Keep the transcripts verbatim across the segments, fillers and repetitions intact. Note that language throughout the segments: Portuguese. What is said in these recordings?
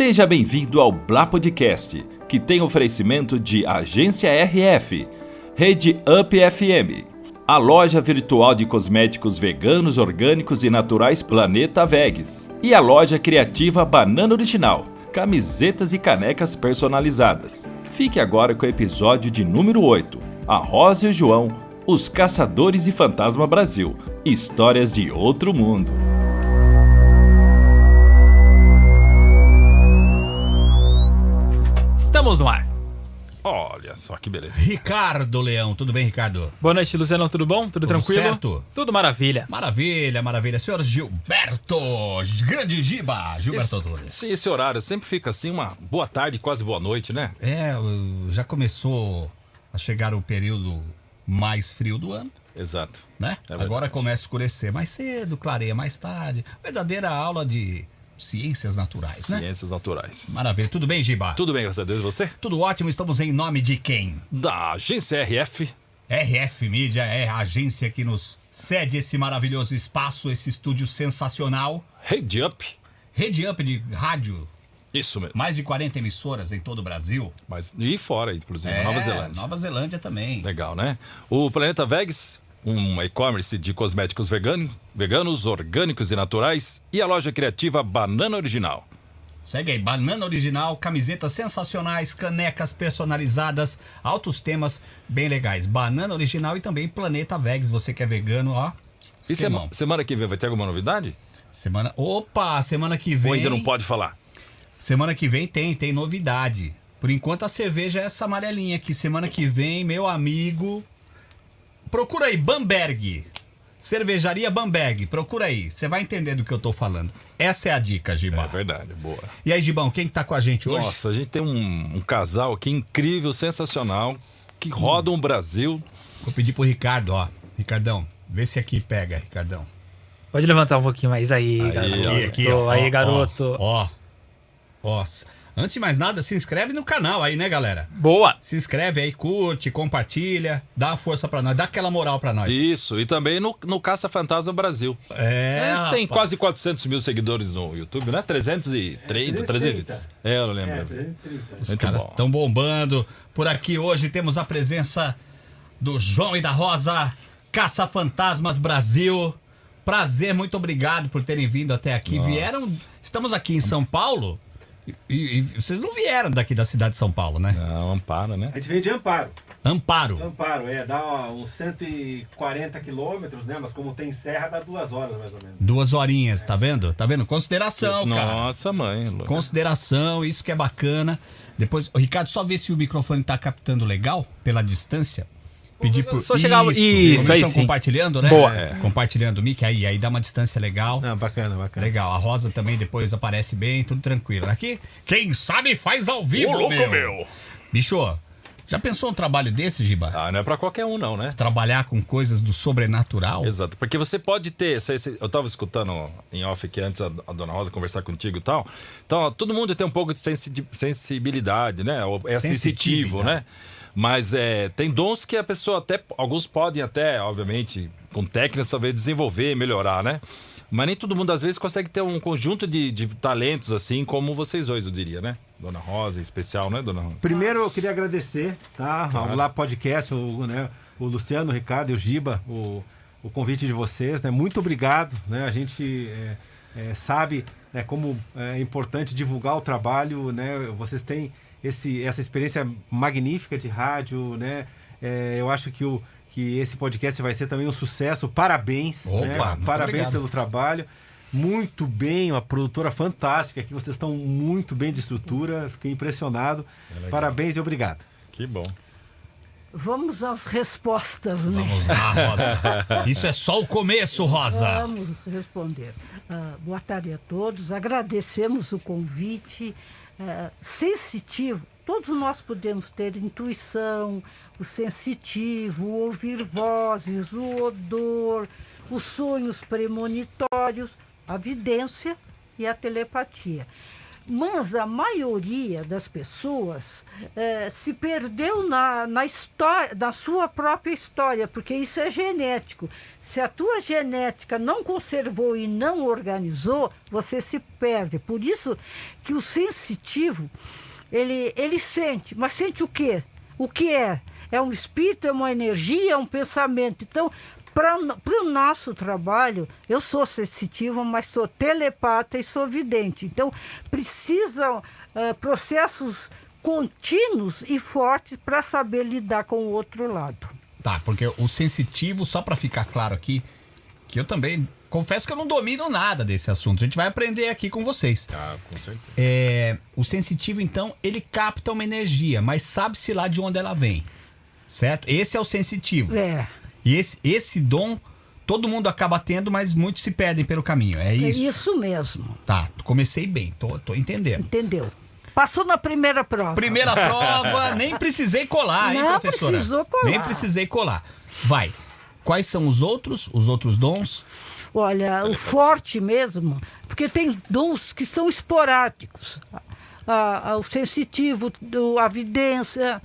Seja bem-vindo ao Blá Podcast, que tem oferecimento de Agência R F, Rede Up F M, a loja virtual de cosméticos veganos, orgânicos e naturais Planeta Vegs e a loja criativa Banana Original, camisetas e canecas personalizadas. Fique agora com o episódio de número oito, A Rosa e o João, Os Caçadores e Fantasma Brasil, Histórias de Outro Mundo. Estamos no ar. Olha só que beleza. Ricardo Leão, tudo bem, Ricardo? Boa noite, Luciano, tudo bom? Tudo, Tudo tranquilo? certo? Tudo maravilha. Maravilha, maravilha. Senhor Gilberto, grande Giba, Gilberto Torres. Sim, esse horário sempre fica assim, uma boa tarde, quase boa noite, né? É, já começou a chegar o período mais frio do ano, Exato. né? É Agora verdade. começa a escurecer mais cedo, clareia mais tarde. Verdadeira aula de ciências naturais, né? Ciências naturais. Maravilha. Tudo bem, Giba? Tudo bem, graças a Deus. E você? Tudo ótimo. Estamos em nome de quem? Da Agência R F. R F Mídia é a agência que nos cede esse maravilhoso espaço, esse estúdio sensacional. Rede Up. Rede Up de rádio, Isso mesmo. mais de quarenta emissoras em todo o Brasil. Mas, e fora, inclusive, É, Nova Zelândia. Nova Zelândia também. Legal, né? O Planeta Vegs, um e-commerce de cosméticos vegano, veganos, orgânicos e naturais. E a loja criativa Banana Original. Segue aí, Banana Original, camisetas sensacionais, canecas personalizadas, altos temas bem legais. Banana Original e também Planeta Vegs, você que é vegano, ó. E esquemão. sema- semana que vem vai ter alguma novidade? Semana... Opa, semana que vem... Ou ainda não pode falar? Semana que vem tem, tem novidade. Por enquanto a cerveja é essa amarelinha aqui. Semana que vem, meu amigo... Procura aí, Bamberg. Cervejaria Bamberg. Procura aí. Você vai entender do que eu tô falando. Essa é a dica, É Gibão. verdade, boa. E aí, Gibão, quem que tá com a gente hoje? Nossa, a gente tem um, um casal aqui incrível, sensacional, que roda um Brasil. Vou pedir pro Ricardo, ó. Ricardão, vê se aqui pega, Ricardão. Pode levantar um pouquinho mais aí, garoto. Aqui, aqui, ó. Aí, ó, garoto. Ó, ó. Ó. Antes de mais nada, se inscreve no canal aí, né, galera? Boa. Se inscreve aí, curte, compartilha, dá uma força pra nós, dá aquela moral pra nós. Isso, e também no, no Caça Fantasma Brasil. É, Eles têm rapaz. quase quatrocentos mil seguidores no YouTube, né? trezentos e trinta, trezentos e trinta. É, eu lembro. Os Muito caras bom. estão bombando. Por aqui hoje temos a presença do João e da Rosa, Caça Fantasmas Brasil. Prazer, muito obrigado por terem vindo até aqui. Nossa. Vieram, estamos aqui em São Paulo e, e- e vocês não vieram daqui da cidade de São Paulo, né? Não, ampara, né? A gente veio de Amparo. Amparo. Amparo, é, dá uns cento e quarenta quilômetros, né? Mas como tem serra, dá duas horas mais ou menos. Duas horinhas, tá vendo? Tá vendo? Consideração, cara. Nossa, mãe. louco. Consideração, isso que é bacana. Depois, ô, Ricardo, só vê se o microfone tá captando legal pela distância. Pedir por Só chegar- Isso, isso, Vocês aí estão sim. compartilhando, né? Boa. É. Compartilhando o mic, aí, aí dá uma distância legal. Não, bacana, bacana. Legal, a Rosa também depois aparece bem, tudo tranquilo. Aqui, quem sabe faz ao vivo, Ô, louco, meu. meu. Bicho, já pensou um trabalho desse, Giba? Ah, não é pra qualquer um, não, né? Trabalhar com coisas do sobrenatural? Exato, porque você pode ter. cê- cê- Eu tava escutando em off aqui antes a, a dona Rosa conversar contigo e tal. Então, ó, todo mundo tem um pouco de sensi- sensibilidade, né? Ou É sensitivo, Sensitividade. né? Mas é, tem dons que a pessoa até. Alguns podem até, obviamente, com técnicas, talvez desenvolver, melhorar, né? Mas nem todo mundo, às vezes, consegue ter um conjunto de, de talentos, assim, como vocês dois, eu diria, né? Dona Rosa, em especial, né, Dona Rosa? Primeiro eu queria agradecer, tá? Ao Lá Podcast, o, né, o Luciano, o Ricardo e o Giba, o, o convite de vocês, né? Muito obrigado, né? A gente é, é, sabe, né, como é importante divulgar o trabalho, né? Vocês têm esse, essa experiência magnífica de rádio, né? É, eu acho que, o, que esse podcast vai ser também um sucesso. Parabéns, Opa, né? muito Parabéns obrigado. pelo trabalho. Muito bem, uma produtora fantástica aqui, vocês estão muito bem de estrutura, fiquei impressionado. Parabéns e obrigado. Que bom. Vamos às respostas, né? Vamos lá, Rosa. Isso é só o começo, Rosa. Vamos responder. Ah, boa tarde a todos. Agradecemos o convite. Ah, sensitivo. Todos nós podemos ter intuição, o sensitivo, o ouvir vozes, o odor, os sonhos premonitórios, a vidência e a telepatia. Mas a maioria das pessoas eh, se perdeu na, na, história, na sua própria história, porque isso é genético. Se a tua genética não conservou e não organizou, você se perde. Por isso que o sensitivo, ele, ele sente. Mas sente o quê? O que é? É um espírito, é uma energia, é um pensamento. Então, para o nosso trabalho, eu sou sensitiva, mas sou telepata e sou vidente. Então, precisam uh, processos contínuos e fortes para saber lidar com o outro lado. Tá, porque o sensitivo, só para ficar claro aqui, que eu também confesso que eu não domino nada desse assunto. A gente vai aprender aqui com vocês. Ah, com certeza. É, o sensitivo, então, ele capta uma energia, mas sabe-se lá de onde ela vem. Certo? Esse é o sensitivo. É. E esse, esse dom, todo mundo acaba tendo, mas muitos se perdem pelo caminho. É isso? É isso mesmo. Tá, comecei bem, tô, tô entendendo. Entendeu? Passou na primeira prova. Primeira prova, nem precisei colar, hein, Não professora? precisou colar. Nem precisei colar. Vai. Quais são os outros, os outros dons? Olha, o forte mesmo, porque tem dons que são esporádicos. Ah, ah, o sensitivo, a vidência,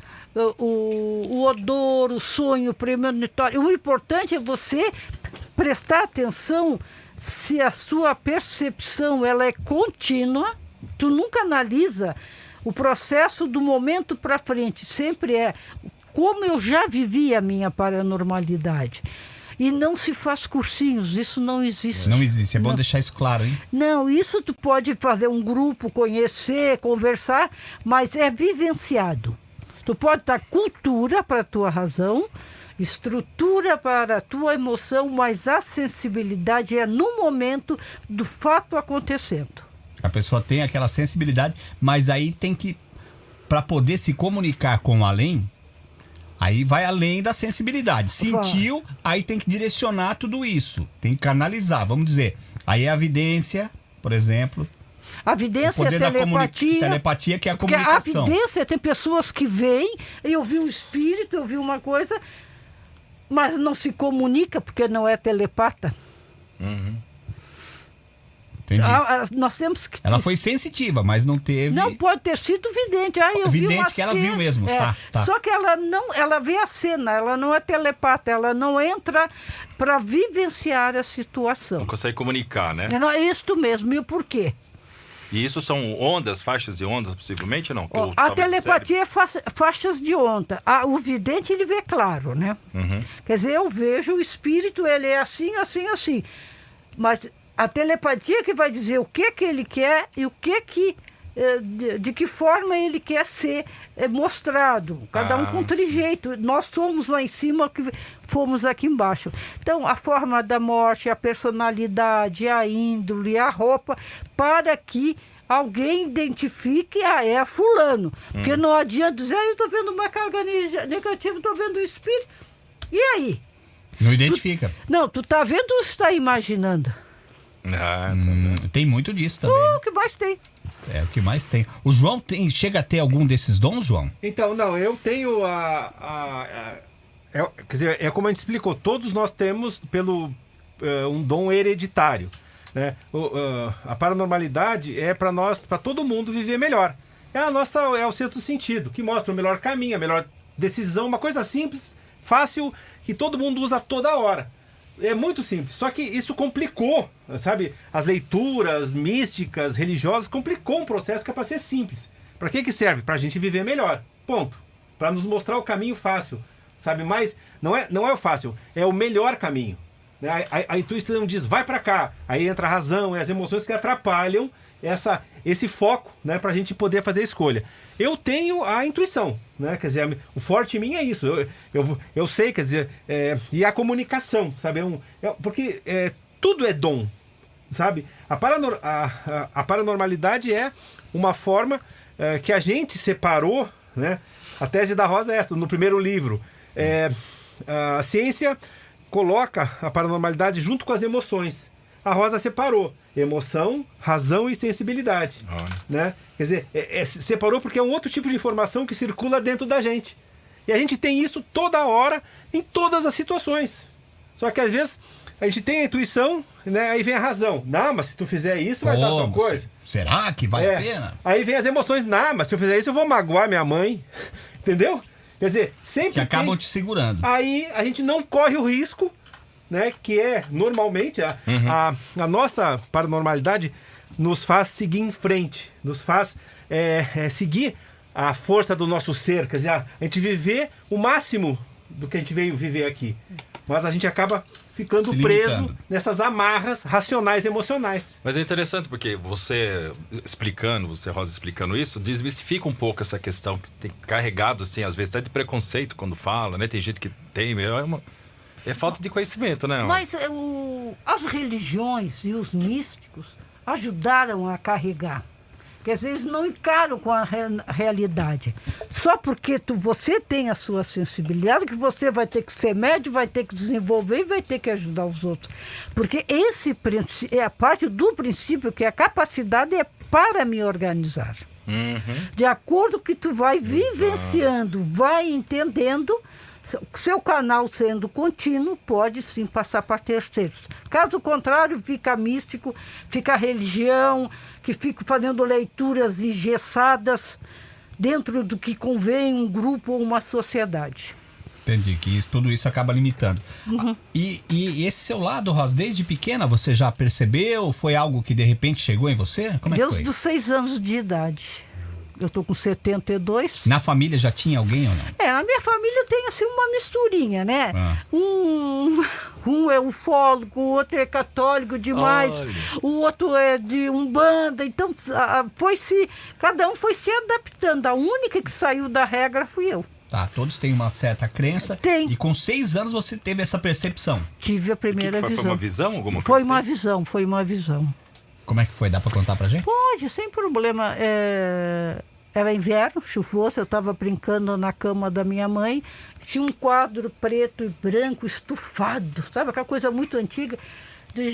o, o odor, o sonho premonitório. O importante é você prestar atenção se a sua percepção ela é contínua. Tu nunca analisa o processo do momento para frente. Sempre é como eu já vivi a minha paranormalidade. E não se faz cursinhos, isso não existe. Não existe, é bom não. deixar isso claro, hein? Não, isso tu pode fazer um grupo, conhecer, conversar, mas é vivenciado. Tu pode dar cultura para a tua razão, estrutura para a tua emoção, mas a sensibilidade é no momento do fato acontecendo. A pessoa tem aquela sensibilidade, mas aí tem que, para poder se comunicar com o além, aí vai além da sensibilidade. Sentiu, aí tem que direcionar tudo isso. Tem que canalizar, vamos dizer. Aí é a vidência, por exemplo. A vidência, o poder a da telepatia. telepatia, que é a Porque comunicação. a vidência, tem pessoas que veem, eu vi um espírito, eu vi uma coisa, mas não se comunica porque não é telepata. Uhum. Entendi. Ah, nós temos que... Ela foi sensitiva, mas não teve... Não, pode ter sido vidente. Ah, eu Vidente vi uma que ela cena. viu mesmo, É. tá, tá. Só que ela não, ela vê a cena, ela não é telepata, ela não entra para vivenciar a situação. Não consegue comunicar, né? É, não, é isto mesmo. E por quê? E isso são ondas, faixas de ondas, possivelmente, não? Que Ó, eu- a talvez telepatia é fa faixas de onda. Ah, o vidente, ele vê claro, né? Uhum. Quer dizer, eu vejo o espírito, ele é assim, assim, assim. Mas a telepatia que vai dizer o que que ele quer e o que que... eh, De, de que forma ele quer ser eh, mostrado. Cada um Ah, com trejeito. Nós somos lá em cima, que fomos aqui embaixo. Então, a forma da morte, a personalidade, a índole, a roupa, para que alguém identifique, ah, é fulano. Porque não adianta dizer, ah, eu estou vendo uma carga ne- negativa, estou vendo o espírito. E aí? Não identifica. Não, tu está vendo ou está imaginando? Ah, tá Hum, vendo? tem muito disso também. Uh, né? o que mais tem? É o que mais tem. O João tem, chega a ter algum desses dons, João? Então, não, eu tenho a. a- a- é, quer dizer, é como a gente explicou, todos nós temos pelo eh, um dom hereditário. Né? O, ah, a paranormalidade é para nós, para todo mundo viver melhor. É a nossa, é o sexto sentido, que mostra o melhor caminho, a melhor decisão, uma coisa simples, fácil, que todo mundo usa toda hora. É muito simples, só que isso complicou, sabe? As leituras místicas, religiosas, complicou um processo que é para ser simples. Para que que serve? Para a gente viver melhor, ponto. Para nos mostrar o caminho fácil, sabe? Mas não é, não é o fácil, é o melhor caminho. Né? A, a, a intuição diz, vai para cá. Aí entra a razão e as emoções que atrapalham essa, esse foco, né? Para a gente poder fazer a escolha. Eu tenho a intuição, né? Quer dizer, o forte em mim é isso. Eu, eu, eu sei, quer dizer, é, e a comunicação, sabe? É um, é, porque é, tudo é dom, sabe? A, paranor, a, a, a paranormalidade é uma forma é, que a gente separou, né? A tese da Rosa é essa, no primeiro livro. É, a ciência coloca a paranormalidade junto com as emoções. A Rosa separou emoção, razão e sensibilidade. Olha. Né? Quer dizer, é, é, separou porque é um outro tipo de informação que circula dentro da gente. E a gente tem isso toda hora, em todas as situações. Só que às vezes a gente tem a intuição, né? Aí vem a razão. Não, mas se tu fizer isso, vai dar tal Como? coisa. Será que vale É. a pena? Aí vem as emoções. Não, mas se eu fizer isso, eu vou magoar minha mãe. Entendeu? Quer dizer, sempre Que acabam tem... te segurando. Aí a gente não corre o risco, né? Que é, normalmente, a, Uhum. a, a nossa paranormalidade nos faz seguir em frente. Nos faz é, é, seguir a força do nosso ser. Quer dizer, a, a gente viver o máximo do que a gente veio viver aqui. Mas a gente acaba ficando Se preso limitando. nessas amarras racionais e emocionais. Mas é interessante porque você explicando, você, Rosa, explicando isso, desmistifica um pouco essa questão que tem carregado, assim, às vezes até de preconceito quando fala, né? Tem gente que tem, meu, é, uma, é falta de conhecimento, né? Mas é, o, as religiões e os místicos ajudaram a carregar. Quer dizer, eles não encaram com a re- realidade. Só porque tu, você tem a sua sensibilidade, que você vai ter que ser médio, vai ter que desenvolver e vai ter que ajudar os outros. Porque esse princ- é a parte do princípio que a capacidade é para me organizar. De acordo com que tu vai vivenciando, vai entendendo, seu- seu canal sendo contínuo, pode sim passar para terceiros. Caso contrário, fica místico, fica religião, que fica fazendo leituras engessadas dentro do que convém um grupo ou uma sociedade. Entendi, que isso, tudo isso acaba limitando. Uhum. Ah, E, e esse seu lado, Rosa, desde pequena você já percebeu? Foi algo que de repente chegou em você? Como é que Desde foi? os seis anos de idade. Eu estou com setenta e dois. Na família já tinha alguém ou não? É, na minha família tem assim uma misturinha, né? Ah. Um, um é ufólogo, o outro é católico demais, Olha. o outro é de umbanda. Então, ah, foi se, cada um foi se adaptando. A única que saiu da regra fui eu. Tá, todos têm uma certa crença. Tem. E com seis anos você teve essa percepção. Tive a O que que primeira foi? visão. Foi uma visão? Alguma Foi coisa uma assim? visão, foi uma visão. Como é que foi? Dá pra contar pra gente? Pode, sem problema. É, Era inverno, chuvoso, eu estava brincando na cama da minha mãe. Tinha um quadro preto e branco estufado, sabe? Aquela coisa muito antiga de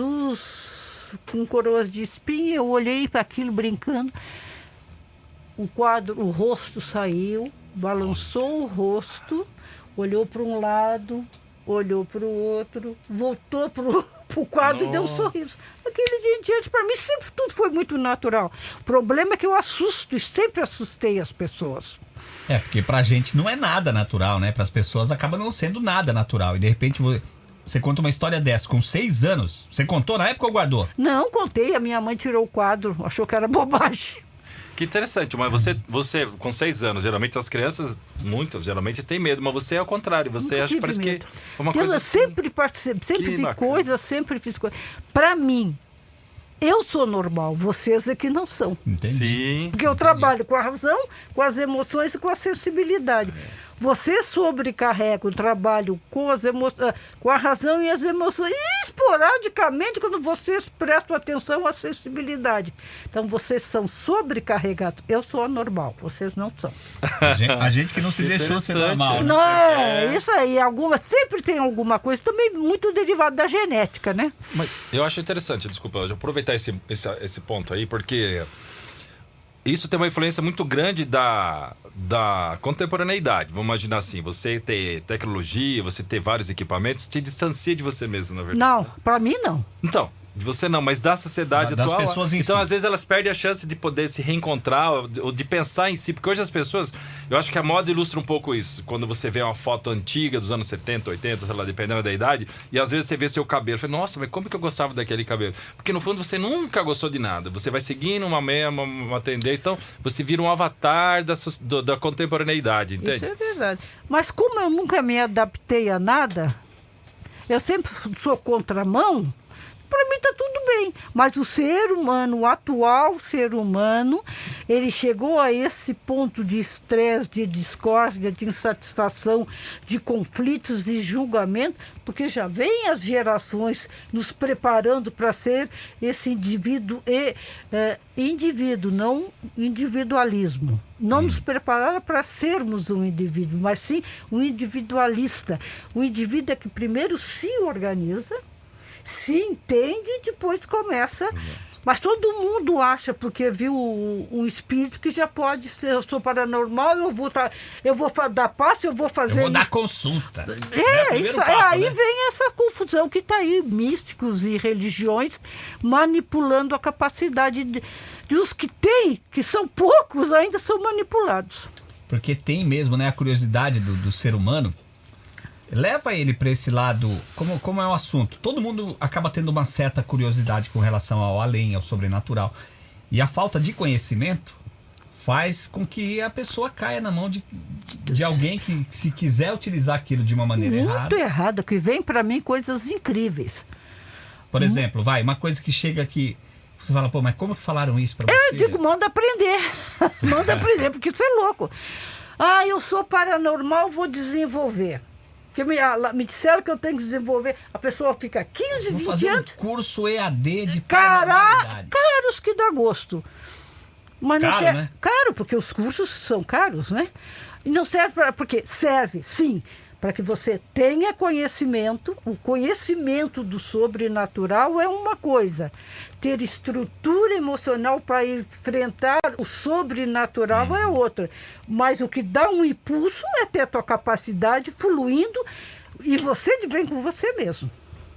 Jesus com coroas de espinho. Eu olhei para aquilo brincando. O quadro, o rosto saiu, balançou o rosto, olhou para um lado, olhou para o outro, voltou para o quadro e deu um sorriso. Aquele dia em diante, para mim, sempre tudo foi muito natural. O problema é que eu assusto e sempre assustei as pessoas. É, porque pra gente não é nada natural, né? Pras pessoas acaba não sendo nada natural. E de repente vo- você conta uma história dessa com seis anos. Você contou na época ou guardou? Não, contei, a minha mãe tirou o quadro, achou que era bobagem. Que interessante, mas você, você com seis anos, geralmente as crianças, muitas, geralmente têm medo, mas você é ao contrário, você Nunca acha que tive parece medo. que é uma Deus, coisa eu assim. sempre participei, sempre Que vi bacana. coisas, sempre fiz coisas. Para mim, eu sou normal, vocês é que não são. Entendi. Sim. Porque eu trabalho com a razão, com as emoções e com a sensibilidade. Você sobrecarrega o trabalho com, as emo... ah, com a razão e as emoções. E esporadicamente, quando vocês prestam atenção à sensibilidade. Então, vocês são sobrecarregados. Eu sou anormal, vocês não são. A gente, a gente que não se deixou ser Interessante. normal, né? Não, é isso aí. Alguma, sempre tem alguma coisa, também muito derivado da genética, né? Mas eu acho interessante, desculpa, eu vou aproveitar esse, esse, esse ponto aí, porque isso tem uma influência muito grande da, da contemporaneidade. Vamos imaginar assim, você ter tecnologia, você ter vários equipamentos, te distancia de você mesmo, na verdade. Não, para mim não. Então, de você não, mas da sociedade Da- das atual. pessoas em então, si. às vezes, elas perdem a chance de poder se reencontrar ou de, ou de pensar em si. Porque hoje as pessoas. Eu acho que a moda ilustra um pouco isso. Quando você vê uma foto antiga dos anos setenta, oitenta, sei lá, dependendo da idade, e às vezes você vê seu cabelo. Fala, nossa, mas como que eu gostava daquele cabelo? Porque no fundo você nunca gostou de nada. Você vai seguindo uma, meia, uma, uma tendência. Então, você vira um avatar da, so- do- da contemporaneidade, entende? Isso é verdade. Mas como eu nunca me adaptei a nada, eu sempre sou contramão, para mim está tudo bem. Mas o ser humano, o atual ser humano, ele chegou a esse ponto de estresse, de discórdia, de insatisfação, de conflitos e julgamento, porque já vem as gerações nos preparando para ser esse indivíduo e eh, indivíduo, não individualismo. Não nos prepararam para sermos um indivíduo, mas sim um individualista. O indivíduo é que primeiro se organiza, se entende e depois começa Mas todo mundo acha, porque viu um espírito que já pode ser, eu sou paranormal, eu vou, tá, eu vou dar passo, eu vou fazer... Eu vou dar consulta. É, né? isso, papo, é aí né? vem essa confusão que está aí, místicos e religiões manipulando a capacidade de, de os que têm, que são poucos, ainda são manipulados. Porque tem mesmo, né, a curiosidade do, do ser humano, leva ele para esse lado, como, como é o assunto. Todo mundo acaba tendo uma certa curiosidade com relação ao além, ao sobrenatural. E a falta de conhecimento faz com que a pessoa caia na mão de, de alguém que, se quiser utilizar aquilo de uma maneira Muito errada. errado, que vem para mim coisas incríveis. Por exemplo, vai, uma coisa que chega aqui, você fala, pô, mas como que falaram isso para você? Eu digo, manda aprender. Manda aprender, porque isso é louco. Ah, eu sou paranormal, vou desenvolver. Porque me, me disseram que eu tenho que desenvolver. A pessoa fica quinze, Vou vinte fazer anos. um curso E A D de Cara, paranormalidade. caros que dá gosto. Mas não Caro, serve, né? Caro, porque os cursos são caros, né? E não serve para... Porque serve, sim, para que você tenha conhecimento. O conhecimento do sobrenatural é uma coisa. Ter estrutura emocional para enfrentar o sobrenatural Uhum. é outra. Mas o que dá um impulso é ter a tua capacidade fluindo e você de bem com você mesmo.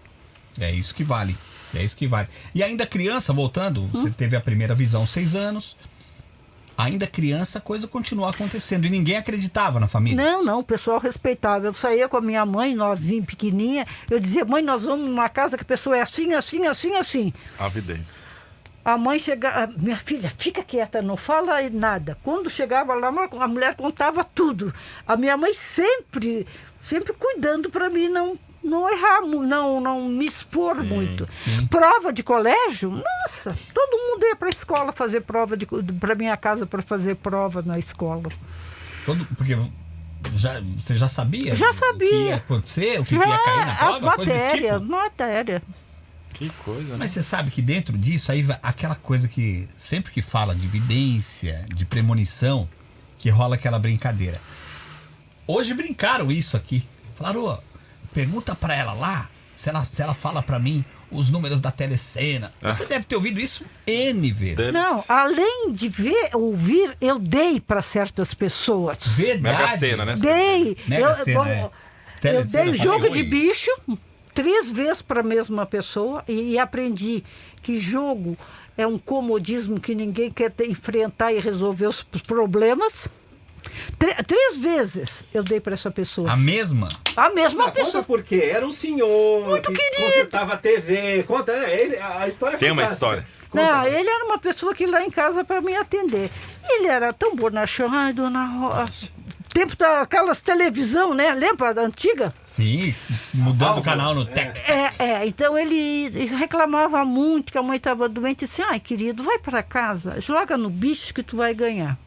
É isso que vale. É isso que vale. E ainda criança, voltando, você teve a primeira visão, seis anos. Ainda criança, a coisa continua acontecendo. E ninguém acreditava na família. Não, não, o pessoal respeitava. Eu saía com a minha mãe, novinha, pequenininha. Eu dizia, mãe, nós vamos numa casa que a pessoa é assim, assim, assim, assim. A vidência. A mãe chegava, minha filha, fica quieta, não fala nada. Quando chegava lá, a mulher contava tudo. A minha mãe sempre, sempre cuidando para mim não, não errar, não, não me expor Sim, muito. sim. Prova de colégio, nossa, todo mundo ia para a escola fazer prova, para minha casa para fazer prova na escola. Todo, porque já, você já sabia? Já O que sabia. ia acontecer, o que, Já, que ia cair na as prova? Coisa desse matéria, tipo? matéria. Que coisa, né? Mas você sabe que dentro disso, aí vai aquela coisa que sempre que fala de vidência, de premonição, que rola aquela brincadeira. Hoje brincaram isso aqui. Falaram, ó, pergunta pra ela lá, se ela, se ela fala pra mim os números da telecena. Você deve ter ouvido isso N vezes. Deve- Não, além de ver, ouvir, eu dei para certas pessoas. Verdade. Mega Sena, né? Dei. Mega eu, Sena, bom, é. eu Telecena, dei falei, jogo de oi. bicho três vezes para a mesma pessoa e, e aprendi que jogo é um comodismo que ninguém quer ter, enfrentar e resolver os problemas. Tre- três vezes eu dei para essa pessoa. A mesma? A mesma Ah, conta pessoa. por quê? Era um senhor Muito que querido. consertava a T V. Conta, é, a história é Tem uma fantástica. história. Conta. Não, ele era uma pessoa que ia lá em casa para me atender. Ele era tão bonachão. Ai, dona Rosa. Tempo daquelas televisão, né? Lembra da antiga? Sim, mudando o canal no Tec. É, é, então ele reclamava muito que a mãe estava doente e disse, ai querido, vai para casa, joga no bicho que tu vai ganhar.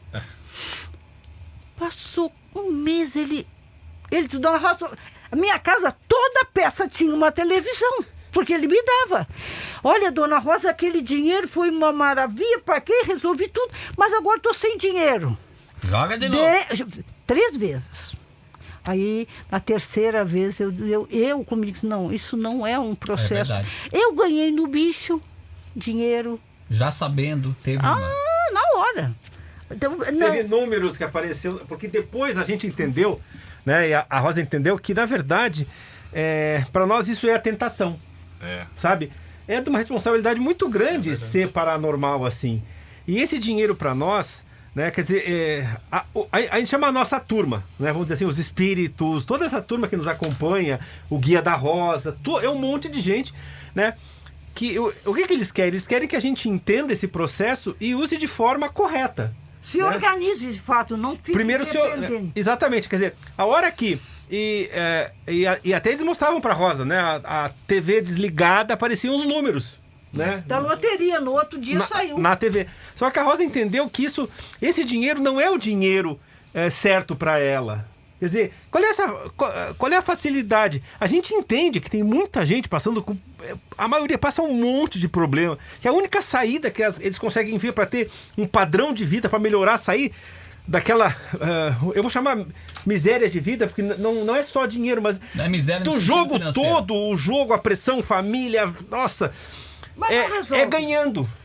Passou um mês, ele, ele disse, dona Rosa, a minha casa toda peça tinha uma televisão, porque ele me dava. Olha, dona Rosa, aquele dinheiro foi uma maravilha, para quê? Resolvi tudo, mas agora estou sem dinheiro. Joga de novo. De- Três vezes. Aí, na terceira vez, eu, eu, eu comigo disse, não, isso não é um processo. verdade. Eu ganhei no bicho dinheiro. Já sabendo, teve Ah, uma. na hora. Então, não, Teve números que apareceram, porque depois a gente entendeu, né? E a, a Rosa entendeu que, na verdade, é, para nós isso é a tentação. É. Sabe? É de uma responsabilidade muito grande ser paranormal assim. E esse dinheiro para nós, né? Quer dizer, é, a, o- a, a gente chama a nossa turma, né? Vamos dizer assim, os espíritos, toda essa turma que nos acompanha, o Guia da Rosa, to- é um monte de gente, né? Que, o, o que, que eles querem? Eles querem que a gente entenda esse processo e use de forma correta. se né? organize de fato, não fique Primeiro, se eu, dependendo. exatamente, quer dizer, a hora que e, é, e, a- e até eles mostravam para Rosa, né? A, a T V desligada, apareciam os números, né? Da loteria, no outro dia na, saiu. na T V. Só que a Rosa entendeu que isso, esse dinheiro não é o dinheiro é, certo para ela. Quer dizer, qual é, essa, qual, qual é a facilidade? A gente entende que tem muita gente passando com. A maioria passa um monte de problema. Que a única saída que as- eles conseguem ver para ter um padrão de vida, para melhorar, sair daquela. ah, eu vou chamar miséria de vida, porque n- não, não é só dinheiro, mas. Não é miséria no do sentido jogo financeiro. todo, o jogo, a pressão, família, nossa. Mas é, não resolve. é ganhando.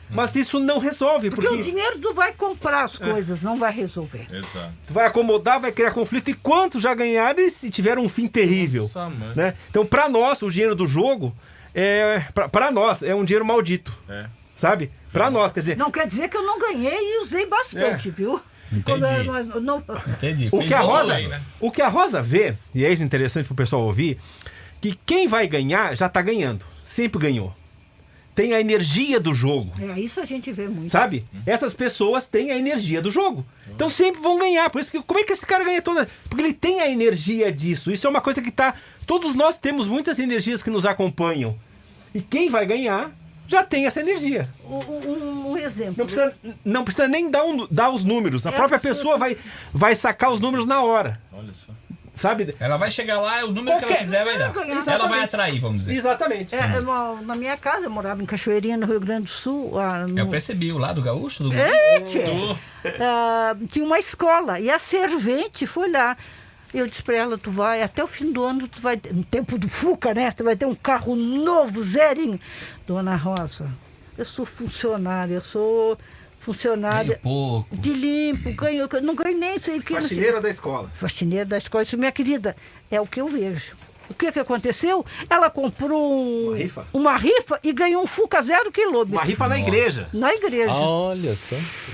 Mas isso não resolve, Porque, porque, o dinheiro tu vai comprar as coisas, não vai resolver. Exato. tu vai acomodar, vai criar conflito. E quantos já ganharam e se tiveram um fim terrível? Nossa, mãe. Né? Então, para nós, o dinheiro do jogo, é para nós, é um dinheiro maldito. É. Sabe? Para nós, quer dizer... Não quer dizer que eu não ganhei e usei bastante, É. viu? Entendi. Quando eu era mais- não- Entendi. O Fez que, a bolo Rosa, aí, né? o que a Rosa vê, e é isso interessante pro pessoal ouvir, que quem vai ganhar já tá ganhando. Sempre ganhou. Tem a energia do jogo. É, isso a gente vê muito. Sabe? Essas pessoas têm a energia do jogo. Então sempre vão ganhar. Por isso que como é que esse cara ganha toda? Porque ele tem a energia disso. Isso é uma coisa que tá. Todos nós temos muitas energias que nos acompanham. E quem vai ganhar já tem essa energia. Um, um- um exemplo. Não precisa, não precisa nem dar, um- dar os números. A É, própria precisa- pessoa vai, vai sacar os números na hora. Olha só. Sabe? Ela vai chegar lá, o número que Qualquer- ela fizer vai dar. Ganhar. Ela vai Exatamente. atrair, vamos dizer. Exatamente. É, uma- na minha casa, eu morava em Cachoeirinha, no Rio Grande do Sul. ah, no- Eu percebi, o lado gaúcho do É, tchê. Do- Ah, tinha uma escola e a servente foi lá. Eu disse pra ela, tu vai, até o fim do ano, tu vai, no tempo do Fuca, né? Tu vai ter um carro novo, zerinho. Dona Rosa, eu sou funcionária, eu sou funcionária Ganho pouco. de limpo, ganho, não ganho nem sei o que. não sei. Faxineira da escola. Faxineira da escola. Isso, minha querida, é o que eu vejo. O que que aconteceu? Ela comprou um- Uma rifa? uma rifa e ganhou um Fuca zero quilômetro. Uma rifa na igreja. Na igreja. Olha só.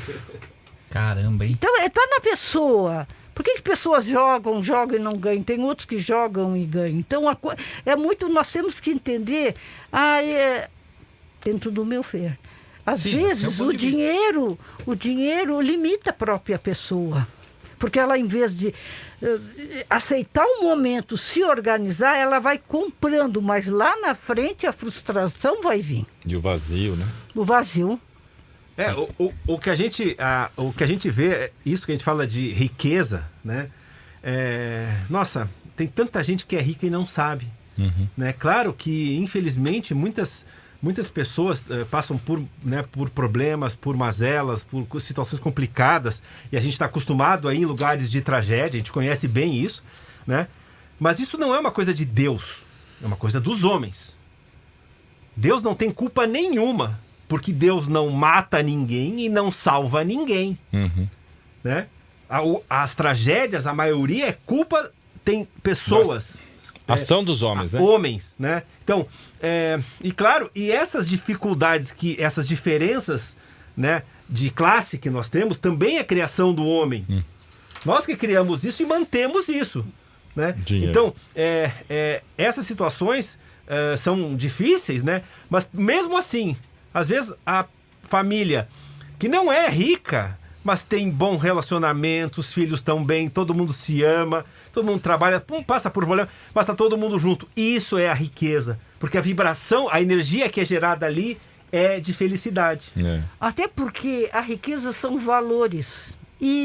Caramba, hein? Então, está na pessoa. Por que, que pessoas jogam, jogam e não ganham? Tem outros que jogam e ganham. Então, a co- é muito. Nós temos que entender. Ah, é, dentro do meu ver. Às Sim, vezes, seu ponto o de vista. dinheiro, o dinheiro limita a própria pessoa. Porque ela, em vez de eh, aceitar o momento, se organizar, ela vai comprando. Mas lá na frente, a frustração vai vir. E o vazio, né? O vazio. É, o, o, o, que a gente, a, o que a gente vê, é isso que a gente fala de riqueza, né? É, nossa, tem tanta gente que é rica e não sabe. Né? Claro que, infelizmente, muitas, muitas pessoas eh, passam por, né, por problemas, por mazelas, por co- situações complicadas, e a gente está acostumado a ir em lugares de tragédia, a gente conhece bem isso, né? Mas isso não é uma coisa de Deus, é uma coisa dos homens. Deus não tem culpa nenhuma, porque Deus não mata ninguém e não salva ninguém. Né? A- o- As tragédias, a maioria é culpa, tem pessoas, Ação dos homens, né? homens, né? Então, é, e claro, e essas dificuldades, que essas diferenças, né, de classe que nós temos, também é criação do homem. Nós que criamos isso e mantemos isso, né? Dinheiro. Então, é, é, essas situações é, são difíceis, né? Mas mesmo assim, às vezes a família que não é rica, mas tem bom relacionamento, os filhos estão bem, todo mundo se ama, todo mundo trabalha, pum, passa por problema, mas tá todo mundo junto. Isso é a riqueza, porque a vibração, a energia que é gerada ali é de felicidade. É. Até porque a riqueza são valores.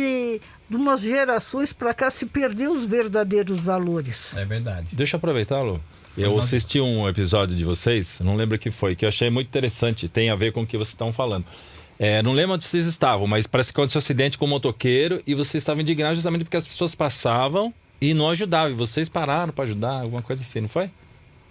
E de umas gerações para cá se perdeu os verdadeiros valores. É verdade. Deixa eu aproveitar, Lu. Eu Mas nós- assisti um episódio de vocês, não lembro o que foi, que eu achei muito interessante, tem a ver com o que vocês estão falando. É, não lembro onde vocês estavam, mas parece que aconteceu um acidente com um motoqueiro e vocês estavam indignados justamente porque as pessoas passavam e não ajudavam. E vocês pararam para ajudar, alguma coisa assim, não foi?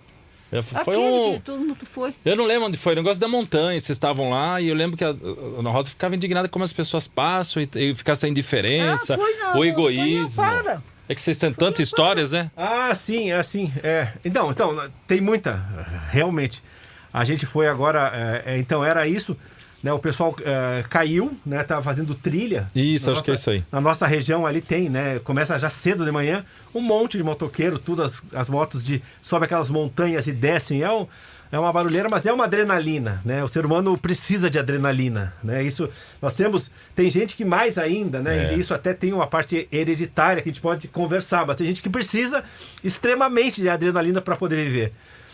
É, Foi Aquele um... que todo mundo foi. Eu não lembro onde foi, o negócio da montanha, vocês estavam lá e eu lembro que a a Ana Rosa ficava indignada como as pessoas passam e, e fica essa indiferença, Ah, foi na- o foi em egoísmo. Ampara. É que vocês têm tantas histórias, né? Ah, sim, é assim. É. Então, então, tem muita, realmente. A gente foi agora, é, é, então era isso, né? O pessoal é, caiu, né? Tava fazendo trilha. Isso, Na acho que é isso aí. Na nossa região ali tem, né? Começa já cedo de manhã, um monte de motoqueiro, tudo as, as motos de sobe aquelas montanhas e descem. É, um, é uma barulheira, mas é uma adrenalina, né? O ser humano precisa de adrenalina, né? Isso nós temos, tem gente que mais ainda, né? É. E isso até tem uma parte hereditária que a gente pode conversar, mas tem gente que precisa extremamente de adrenalina para poder viver,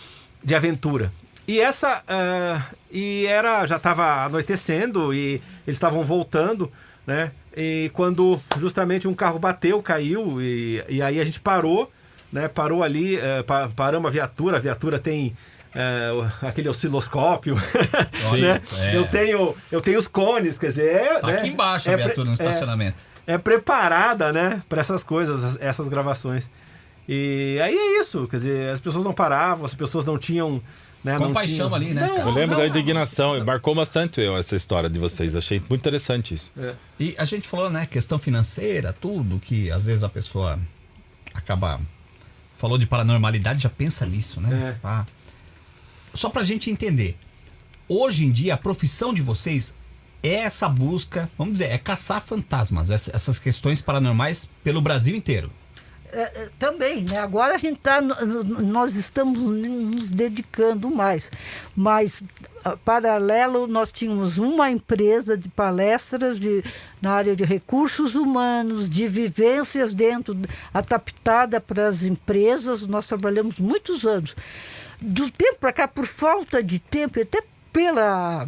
de aventura. E essa, ah, e era, já estava anoitecendo e eles estavam voltando, né? E quando justamente um carro bateu, caiu e, e aí a gente parou, né? Parou ali, eh, pa- paramos a viatura, a viatura tem eh, o- aquele osciloscópio, Olha né? isso, é. Eu tenho, eu tenho os cones, quer dizer, é, Tá né? aqui embaixo a É pre- viatura no é- estacionamento. é preparada, né, para essas coisas, as- essas gravações. E aí é isso, quer dizer, as pessoas não paravam, as pessoas não tinham Né? Com Não paixão tinha... ali, né, Não, cara? Eu lembro não, da indignação, e marcou bastante eu essa história de vocês. Achei muito interessante isso. É. E a gente falou, né, questão financeira, tudo, que às vezes a pessoa acaba... Falou de paranormalidade, já pensa nisso, né? É. Ah. Só pra gente entender. Hoje em dia, a profissão de vocês é essa busca, vamos dizer, é caçar fantasmas, essas questões paranormais pelo Brasil inteiro. É, é, também, né? Agora a gente tá, nós estamos nos dedicando mais, mas a, paralelo nós tínhamos uma empresa de palestras de, na área de recursos humanos, de vivências dentro, adaptada para as empresas, nós trabalhamos muitos anos. Do tempo para cá, por falta de tempo, e até pela...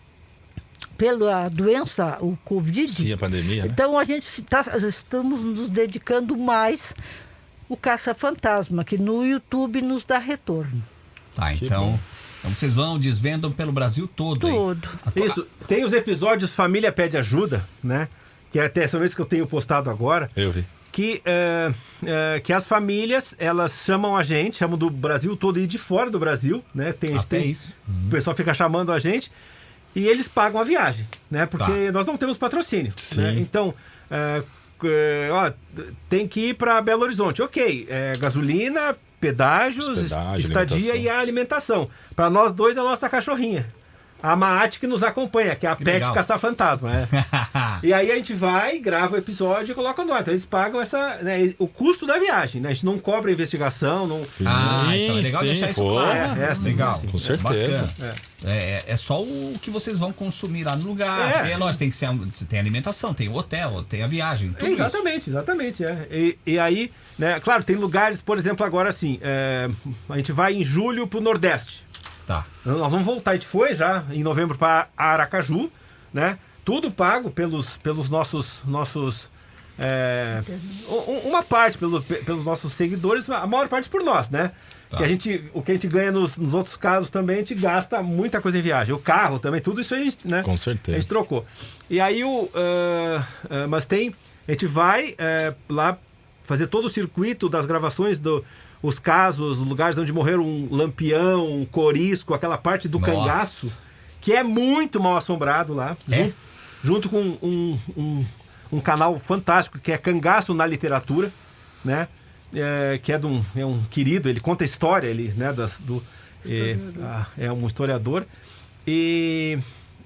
pela doença, o Covid. Sim, a pandemia, né? Então a gente tá, estamos nos dedicando mais o caça-fantasma, que no YouTube nos dá retorno. Tá, Que então, bom. então vocês vão, desvendam pelo Brasil todo. aí. Todo. Isso, tem os episódios Família Pede Ajuda, né? Que é até essa vez que eu tenho postado agora. Eu vi. Que, é, é, que as famílias, elas chamam a gente, chamam do Brasil todo e de fora do Brasil, né? Tem, Até tem, isso. O pessoal fica chamando a gente e eles pagam a viagem, né? Porque Tá. nós não temos patrocínio, Sim. né? Então, é, é, ó, tem que ir para Belo Horizonte. Ok, é, gasolina, pedágios, Hospedagem, estadia alimentação. e a alimentação. Para nós dois, é a nossa cachorrinha. A Maate que nos acompanha, que é a Que Pet legal. Caça-Fantasma, é. E aí a gente vai, grava o episódio e coloca no ar. Então eles pagam essa, né, o custo da viagem, né? A gente não cobra investigação, não... Ah, então é legal sim, deixar isso pô. claro. É, é, sim, legal. sim. Com certeza. Bacana. É, é só o que vocês vão consumir lá no lugar. É. É, lógico, tem que ser, tem alimentação, tem o hotel, tem a viagem, tudo isso. Exatamente, exatamente. É. E, e aí, né, claro, tem lugares, por exemplo, agora assim, é, a gente vai em julho pro Nordeste. Tá. Nós vamos voltar, a gente foi já em novembro para Aracaju, né? Tudo pago pelos, pelos nossos, nossos é, um- uma parte pelo, pe- pelos nossos seguidores, a maior parte por nós, né? Tá. Que a gente, o que a gente ganha nos, nos outros casos também, a gente gasta muita coisa em viagem. O carro também, tudo isso a gente, né? Com certeza. A gente trocou. E aí o, ah, ah, mas tem, a gente vai é, lá fazer todo o circuito das gravações do os casos, os lugares onde morreram um lampião, um corisco, aquela parte do Nossa. cangaço, que é muito mal assombrado lá. É? Junto, junto com um, um, um canal fantástico que é Cangaço na Literatura, né? É, que é, de um, é um querido, ele conta a história, ele, né, das, do, é, ah, é um historiador. E,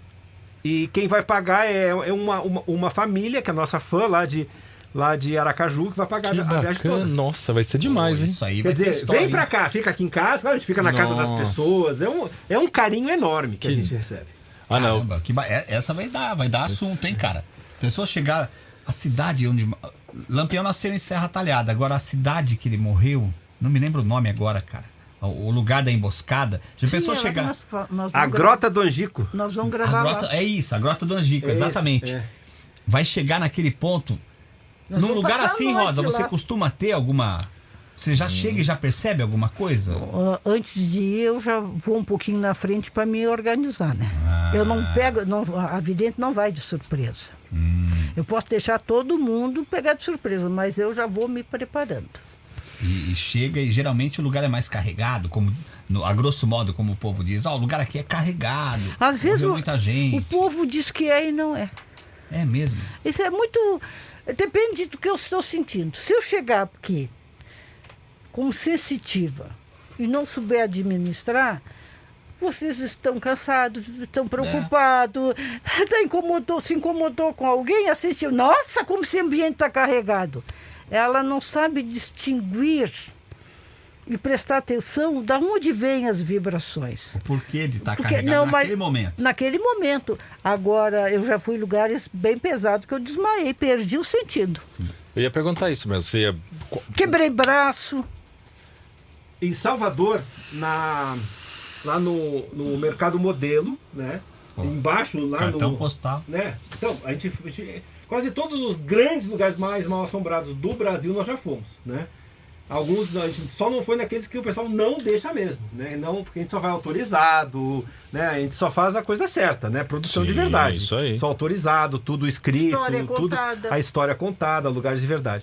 e quem vai pagar é, é uma, uma, uma família, que é a nossa fã lá de, lá de Aracaju, que vai pagar Que a viagem bacana. toda. Nossa, vai ser demais, Pô, hein? Isso aí Quer vai ter dizer, história, vem pra hein? cá, fica aqui em casa, claro, a gente fica na casa das Nossa. pessoas. É um, é um carinho enorme que, a gente recebe. Ah, não. Caramba, que ba- é- essa vai dar, vai dar assunto, hein, cara? Pessoa chegar. A cidade onde. Lampião nasceu em Serra Talhada. Agora a cidade que ele morreu, não me lembro o nome agora, cara. O, o lugar da emboscada. Já Sim, pensou é, chegar. nós fa- nós A vamos Grota do Angico. gra- Nós vamos A gravar grota, lá. é isso, a Grota do Angico, É esse, exatamente. é. Vai chegar naquele ponto. Nós Num vamos lugar passar a assim, noite Rosa, você lá. costuma ter alguma. Você já chega e já percebe alguma coisa? Ah, antes de ir, eu já vou um pouquinho na frente para me organizar, né? Eu não pego, não, a vidente não vai de surpresa. Eu posso deixar todo mundo pegar de surpresa, mas eu já vou me preparando. E, e chega e geralmente o lugar é mais carregado, como no- a grosso modo, como o povo diz, ó, o lugar aqui é carregado. Às vezes morreu o, muita o gente. povo diz que é e não é. É mesmo. Isso é muito. Depende do que eu estou sentindo. Se eu chegar aqui como sensitiva e não souber administrar, vocês estão cansados, estão preocupados, tá incomodou, se incomodou com alguém, assistiu. Nossa, como esse ambiente está carregado. Ela não sabe distinguir e prestar atenção de onde vêm as vibrações. O porquê de estar Porque- carregado não, mas- naquele momento. Naquele momento. Agora, eu já fui em lugares bem pesados que eu desmaiei, perdi o sentido. Eu ia perguntar isso mesmo. Você ia... Quebrei braço. Em Salvador, na, lá no, no Mercado Modelo, né? Embaixo, lá Cartão no... postal. Né? Então, a gente, a gente- quase todos os grandes lugares mais mal assombrados do Brasil nós já fomos, né? Alguns a gente só não foi naqueles que o pessoal não deixa mesmo, né? Não, porque a gente só vai autorizado, né? A gente só faz a coisa certa, né? Produção de Sim, verdade. isso aí. Só autorizado, tudo escrito, História tudo contada. a história contada, lugares de verdade.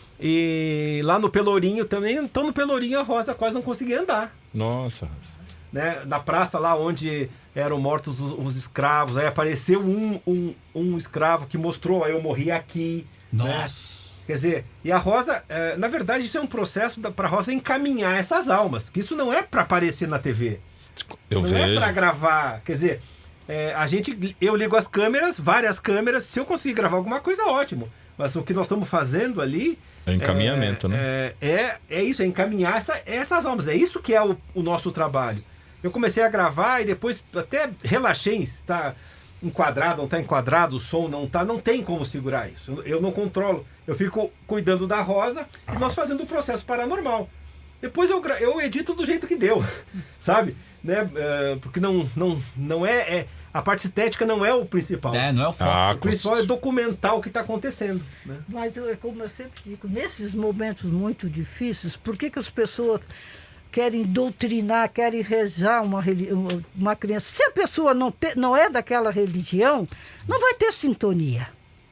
E lá no Pelourinho também, então no Pelourinho a Rosa quase não conseguia andar. Nossa. né, na praça lá onde eram mortos os, os escravos. Aí apareceu um, um, um escravo que mostrou, aí eu morri aqui. Nossa. Né? Quer dizer, e a Rosa, é, na verdade, isso é um processo para a Rosa encaminhar essas almas, que isso não é para aparecer na T V. Eu não vejo. é para gravar. Quer dizer, é, a gente, eu ligo as câmeras, várias câmeras, se eu conseguir gravar alguma coisa, ótimo. Mas o que nós estamos fazendo ali... É encaminhamento, é, né? É, é, é isso, é encaminhar essa, essas almas. É isso que é o, o nosso trabalho. Eu comecei a gravar e depois até relaxei, está enquadrado, não está enquadrado, o som não está, não tem como segurar isso. Eu, eu não controlo. Eu fico cuidando da Rosa e nós fazendo o processo paranormal. Depois eu, eu edito do jeito que deu, sabe? Né? Uh, porque não, não, não é, é... A parte estética não é o principal. É, não é o foco. Ah, O principal é documentar o que está acontecendo. Né? Mas, eu- como eu sempre digo, nesses momentos muito difíceis, por que, que as pessoas querem doutrinar, querem rezar uma, reli- uma- uma criança? Se a pessoa não, te- não é daquela religião, não vai ter sintonia.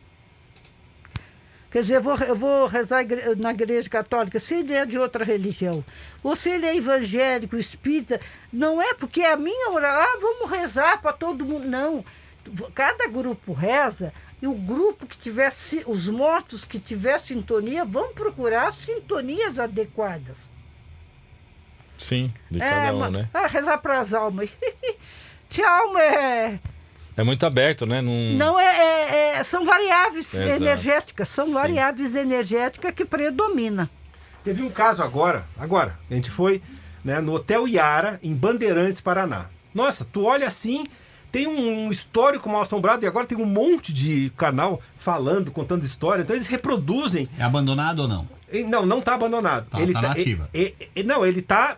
Quer dizer, eu vou, eu vou rezar igre- na igreja católica, se ele é de outra religião, ou se ele é evangélico, espírita, não é porque é a minha oração, ah, vamos rezar para todo mundo. Não. Cada grupo reza, e o grupo que tiver, si- os mortos que tiver sintonia, vão procurar sintonias adequadas. Sim, de É, cada um, ma- né? Ah, rezar para as almas. Se a alma é. É muito aberto, né? Num... Não é, é- é- são variáveis Exato. energéticas, são Sim. variáveis energéticas que predominam. Teve um caso agora, agora, a gente foi, né, no Hotel Iara, em Bandeirantes, Paraná. Nossa, tu olha assim, tem um histórico mal assombrado e agora tem um monte de canal falando, contando história. Então eles reproduzem. É abandonado ou não? E não, não tá abandonado. Tá- tá na ativa. e- e- e- não, ele tá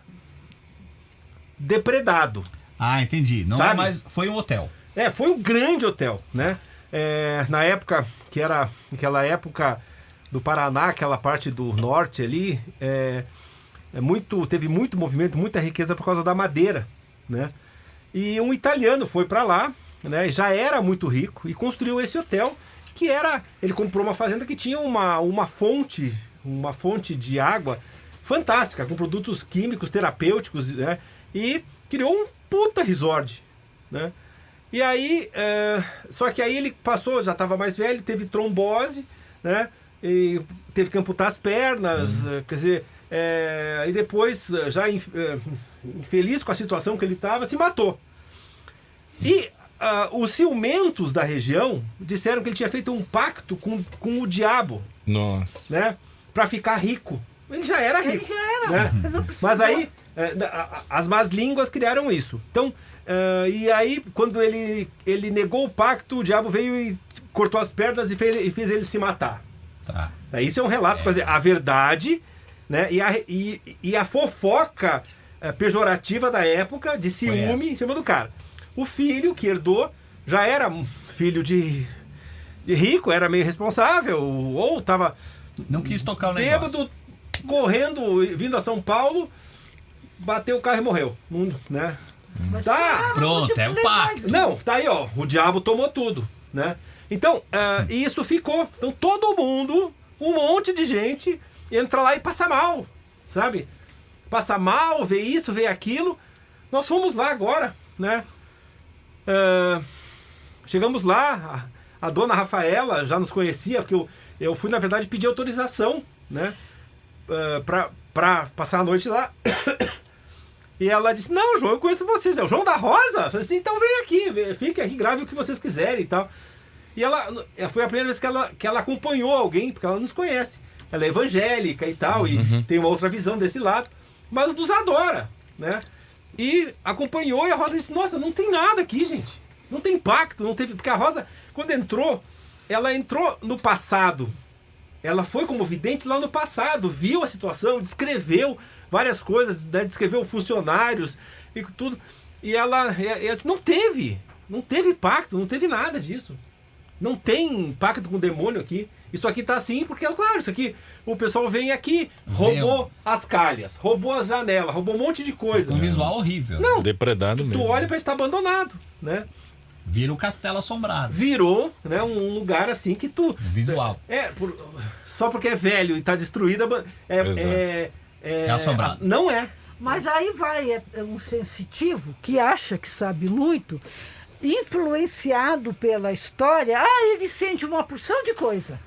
depredado. Ah, entendi. Não Sabe? é mais. Foi um hotel. É, foi um grande hotel, né? É, na época, que era aquela época do Paraná, aquela parte do norte ali, é, é muito, teve muito movimento, muita riqueza por causa da madeira, né? E um italiano foi para lá, né? Já era muito rico e construiu esse hotel, que era, ele comprou uma fazenda que tinha uma, uma fonte, uma fonte de água fantástica, com produtos químicos, terapêuticos, né? E criou um puta resort, né? E aí, é, só que aí ele passou, já estava mais velho, teve trombose, né? E teve que amputar as pernas, é, quer dizer, é, e depois, já inf- é, infeliz com a situação que ele estava, se matou. E ah, os ciumentos da região disseram que ele tinha feito um pacto com, com o diabo, Nossa. né? Para ficar rico. Ele já era rico. Ele já era. Né? Ele não precisava. Mas aí, é, da- a- a- as más línguas criaram isso. Então, é, e aí, quando ele, ele negou o pacto, o diabo veio e cortou as pernas e fez, e fez ele se matar. Tá. É, Isso é um relato, quer dizer, a verdade, né? E a, e, e a fofoca é, pejorativa da época, de ciúme, essa. em cima do cara. O filho que herdou já era um filho de, de rico, era meio responsável, ou estava Não quis tocar o negócio. bêbado, correndo, vindo a São Paulo, bateu o carro e morreu. Não, né? Mas Tá. era Pronto, é um multiplicar pacto. mais. Não, tá aí, ó. O diabo tomou tudo, né? Então, ah, e isso ficou. Então, todo mundo, um monte de gente, entra lá e passa mal, sabe? Passa mal, vê isso, vê aquilo. Nós fomos lá agora, né? Ah, chegamos lá, a, a dona Rafaela já nos conhecia, porque eu, eu fui, na verdade, pedir autorização, né? Ah, pra, pra passar a noite lá. E ela disse, não, João, eu conheço vocês, é o João da Rosa? Eu falei assim, então vem aqui, vem, fique aqui, grave o que vocês quiserem e tal. E ela, foi a primeira vez que ela, que ela acompanhou alguém, porque ela nos conhece. Ela é evangélica e tal, e tem uma outra visão desse lado, mas nos adora, né? E acompanhou e a Rosa disse, nossa, não tem nada aqui, gente. Não tem pacto, não teve... Porque a Rosa, quando entrou, ela entrou no passado. Ela foi como vidente lá no passado, viu a situação, descreveu várias coisas, né, descreveu funcionários e tudo. E ela, e ela disse, não teve, não teve pacto, não teve nada disso. Não tem pacto com o demônio aqui. Isso aqui tá assim porque, claro, isso aqui, o pessoal vem aqui, roubou as calhas, roubou as janelas, roubou um monte de coisa. Com um visual horrível. Não, Depredado tu mesmo. olha para estar abandonado, né? Vira o castelo assombrado. Virou, né, um lugar assim que tu... Visual. É, por- só porque é velho e tá destruído, é, Exato. é, é, É assombrado. Não é. Mas aí vai é, é um sensitivo que acha que sabe muito, influenciado pela história, ah, ele sente uma porção de coisa.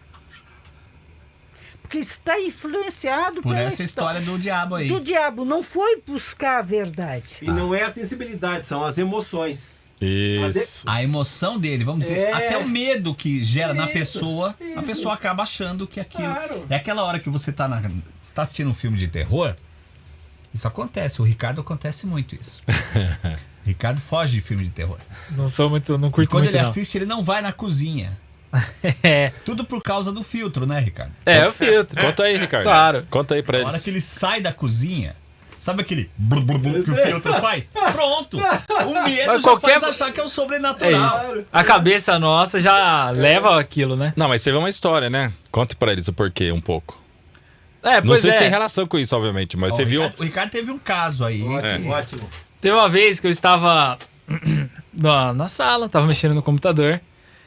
Porque está influenciado Por pela essa história do diabo aí. Do diabo, não foi buscar a verdade. E não é a sensibilidade, são as emoções. Isso. A emoção dele, vamos dizer, É. até o medo que gera na Isso, pessoa, a isso. pessoa acaba achando que aquilo. Claro. É aquela hora que você tá, na, você tá assistindo um filme de terror, isso acontece. O Ricardo acontece muito isso. O Ricardo foge de filme de terror. Não sou muito, não E curto quando muito ele não. assiste, ele não vai na cozinha. É, Tudo por causa do filtro, né, Ricardo? é o filtro. Conta aí, Ricardo. Claro. Conta aí pra Na hora eles. que ele sai da cozinha, sabe aquele blu, blu, blu que o filtro faz? Pronto! O medo Mas já qualquer- faz achar que é o É sobrenatural. isso. A cabeça nossa já leva aquilo, né? Não, mas você vê uma história, né? Conta pra eles o porquê um pouco. É, Não pois sei é. se tem relação com isso, obviamente, mas Ó, você o viu. Ricardo, o Ricardo teve um caso aí. Ótimo, que- ótimo. Teve uma vez que eu estava na, na sala, tava mexendo no computador.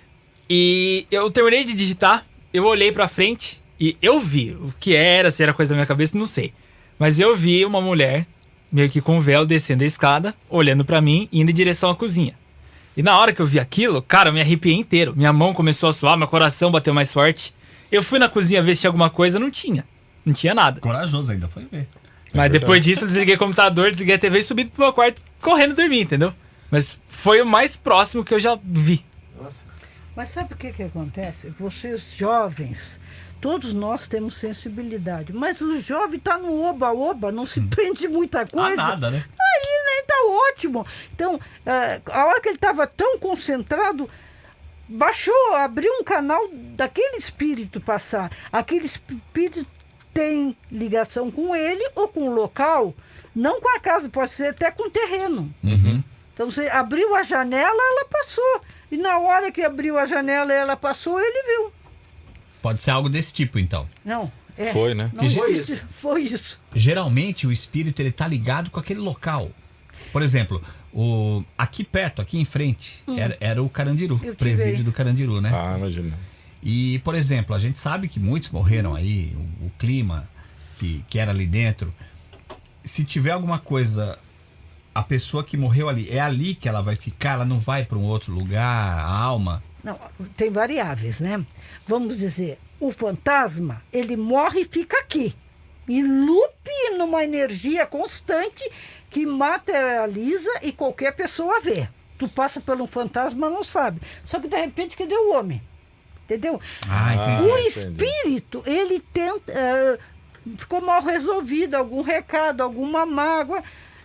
E eu terminei de digitar, eu olhei pra frente e eu vi o que era, se era coisa da minha cabeça, não sei. Mas eu vi uma mulher, meio que com um véu, descendo a escada, olhando pra mim, indo em direção à cozinha. E na hora que eu vi aquilo, cara, eu me arrepiei inteiro. Minha mão começou a suar, meu coração bateu mais forte. Eu fui na cozinha ver se tinha alguma coisa, não tinha. Não tinha nada. Corajoso ainda, foi ver. Mas depois disso eu desliguei o computador, desliguei a T V e subi pro meu quarto correndo dormir, entendeu? Mas foi o mais próximo que eu já vi. Mas sabe o que, que acontece? Vocês jovens, todos nós temos sensibilidade, mas o jovem está no oba-oba, não se prende muita Ah, coisa. nada, né? Aí, né, tá ótimo. Então, eh, a hora que ele estava tão concentrado, baixou, abriu um canal daquele espírito passar. Aquele espírito tem ligação com ele ou com o local, não com a casa, pode ser até com o terreno. Então, você abriu a janela, ela passou. E na hora que abriu a janela e ela passou, ele viu. Pode ser algo desse tipo, então. Não. É, Foi, né? Não Que foi existe, foi isso. Geralmente o espírito ele tá ligado com aquele local. Por exemplo, o aqui perto, aqui em frente, era, era o Carandiru, Eu tive presídio aí. do Carandiru, né? Ah, imagina. E, por exemplo, a gente sabe que muitos morreram aí, o, o clima que, que era ali dentro. Se tiver alguma coisa, a pessoa que morreu ali, é ali que ela vai ficar, ela não vai para um outro lugar, a alma. Não, tem variáveis, né? Vamos dizer, o fantasma, ele morre e fica aqui. Em loop, numa energia constante que materializa e qualquer pessoa vê. Tu passa por um fantasma, não sabe. Só que de repente, cadê o homem? Entendeu? Ah, entendi. O entendi. espírito, ele tenta. eh, ficou mal resolvido, algum recado, alguma mágoa.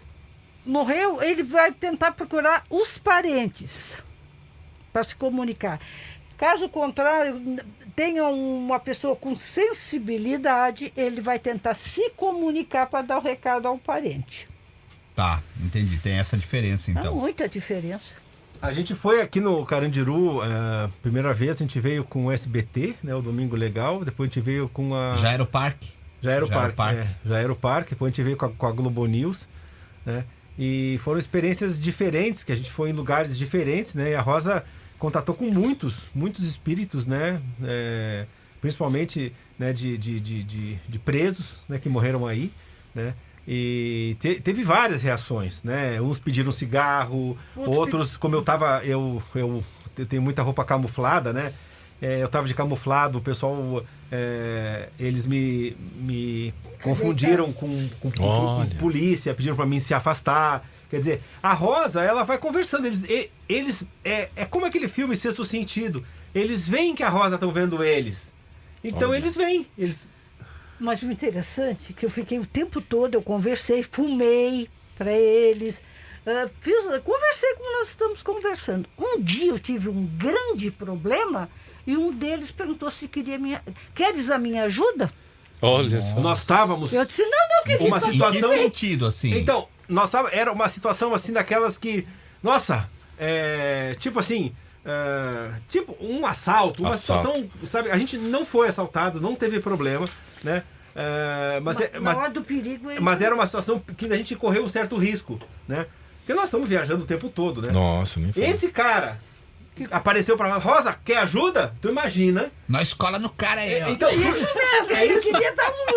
Morreu, ele vai tentar procurar os parentes para se comunicar. Caso contrário, tenha uma pessoa com sensibilidade, ele vai tentar se comunicar para dar o recado ao parente. Tá, entendi. Tem essa diferença, Há então. muita diferença. A gente foi aqui no Carandiru, a primeira vez a gente veio com o S B T, né, o Domingo Legal, depois a gente veio com a... Já era o parque. Já era o Já era o parque, parque. é, já era o parque, depois a gente veio com a, com a Globo News, né? E foram experiências diferentes, que a gente foi em lugares diferentes, né? E a Rosa contatou com muitos, muitos espíritos, né? É, principalmente, né, de, de, de, de, de presos, né, que morreram aí, né? E te, teve várias reações, né? Uns pediram cigarro, Outros outros, como eu tava, eu, eu, eu tenho muita roupa camuflada, né? É, eu tava de camuflado, o pessoal, é, eles me, me confundiram com, com, com, Olha. com polícia, pediram para mim se afastar. Quer dizer, a Rosa, ela vai conversando, eles, e- eles é, é como aquele filme Sexto Sentido, eles veem que a Rosa estão vendo eles. Então Olha. eles vêm, eles... Mas o interessante é que eu fiquei o tempo todo, eu conversei, fumei para eles, ah, fiz, conversei como nós estamos conversando. Um dia eu tive um grande problema e um deles perguntou se queria minha... Queres a minha ajuda? Olha só. Nós estávamos... Eu disse, não, não, queria Uma só Em que situação- sentido, assim? Então, nós tava, era uma situação assim daquelas que, nossa, é, tipo assim, é, tipo um assalto, uma Assalto. situação, sabe? A gente não foi assaltado, não teve problema, né? É, mas, é- Na mas, hora do perigo... ele- mas era uma situação que a gente correu um certo risco, né? Porque nós estamos viajando o tempo todo, né? Nossa, nem fala. Esse cara que apareceu pra nós, Rosa, quer ajuda? Tu imagina? Nós cola no cara aí, ó. Então, Isso mesmo, é eu isso. queria dar um...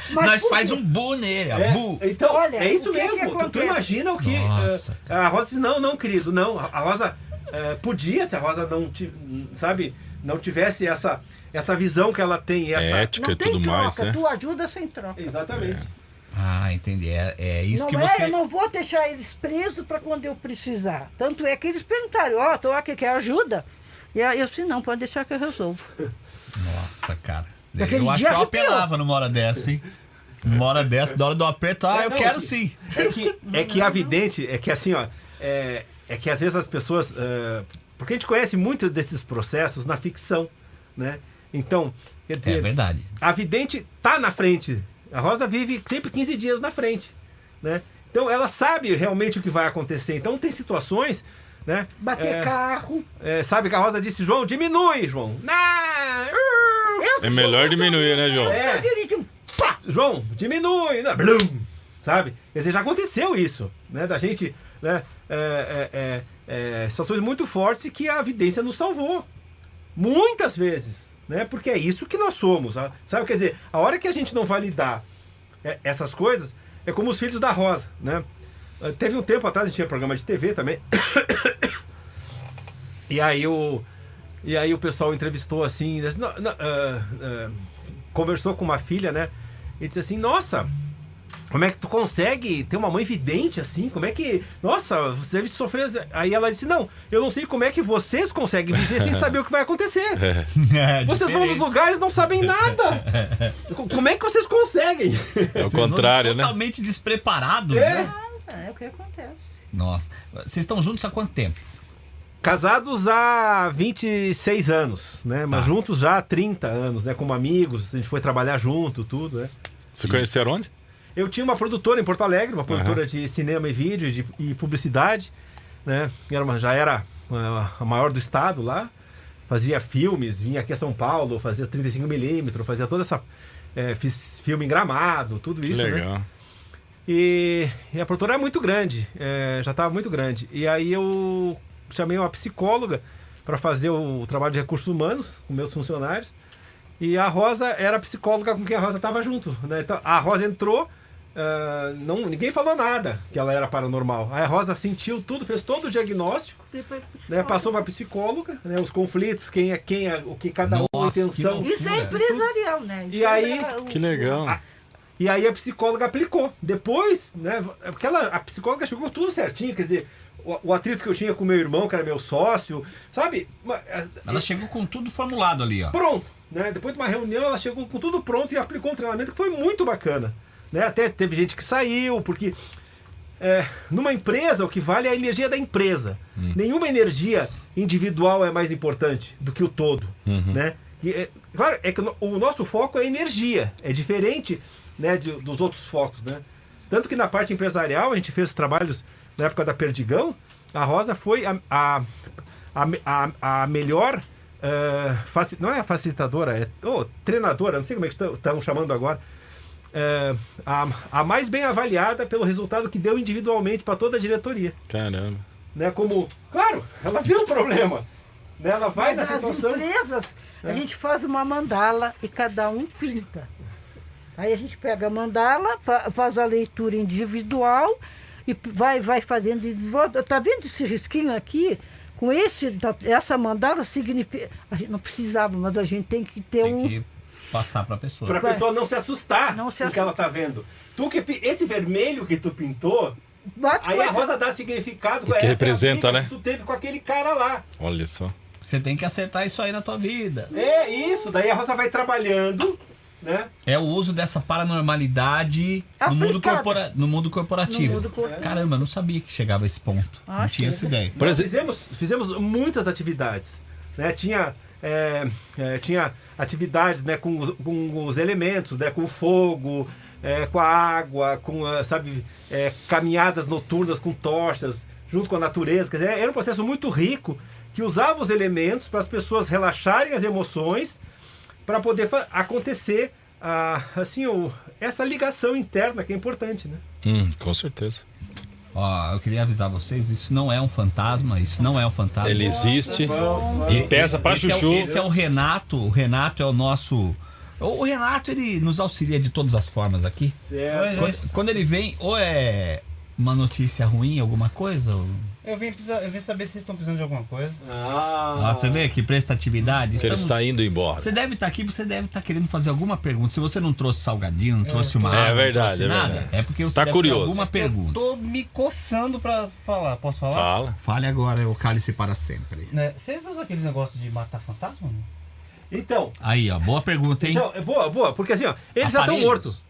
Mas Nós por faz quê? um bu nele, ó, É, bu. então, Olha, é isso o que que mesmo. Tu, tu acontece? imagina o que. Nossa, eh, a Rosa disse: não, não, querido, não. A Rosa eh, podia, se a Rosa não, ti- sabe, não tivesse essa, essa visão que ela tem. Essa... Ética Não e tem tudo troca, mais, né? tu ajuda sem troca. Exatamente. Ah, entendi. É, é isso Não que é, você... eu não vou deixar eles presos para quando eu precisar. Tanto é que eles perguntaram, ó, oh, tô aqui, quer ajuda? E aí eu disse, não, pode deixar que eu resolvo. Nossa, cara. Daquele Eu acho dia que eu arrepiou. apelava numa hora dessa, hein? Numa hora dessa, na hora do aperto, ah, eu Não, quero sim. É que, é que a vidente, é que assim, ó, é, é que às vezes as pessoas. eh, porque a gente conhece muito desses processos na ficção, né? Então, quer dizer, É verdade. a vidente tá na frente. A Rosa vive sempre quinze dias na frente, né? Então ela sabe realmente o que vai acontecer. Então tem situações, né? Bater é, carro. é, sabe que a Rosa disse, João, diminui, João. Nah, uh, Eu É sou melhor motorista, diminuir, né, João? eu É. tô dirigindo, pá! João, diminui, né? Blum, sabe? Quer dizer, já aconteceu isso, né? Da gente, né? É, é, é, é, situações muito fortes e que a vidência nos salvou. Muitas vezes, né? Porque é isso que nós somos, ah, sabe? Quer dizer, a hora que a gente não validar é, essas coisas, é como os filhos da Rosa, né? Eh, Teve um tempo atrás, a gente tinha programa de T V também. E aí o, e aí o pessoal entrevistou assim, disse, não, não, ah, ah, conversou com uma filha, né? E disse assim, nossa, como é que tu consegue ter uma mãe vidente assim? Como é que... Nossa, você deve sofrer... Aí ela disse, não, eu não sei como é que vocês conseguem viver sem saber o que vai acontecer. É Vocês vão nos diferente. lugares e não sabem nada. Como é que vocês conseguem? É o Vocês vão contrário, né? Totalmente despreparados, É. né? É o que acontece. Nossa. Vocês estão juntos há quanto tempo? Casados há vinte e seis anos, né? Mas Tá. juntos já há trinta anos, né? Como amigos, a gente foi trabalhar junto, tudo, né? Se conheceram onde? Eu tinha uma produtora em Porto Alegre, uma produtora de cinema e vídeo de- e publicidade, né? Era uma- já era uh, a maior do estado lá. Fazia filmes, vinha aqui a São Paulo, fazia trinta e cinco milímetros, fazia toda essa... eh, fiz filme em Gramado, tudo Que isso, né? legal. E, e a produtora é muito grande, é, já estava muito grande. E aí eu chamei uma psicóloga para fazer o trabalho de recursos humanos com meus funcionários. E a Rosa era a psicóloga com quem a Rosa estava junto, né? Então, a Rosa entrou, ah, não, ninguém falou nada que ela era paranormal. Aí a Rosa sentiu tudo, fez todo o diagnóstico, Depois- né? Passou para a psicóloga, né? Os conflitos, quem é quem, é, o que cada um, a Nossa, que intenção. loucura. Isso é empresarial, né? Isso E aí- é o- Que legal. Ah, E aí a psicóloga aplicou. Depois, né? Porque ela, a psicóloga chegou tudo certinho, quer dizer, o, o atrito que eu tinha com meu irmão, que era meu sócio, sabe? Ma- é, Ela chegou com tudo formulado ali, ó. Pronto, né? Depois de uma reunião, ela chegou com tudo pronto e aplicou um treinamento que foi muito bacana, né? Até teve gente que saiu, porque é, numa empresa o que vale é a energia da empresa. Nenhuma energia individual é mais importante do que o todo, né? E, é, claro, é que o no- o nosso foco é energia, é diferente, né, de- dos outros focos, né? Tanto que na parte empresarial a gente fez os trabalhos na época da Perdigão, a Rosa foi a, a, a, a, a melhor, eh, faci- não é facilitadora, é oh, treinadora, não sei como é que estão chamando agora, eh, a, a mais bem avaliada pelo resultado que deu individualmente para toda a diretoria. Caramba. Né? Como, claro, ela viu o problema, né? Ela vai Mas na as situação... empresas, a É. gente faz uma mandala e cada um pinta. Aí a gente pega a mandala, fa- faz a leitura individual e p- vai, vai fazendo individual. Tá vendo esse risquinho aqui? Com esse, da- essa mandala significa... A gente não precisava, mas a gente tem que ter Tem um... que passar pra pessoa. Para a pessoa não se assustar Não se com o que ela tá vendo. Tu que pi- esse vermelho que tu pintou, Bate aí com a essa- Rosa dá significado. E que essa é a representa, briga né? que tu teve com aquele cara lá. Olha só. Você tem que acertar isso aí na tua vida. É isso. Daí a Rosa vai trabalhando, né? É o uso dessa paranormalidade no mundo, Aplicada. corpora- no mundo corporativo. No mundo corporativo. Caramba, eu não sabia que chegava a esse ponto. Ah, não tinha chega. essa ideia. Por Nós exemplo- fizemos, fizemos muitas atividades, né? Tinha, é, é, tinha atividades, né, com, os- com os elementos, né, com o fogo, é, com a água, com a, sabe, é, caminhadas noturnas com tochas, junto com a natureza. Quer dizer, era um processo muito rico que usava os elementos para as pessoas relaxarem as emoções, para poder fa- acontecer a, assim, o, essa ligação interna que é importante, né? Hum, com certeza. Ó, eu queria avisar vocês, isso não é um fantasma, isso não é um fantasma. Ele existe. E- E pesa pra esse é o- chuchu. esse é o Renato. O Renato é o nosso O Renato, ele nos auxilia de todas as formas aqui. Certo. Quando, quando ele vem, ou é uma notícia ruim, alguma coisa, ou... Eu vim, precisar, eu vim saber se vocês estão precisando de alguma coisa. Ah, Ah, você vê que prestatividade. Ele Estamos... está indo embora. Você deve estar aqui, você deve estar querendo fazer alguma pergunta. Se você não trouxe salgadinho, não trouxe uma É água, verdade, não trouxe é nada, verdade. é porque você Tá deve curioso. ter alguma pergunta. Eu tô me coçando pra falar. Posso falar? Fala. Fale agora, o cálice para sempre. Né? Vocês usam aqueles negócios de matar fantasma? Não? então, Aí, ó, boa pergunta, hein? então, é boa, boa, porque assim, ó, eles já estão Aparelhos. mortos.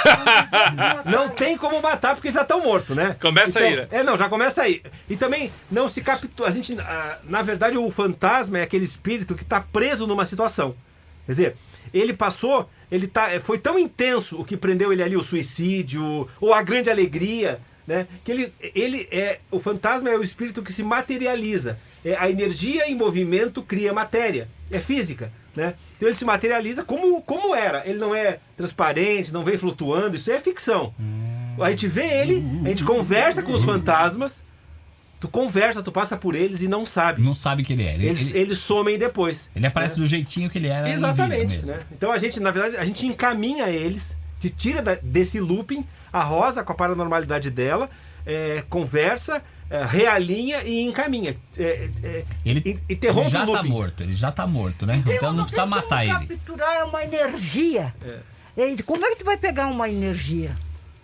Não tem como matar porque eles já estão mortos, né? Começa Então, aí, né? É, não, já começa aí. E também não se captura. A gente, ah, na verdade, o fantasma é aquele espírito que está preso numa situação. Quer dizer, ele passou, ele tá, é, foi tão intenso o que prendeu ele ali, o suicídio, ou a grande alegria, né? Que ele, ele é. O fantasma é o espírito que se materializa. É, a energia em movimento cria matéria. É física, né? Então ele se materializa como, como era. Ele não é transparente, não vem flutuando, isso é ficção. A gente vê ele, a gente conversa com os fantasmas, tu conversa, tu passa por eles e não sabe. Não sabe que ele é. Ele, Eles, ele, eles somem depois. ele aparece do jeitinho que ele era em vida Exatamente, mesmo. né? Então a gente, na verdade, a gente encaminha eles, te tira da- desse looping, a Rosa com a paranormalidade dela, é, conversa, é, realinha e encaminha. É, é, Ele, in- ele interrompe já o tá looping. morto, ele já tá morto, né? Tem- Então não precisa tem como matar ele. capturar é uma energia. E como é que tu vai pegar uma energia?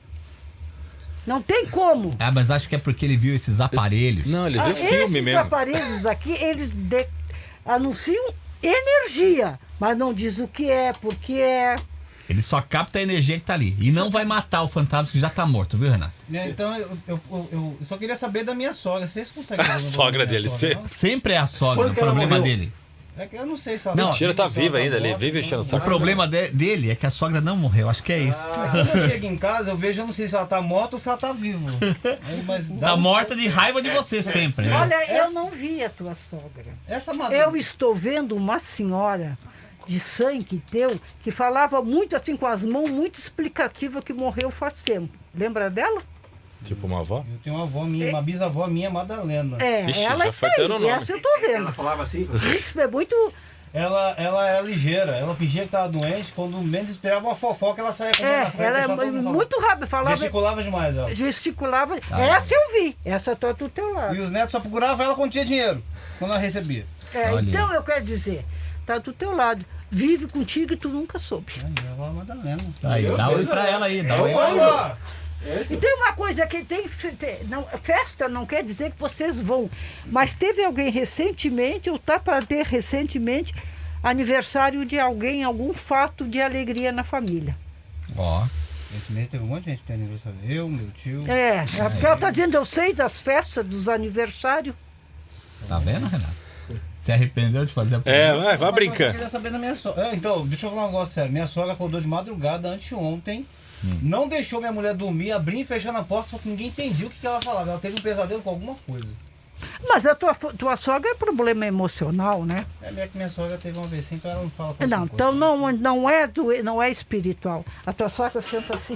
Não tem como. Ah, mas acho que é porque ele viu esses aparelhos. Não, ele Ah, viu filme esses mesmo. aparelhos aqui, eles de- anunciam energia, mas não diz o que é, por que é. Ele só capta a energia que tá ali. E não vai matar o fantasma que já tá morto, viu, Renato? Né, Então eu, eu, eu, eu só queria saber da minha sogra. Vocês conseguem saber A o nome sogra da minha dele, sogra, cê- não? Sempre é a sogra Quando o que ela problema morreu? dele. É que eu não sei se ela Não, Mentira, tá se ela viva ainda ali, morta, vive enchendo o não. saco. O problema de- dele é que a sogra não morreu, acho que é isso. Quando eu chego em casa, eu vejo, eu não sei se ela tá morta ou se ela tá viva. Aí, mas dá Tá um- morta de raiva de você sempre, né? Olha, eu essa- não vi a tua sogra. Essa madura. Eu estou vendo uma senhora de sangue teu que falava muito assim com as mãos, muito explicativa, que morreu faz tempo. Lembra dela? Tipo uma avó? Eu tenho uma avó minha, uma bisavó minha, Madalena. É, Ixi, ela já está foi tendo aí. nome. Essa eu tô Ela vendo. falava assim. Isso é muito. Ela, ela era ligeira, ela fingia que tava doente, quando menos esperava uma fofoca, ela saía com É, na frente, ela é deixava todo mundo falando. muito rápida, falava, Gesticulava demais ela. gesticulava. Essa eu vi. Essa tá do teu lado. E os netos só procuravam ela quando tinha dinheiro, quando ela recebia. É, Olha. então eu quero dizer, tá do teu lado. Vive contigo e tu nunca soube. Ai, minha avó é Madalena. Aí, dá oi pra ela aí, dá oi. Vamos lá! E tem uma coisa que tem, fe- te- não, festa não quer dizer que vocês vão, mas teve alguém recentemente, ou tá para ter recentemente, aniversário de alguém, algum fato de alegria na família. Ó, Esse mês teve um monte de gente que tem aniversário. Eu, meu tio. É, é porque ela tá dizendo, eu sei das festas, dos aniversários. tá vendo, Renato? Se arrependeu de fazer a É, pergunta? vai, vai Mas Eu brincando. queria saber da minha sogra. É, então, deixa eu falar um negócio sério. Minha sogra acordou de madrugada anteontem. Não deixou minha mulher dormir, abrindo e fechando a porta, só que ninguém entendia o que, que ela falava. Ela teve um pesadelo com alguma coisa. Mas a tua, fo- tua sogra é problema emocional, né? É meio que minha sogra teve um A V C, então ela não fala com Não, essa então coisa. não, não, é do, não é espiritual. A tua sogra senta assim.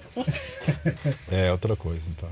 É, outra coisa, então.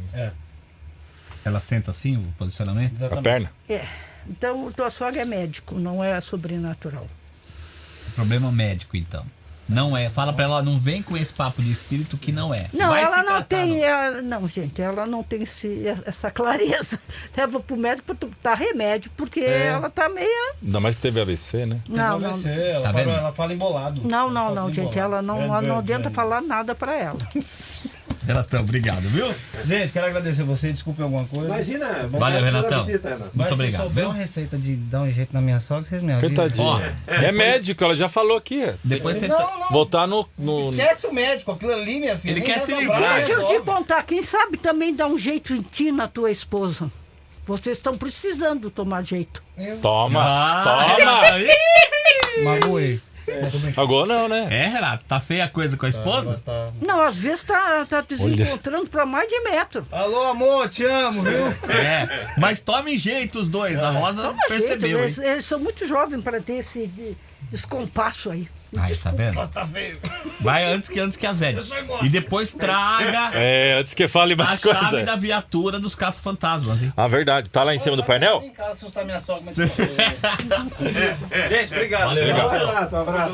Ela senta assim, o posicionamento? A Exatamente. perna? É. Então, tua sogra é médico, não é sobrenatural. Problema médico, então. Não é. Fala pra ela, não vem com esse papo de espírito que não é. Não, Vai ela se não tratar, tem. não. Ela, não, gente, ela não tem esse, essa clareza. Leva pro médico para dar remédio, porque É. ela tá meia. Ainda mais que teve A V C, né? Teve Não, A V não. C, ela, Tá fala, vendo? ela fala embolado. Não, Ela não, fala não, tudo gente, embolado. ela não, É, não é, adianta é. falar nada para ela. Renatão, obrigado, viu? Gente, quero agradecer você, desculpe alguma coisa. Imagina. Valeu, obrigado pela Renatão. visita, Ana. Muito Mas se obrigado, souber viu? uma receita de dar um jeito na minha sogra, vocês me avisam. Coitadinho. Ó, É médico, ela já falou aqui. Depois você... Não, não. Voltar no. no... Esquece o médico, aquilo ali, minha filha. Ele nem quer essa se brava livrar. Deixa eu te resolve. contar, quem sabe também dá um jeito em ti na tua esposa. Vocês estão precisando tomar jeito. Toma! Ah, Toma! aí. Magoei. Agora não, né? É, Renato, tá feia a coisa com a esposa? Tá. Não, às vezes tá, tá desencontrando para mais de metro. Alô, amor, te amo, viu? É, mas tomem jeito os dois, a Rosa Toma percebeu, jeito, eles, hein? eles são muito jovens para ter esse de- descompasso aí. Aí, tá vendo? Nossa, tá feio. Vai antes que antes que a Zé. E depois traga É, antes que fale a mais chave coisa. da viatura dos caça-fantasmas, hein? Ah, verdade. Tá lá em cima do painel? Em casa assustar minha sogra, mas... Gente, obrigado. Valeu, Vai Renatão. lá, um abraço.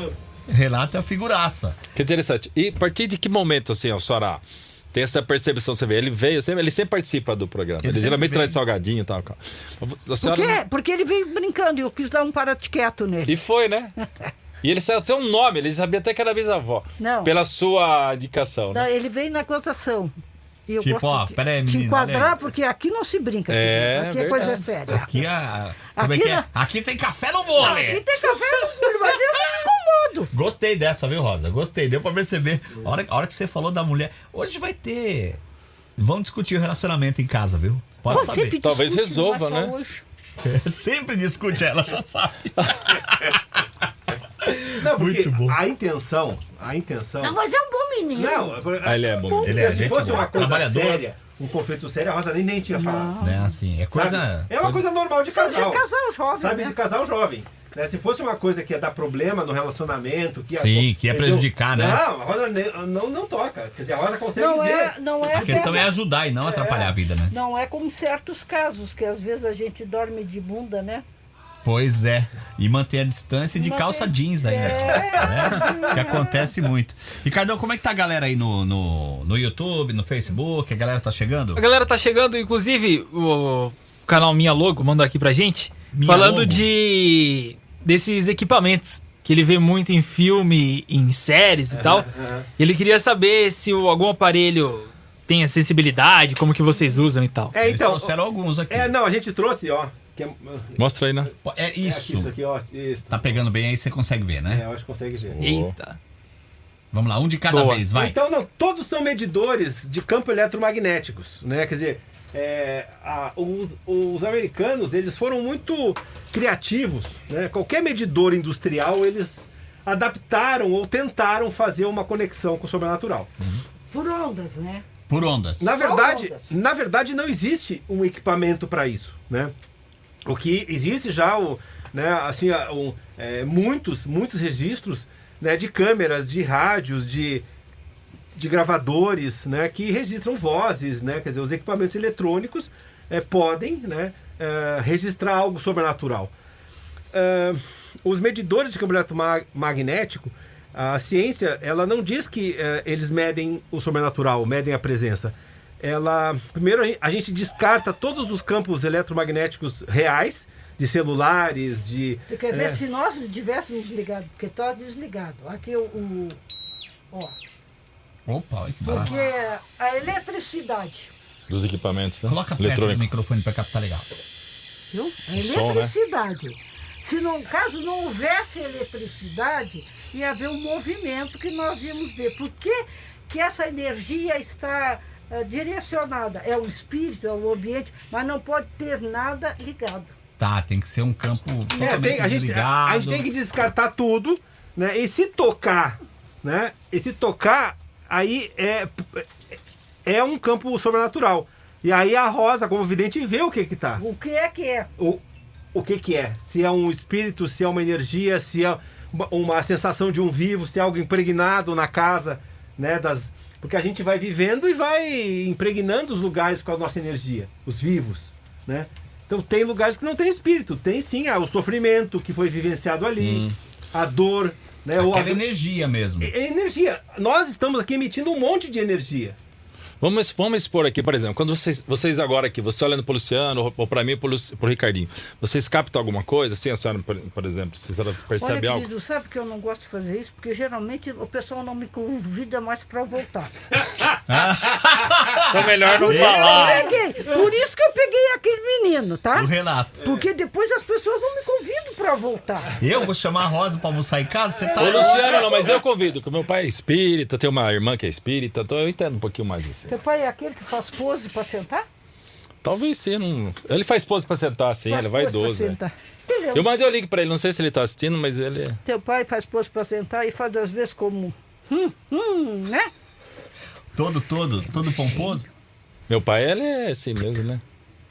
Renato é a figuraça. Que interessante. E a partir de que momento, assim, a senhora tem essa percepção? Você vê, ele veio, sempre, ele sempre participa do programa. Ele, ele geralmente vem. Traz salgadinho e tal. A senhora... Por quê? Porque ele veio brincando e eu quis dar um para-quieto nele. E foi, né? E ele saiu um nome, ele sabia até que era bisavó. Não. Pela sua indicação. Não, Né? ele veio na gozação. E eu tipo, gosto ó, de peraí, te menina. enquadrar, porque aqui não se brinca. É, aqui é verdade. coisa séria. Aqui, a, como Aqui é que é? na- Aqui tem café no bolo. Aqui tem café no bolo, mas eu me incomodo. Gostei dessa, viu, Rosa? Gostei, deu pra perceber. A hora, a hora que você falou da mulher. Hoje vai ter. Vamos discutir o relacionamento em casa, viu? Pode Pô, saber. sempre Talvez discute, resolva, não é só né? hoje. Sempre discute, ela já sabe. Não, porque Muito bom. a intenção, a intenção... Não, mas é um bom menino. Não, Ah, ele é bom. Ele é se gente fosse boa, uma coisa trabalhador. séria, um conflito sério, a Rosa nem, nem tinha falado. Né, assim, é coisa. Sabe? É uma coisa normal de Fazer casal. casal jovem, Sabe, né? de casal jovem. Né? Se fosse uma coisa que ia dar problema no relacionamento, que ia, Sim, que ia entendeu? prejudicar, né? Não, a Rosa ne- não, não toca. Quer dizer, a Rosa consegue Não ver. é, não é A questão é como- ajudar e não atrapalhar a vida, né? Não é como certos casos, que às vezes a gente dorme de bunda, né? Pois é. E manter a distância de Manter- calça jeans ainda. Né? Que acontece muito. Ricardão, como é que tá a galera aí no, no, no YouTube, no Facebook? A galera tá chegando? A galera tá chegando, inclusive o canal Minha Logo mandou aqui pra gente, Minha falando Logo. de desses equipamentos que ele vê muito em filme, em séries e tal. Ele queria saber se o- algum aparelho tem acessibilidade, como que vocês usam e tal. É, Eles então. trouxeram alguns aqui. É, não, a gente trouxe, ó. Que é, Mostra aí, né? É é aqui, isso. isso aqui, ó. Isso. Tá pegando bem aí, você consegue ver, É, né? eu acho que consegue ver. Eita. Vamos lá, um de cada Boa. vez, vai. Então, não, todos são medidores de campo eletromagnéticos, né? Quer dizer, é, a- os, os americanos, eles foram muito criativos, né? Qualquer medidor industrial, eles adaptaram ou tentaram fazer uma conexão com o sobrenatural. Por ondas, né? Por ondas. Na Só verdade, ondas. na verdade não existe um equipamento para isso, né? O que existe já, o, né, assim, a- o, é, muitos, muitos registros, né, de câmeras, de rádios, de, de gravadores, né, que registram vozes, né? Quer dizer, os equipamentos eletrônicos é, podem, né, é, registrar algo sobrenatural. É, os medidores de campo eletromagnético, a ciência, ela não diz que eh, eles medem o sobrenatural, medem a presença. Ela, primeiro a gen- a gente descarta todos os campos eletromagnéticos reais, de celulares, de... Tu quer ver é, se nós tivéssemos desligado, porque tá desligado. Aqui o. o- ó, Opa, olha que barato. porque a eletricidade, Dos equipamentos, né? Coloca perto do Eletrônico. microfone pra captar legal. viu? A O som, né? eletricidade. Se não, caso não houvesse eletricidade, ia haver um movimento que nós íamos ver. Por que, que essa energia está eh, direcionada? É o espírito, é o ambiente, mas não pode ter nada ligado. Tá, tem que ser um campo é, totalmente tem- a, gente, desligado. a gente tem que descartar tudo, né? E se tocar, né? E se tocar, aí é, é um campo sobrenatural. E aí a Rosa, como vidente, vê o que que tá. O que é que é? O, o que que é? Se é um espírito, se é uma energia, se é uma, uma sensação de um vivo, se é algo impregnado na casa, né? Das, porque a gente vai vivendo e vai impregnando os lugares com a nossa energia, os vivos, né? Então tem lugares que não tem espírito, tem sim ah, o sofrimento que foi vivenciado ali, a dor, né? Ou a, Aquela energia mesmo. é energia. Nós estamos aqui emitindo um monte de energia. Vamos, vamos expor aqui, por exemplo, quando vocês, vocês agora aqui, você olhando pro Luciano ou para mim pro, Lu- pro Ricardinho, vocês captam alguma coisa? Assim, a senhora, por, por exemplo, se a senhora percebe Olha, algo? querido, sabe que eu não gosto de fazer isso? Porque geralmente o pessoal não me convida mais para voltar. Então melhor não Eu falar. peguei, por isso que eu peguei aquele menino, tá? O Renato. Porque depois as pessoas não me convidam para voltar. Eu vou chamar a Rosa pra almoçar em casa? Você tá. Ô, Luciano, não, mas eu convido, que meu pai é espírita, eu tenho uma irmã que é espírita, então eu entendo um pouquinho mais assim. Teu pai é aquele que faz pose para sentar? Talvez sim, não... ele faz pose pra sentar assim, Faz ele vai pose pra idoso. né? sentar. Entendeu? Eu mandei o link pra ele, não sei se ele tá assistindo, mas ele... Teu pai faz pose para sentar e faz às vezes como hum, hum, né? Todo, todo, todo pomposo? Meu pai, ele é assim mesmo, né?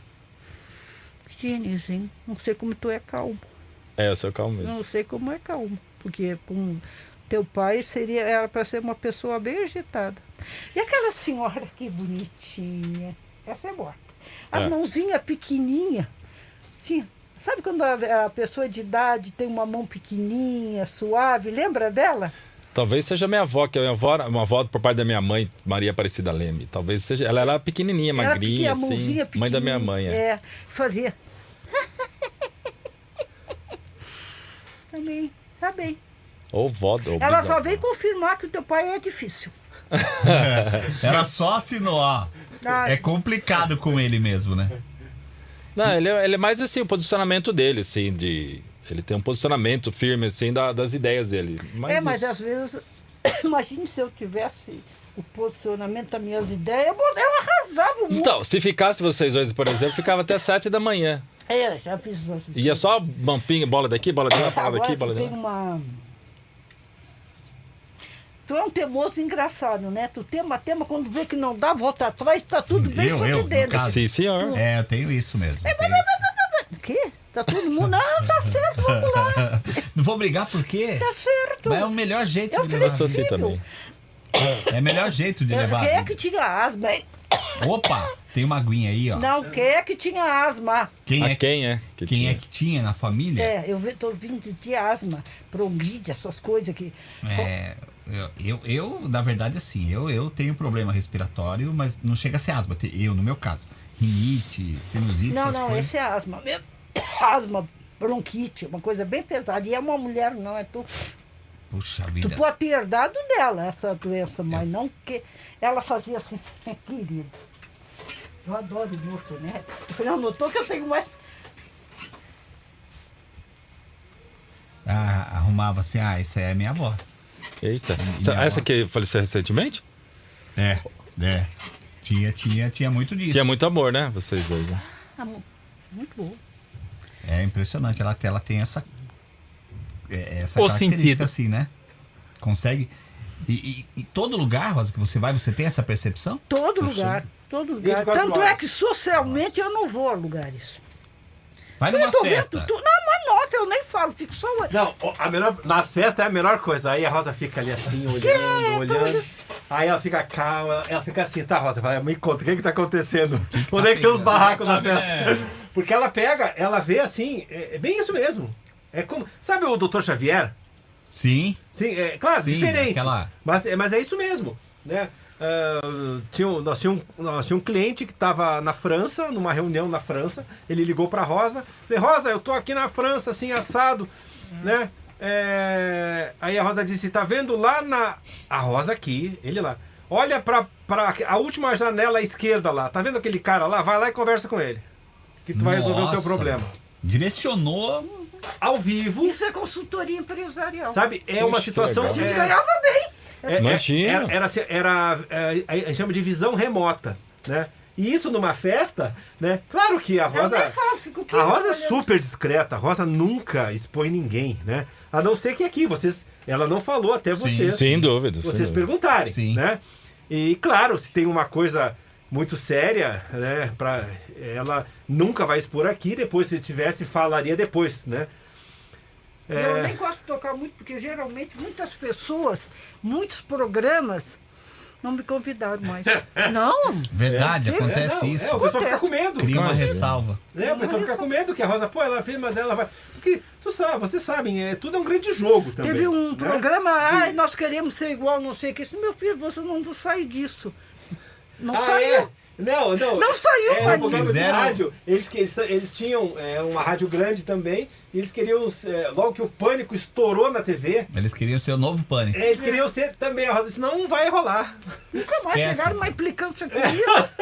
Gênesis, não sei como tu é calmo. É, eu sou calmo mesmo. Não sei como é calmo. Porque com teu pai seria, era para ser uma pessoa bem agitada. E aquela senhora que bonitinha. Essa é morta. As É. mãozinhas pequenininhas. Sim, Sabe quando a, a pessoa de idade tem uma mão pequenininha, suave? Lembra dela? Talvez seja minha avó, que é minha avó, uma avó por parte da minha mãe, Maria Aparecida Leme. Talvez seja. Ela era pequenininha, Era magrinha, pequena, assim. mãozinha Mãe da minha mãe. É. É, fazia. Também, tá bem. Ou vó, ou Ela bisavó. só veio confirmar que o teu pai é difícil. Ela só assinou, ó. Ah, É complicado com ele mesmo, né? Não, ele é, ele é mais assim, o posicionamento dele, assim, de. Ele tem um posicionamento firme, assim, da- das ideias dele. Mas é, mas isso- às vezes, imagine se eu tivesse o posicionamento das minhas ideias, eu, eu arrasava o mundo. Então, se ficasse vocês dois, por exemplo, ficava até sete da manhã. É, já fiz as Ia só mampinha, bola daqui, bola de lá, bola Agora daqui, tu bola de tem lá. uma... Tu é um teimoso engraçado, né? Tu tema, tema, quando vê que não dá, volta atrás, tá tudo bem Eu, só eu, de no dentro. caso. Sim, senhor. É, eu tenho isso mesmo. eu tenho isso. O quê? Tá todo mundo... Não, tá certo, vamos lá. Não vou brigar por quê? Tá certo. Mas é o melhor jeito É de levar. Eu sou assim flexível. também. É o melhor jeito de levar. Quem a é que vida. tinha asma, hein? Opa, tem uma aguinha aí, ó. Não, quem é que tinha asma? Quem, A é, quem é? Que quem tinha? é que tinha na família? É, eu vi- tô vindo de asma, bronquite, essas coisas aqui. É, eu, eu, eu, na verdade, assim, eu, eu tenho problema respiratório, mas não chega a ser asma. Te- Eu, no meu caso, rinite, sinusite, Não, essas não, coisas. esse é asma mesmo. Asma, bronquite, uma coisa bem pesada. E é uma mulher, não é tu. Puxa Tu vida. pode ter herdado dela essa doença, mas não que ela fazia assim, querido. Eu adoro morto, né? Tu não notou que eu tenho mais. Ah, arrumava assim, ah, essa é minha avó. Eita. Minha Essa avó. que faleceu recentemente? É, é. Tinha, tinha, tinha muito disso. Tinha muito amor, né? Vocês dois, né? Ah, mu- muito bom. É impressionante, ela, ela tem essa, é, essa O sentido. característica sentido. assim, né? Consegue. E, e, e todo lugar, Rosa, que você vai, você tem essa percepção? Todo lugar, todo lugar. vinte e quatro Tanto é horas. que socialmente eu não vou a lugares. Vai numa eu tô festa. vendo tudo. Não, mas nossa, eu nem falo, fico só. Não, ó, a melhor, na festa é a melhor coisa. Aí a Rosa fica ali assim, olhando, Que? olhando. Aí ela fica calma, ela, ela fica assim, tá, Rosa, fala, me conta, o que que tá acontecendo? Onde é que tem os pegando? barracos na Sabe, festa? Porque ela pega, ela vê assim, é, é bem isso mesmo. É como, sabe o doutor Xavier? Sim. Sim, é claro, Sim, diferente. aquela- Mas, é- mas é isso mesmo, né? Ah, tinha, um- nós tínhamos um, nós tínhamos um cliente que estava na França, numa reunião na França. Ele ligou para Rosa. Falei, Rosa, eu tô aqui na França, assim, assado, né? É, aí a Rosa disse, tá vendo lá na... A Rosa aqui, ele lá. Olha para a última janela à esquerda lá. Tá vendo aquele cara lá? Vai lá e conversa com ele. Que tu vai resolver o teu Nossa. problema. Direcionou. Ao vivo, Isso é consultoria empresarial. sabe? É uma Puxa, que situação... legal. A gente é- ganhava bem. É, é, Imagina. Era, era, assim, era, é, a gente chama de visão remota, né? E isso numa festa, né? Claro que a Eu Rosa, nem falo, fico a Rosa é olhando. super discreta. A Rosa nunca expõe ninguém, né? A não ser que aqui vocês, ela não falou até vocês, Sem dúvida. sem vocês dúvida. perguntarem, Sim. né? E claro, se tem uma coisa muito séria, né? Para ela nunca vai expor aqui. Depois, se tivesse, falaria depois, né? Eu É. nem gosto de tocar muito, porque geralmente muitas pessoas, muitos programas, não me convidaram mais. Não. Verdade, É, acontece É, não, isso. É, o pessoal fica com medo. Cria uma Imagina. ressalva. Né? O pessoal fica com medo que a Rosa, pô, ela fez, mas ela vai. Porque, tu sabe, vocês sabem, é, tudo é um grande jogo também. Teve um né? programa, ai, nós queremos ser igual, não sei o que. Disse, meu filho, você não vai sair disso. Não Ah, saiu. é? Não, não. Não saiu, é, mas um programa quiseram- de rádio. Eles, que- eles, eles tinham é, uma rádio grande também. E eles queriam, é, logo que o pânico estourou na T V, Eles queriam ser o novo pânico. é, eles queriam ser também. A Rosa disse, não, não vai rolar. Nunca mais Esquece. pegaram uma implicância comigo.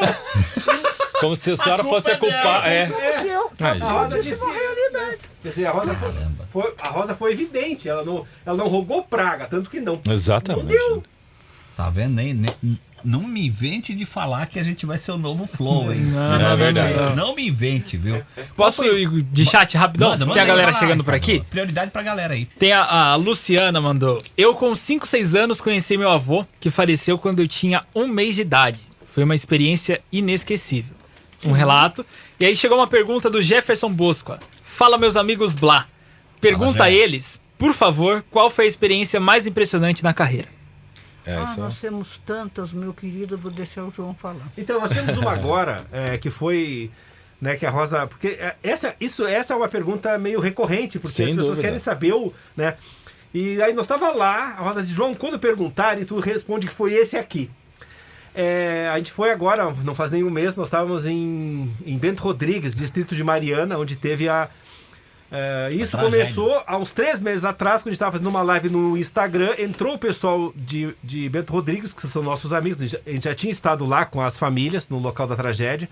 Como se a senhora A culpa fosse a é dela. culpa. É. Fosse eu. Ah, A Rosa Isso é disse. uma realidade. Quer dizer, a Rosa foi, foi- a Rosa foi evidente. Ela não, ela não rogou praga, tanto que não. Exatamente. Não deu. Tá vendo? Nem, nem- não me invente de falar que a gente vai ser o novo Flow, hein? Não, É verdade. Não me invente, viu? Posso ir de chat rapidão? Manda, manda Tem a aí, galera vai lá, chegando por Ricardo. aqui. Prioridade pra galera aí. Tem a, a Luciana mandou. Eu com cinco, seis anos conheci meu avô, que faleceu quando eu tinha um mês de idade. Foi uma experiência inesquecível. Um relato. E aí chegou uma pergunta do Jefferson Bosco. Fala, meus amigos Blá. Pergunta Fala, a Jeff. eles, por favor, qual foi a experiência mais impressionante na carreira? É, Ah, isso é- nós temos tantas, meu querido, eu vou deixar o João falar. Então, nós temos uma agora é, que foi né, que a Rosa... Porque essa, isso, essa é uma pergunta meio recorrente, porque Sem as pessoas dúvida. querem saber o... Né, e aí nós estava lá, a Rosa disse, João, quando perguntarem, tu responde que foi esse aqui. É, a gente foi agora, não faz nenhum mês, nós estávamos em, em Bento Rodrigues, distrito de Mariana, onde teve a... É, isso começou há uns três meses atrás, quando a gente estava fazendo uma live no Instagram, entrou o pessoal de, de Bento Rodrigues, que são nossos amigos, a gente, já, a gente já tinha estado lá com as famílias, no local da tragédia.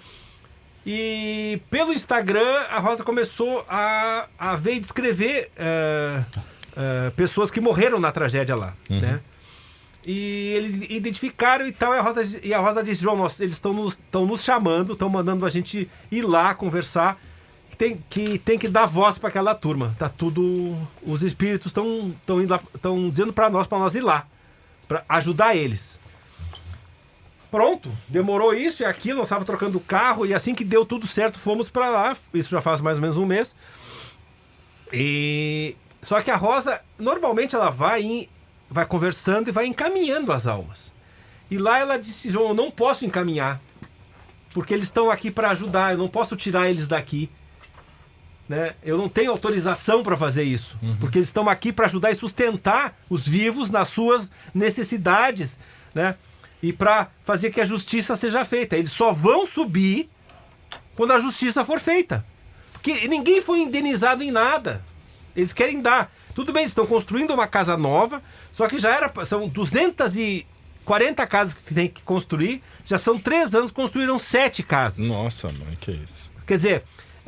E pelo Instagram, a Rosa começou a, a ver e descrever uh, uh, pessoas que morreram na tragédia lá, uhum. né? E eles identificaram e tal, e a Rosa, e a Rosa disse, João, nós, eles estão nos, nos chamando, estão mandando a gente ir lá conversar, que tem que, tem que dar voz para aquela turma. Tá tudo... Os espíritos estão estão dizendo para nós, para nós ir lá, para ajudar eles. Pronto, demorou isso e aquilo, nós estávamos trocando o carro e assim que deu tudo certo, fomos para lá. Isso já faz mais ou menos um mês. E... Só que a Rosa, normalmente ela vai, em... vai conversando e vai encaminhando as almas. E lá ela disse, João, eu não posso encaminhar, porque eles estão aqui para ajudar, eu não posso tirar eles daqui. Né? Eu não tenho autorização para fazer isso, uhum. porque eles estão aqui para ajudar e sustentar os vivos nas suas necessidades, né? E para fazer que a justiça seja feita. Eles só vão subir quando a justiça for feita, porque ninguém foi indenizado em nada. Eles querem dar. Tudo bem, eles estão construindo uma casa nova, só que já era, são duzentas e quarenta casas que tem que construir, já são três anos, construíram sete casas. Nossa, mãe, que isso. Quer dizer,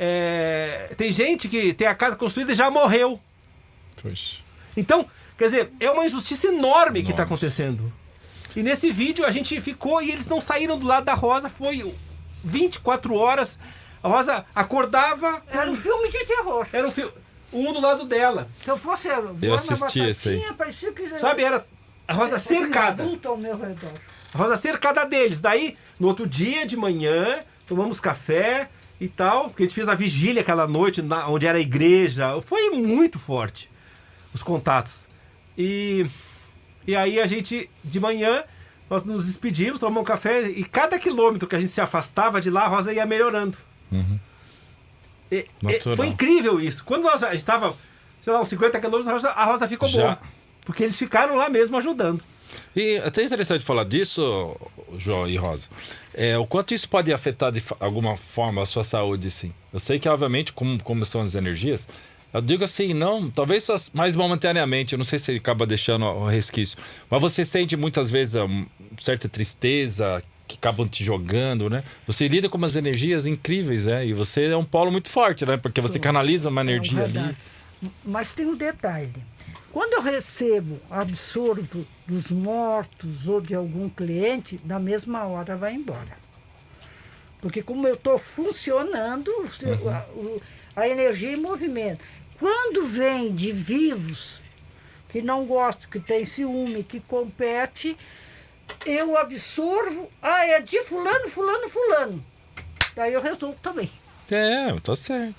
é, tem gente que tem a casa construída e já morreu. Poxa. Então, quer dizer, é uma injustiça enorme que está acontecendo. E nesse vídeo a gente ficou e eles não saíram do lado da Rosa, foi vinte e quatro horas, a Rosa acordava... Era um filme de terror. Era um filme... Um do lado dela. Se eu fosse eu assisti esse aí. Parecia que... Sabe, era a Rosa é, cercada. Ao meu redor. A Rosa cercada deles. Daí, no outro dia de manhã, tomamos café e tal, porque a gente fez a vigília aquela noite, na, onde era a igreja. Foi muito forte, os contatos. E, e aí a gente, de manhã, nós nos despedimos, tomamos um café, e cada quilômetro que a gente se afastava de lá, a Rosa ia melhorando. Uhum. E, e, foi incrível isso. Quando nós estava, sei lá, uns cinquenta quilômetros, a Rosa, a Rosa ficou Já. boa. Porque eles ficaram lá mesmo ajudando. E é até interessante falar disso, João e Rosa. É, o quanto isso pode afetar de alguma forma a sua saúde, sim. Eu sei que, obviamente, como, como são as energias, eu digo assim, não, talvez só mais momentaneamente, eu não sei se ele acaba deixando o resquício, mas você sente muitas vezes uma certa tristeza que acabam te jogando, né? Você lida com umas energias incríveis, né? E você é um polo muito forte, né? Porque você canaliza uma energia é ali. Mas tem um detalhe. Quando eu recebo, absorvo dos mortos ou de algum cliente, na mesma hora vai embora. Porque como eu estou funcionando, uhum. a, a energia em movimento. Quando vem de vivos, que não gosto, que tem ciúme, que compete... eu absorvo, ah, é de fulano, fulano, fulano. Daí eu resolvo também. É, tá certo.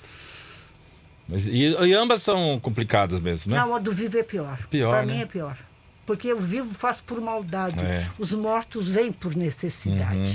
Mas, e, e ambas são complicadas mesmo, né? Não, a do vivo é pior. Pior, Pra né? mim é pior. Porque o vivo faz por maldade. É. Os mortos vêm por necessidade. Uhum.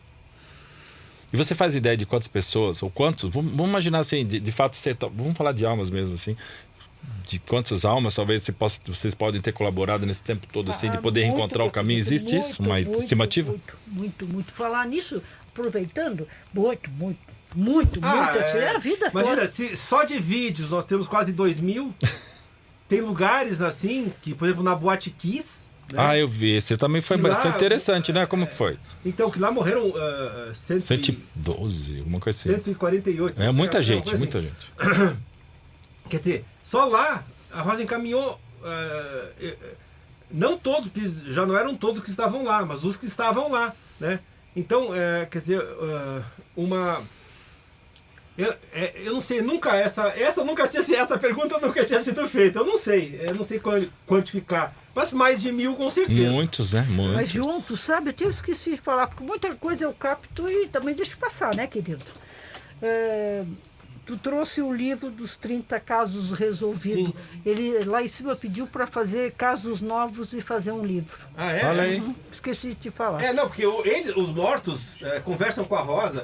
E você faz ideia de quantas pessoas, ou quantos, vamos, vamos imaginar assim, de, de fato, você, vamos falar de almas mesmo, assim, de quantas almas talvez você possa, vocês podem ter colaborado nesse tempo todo, assim, de poder muito, encontrar o caminho? Existe muito, isso? Uma muito, estimativa? Muito, muito, muito. Falar nisso, aproveitando, muito, muito, muito, ah, muito. Assim, é a vida imagina, toda. se só de vídeos nós temos quase dois mil. Tem lugares assim, que por exemplo na Boate Kiss. Né? Ah, eu vi. Esse também foi bastante interessante, né? Como que foi? Então, que lá morreram uh, cento... cento e doze, alguma coisa assim. cento e quarenta e oito. É muita é, gente, assim. muita gente. Quer dizer, só lá a Rosa encaminhou, uh, não todos, porque já não eram todos que estavam lá, mas os que estavam lá, né? Então, uh, quer dizer, uh, uma... Eu, eu não sei, nunca essa, essa nunca tinha, essa pergunta nunca tinha sido feita. Eu não sei, eu não sei quantificar. Mas mais de mil com certeza. Muitos, né? Muitos. Mas juntos, sabe, eu até esqueci de falar, porque muita coisa eu capto e também deixo passar, né, querido? É, tu trouxe o livro dos trinta casos resolvidos. Sim. Ele lá em cima pediu para fazer casos novos e fazer um livro. Ah, é? Olha aí. Uhum, esqueci de te falar. É, não, porque o, eles, os mortos é, conversam com a Rosa.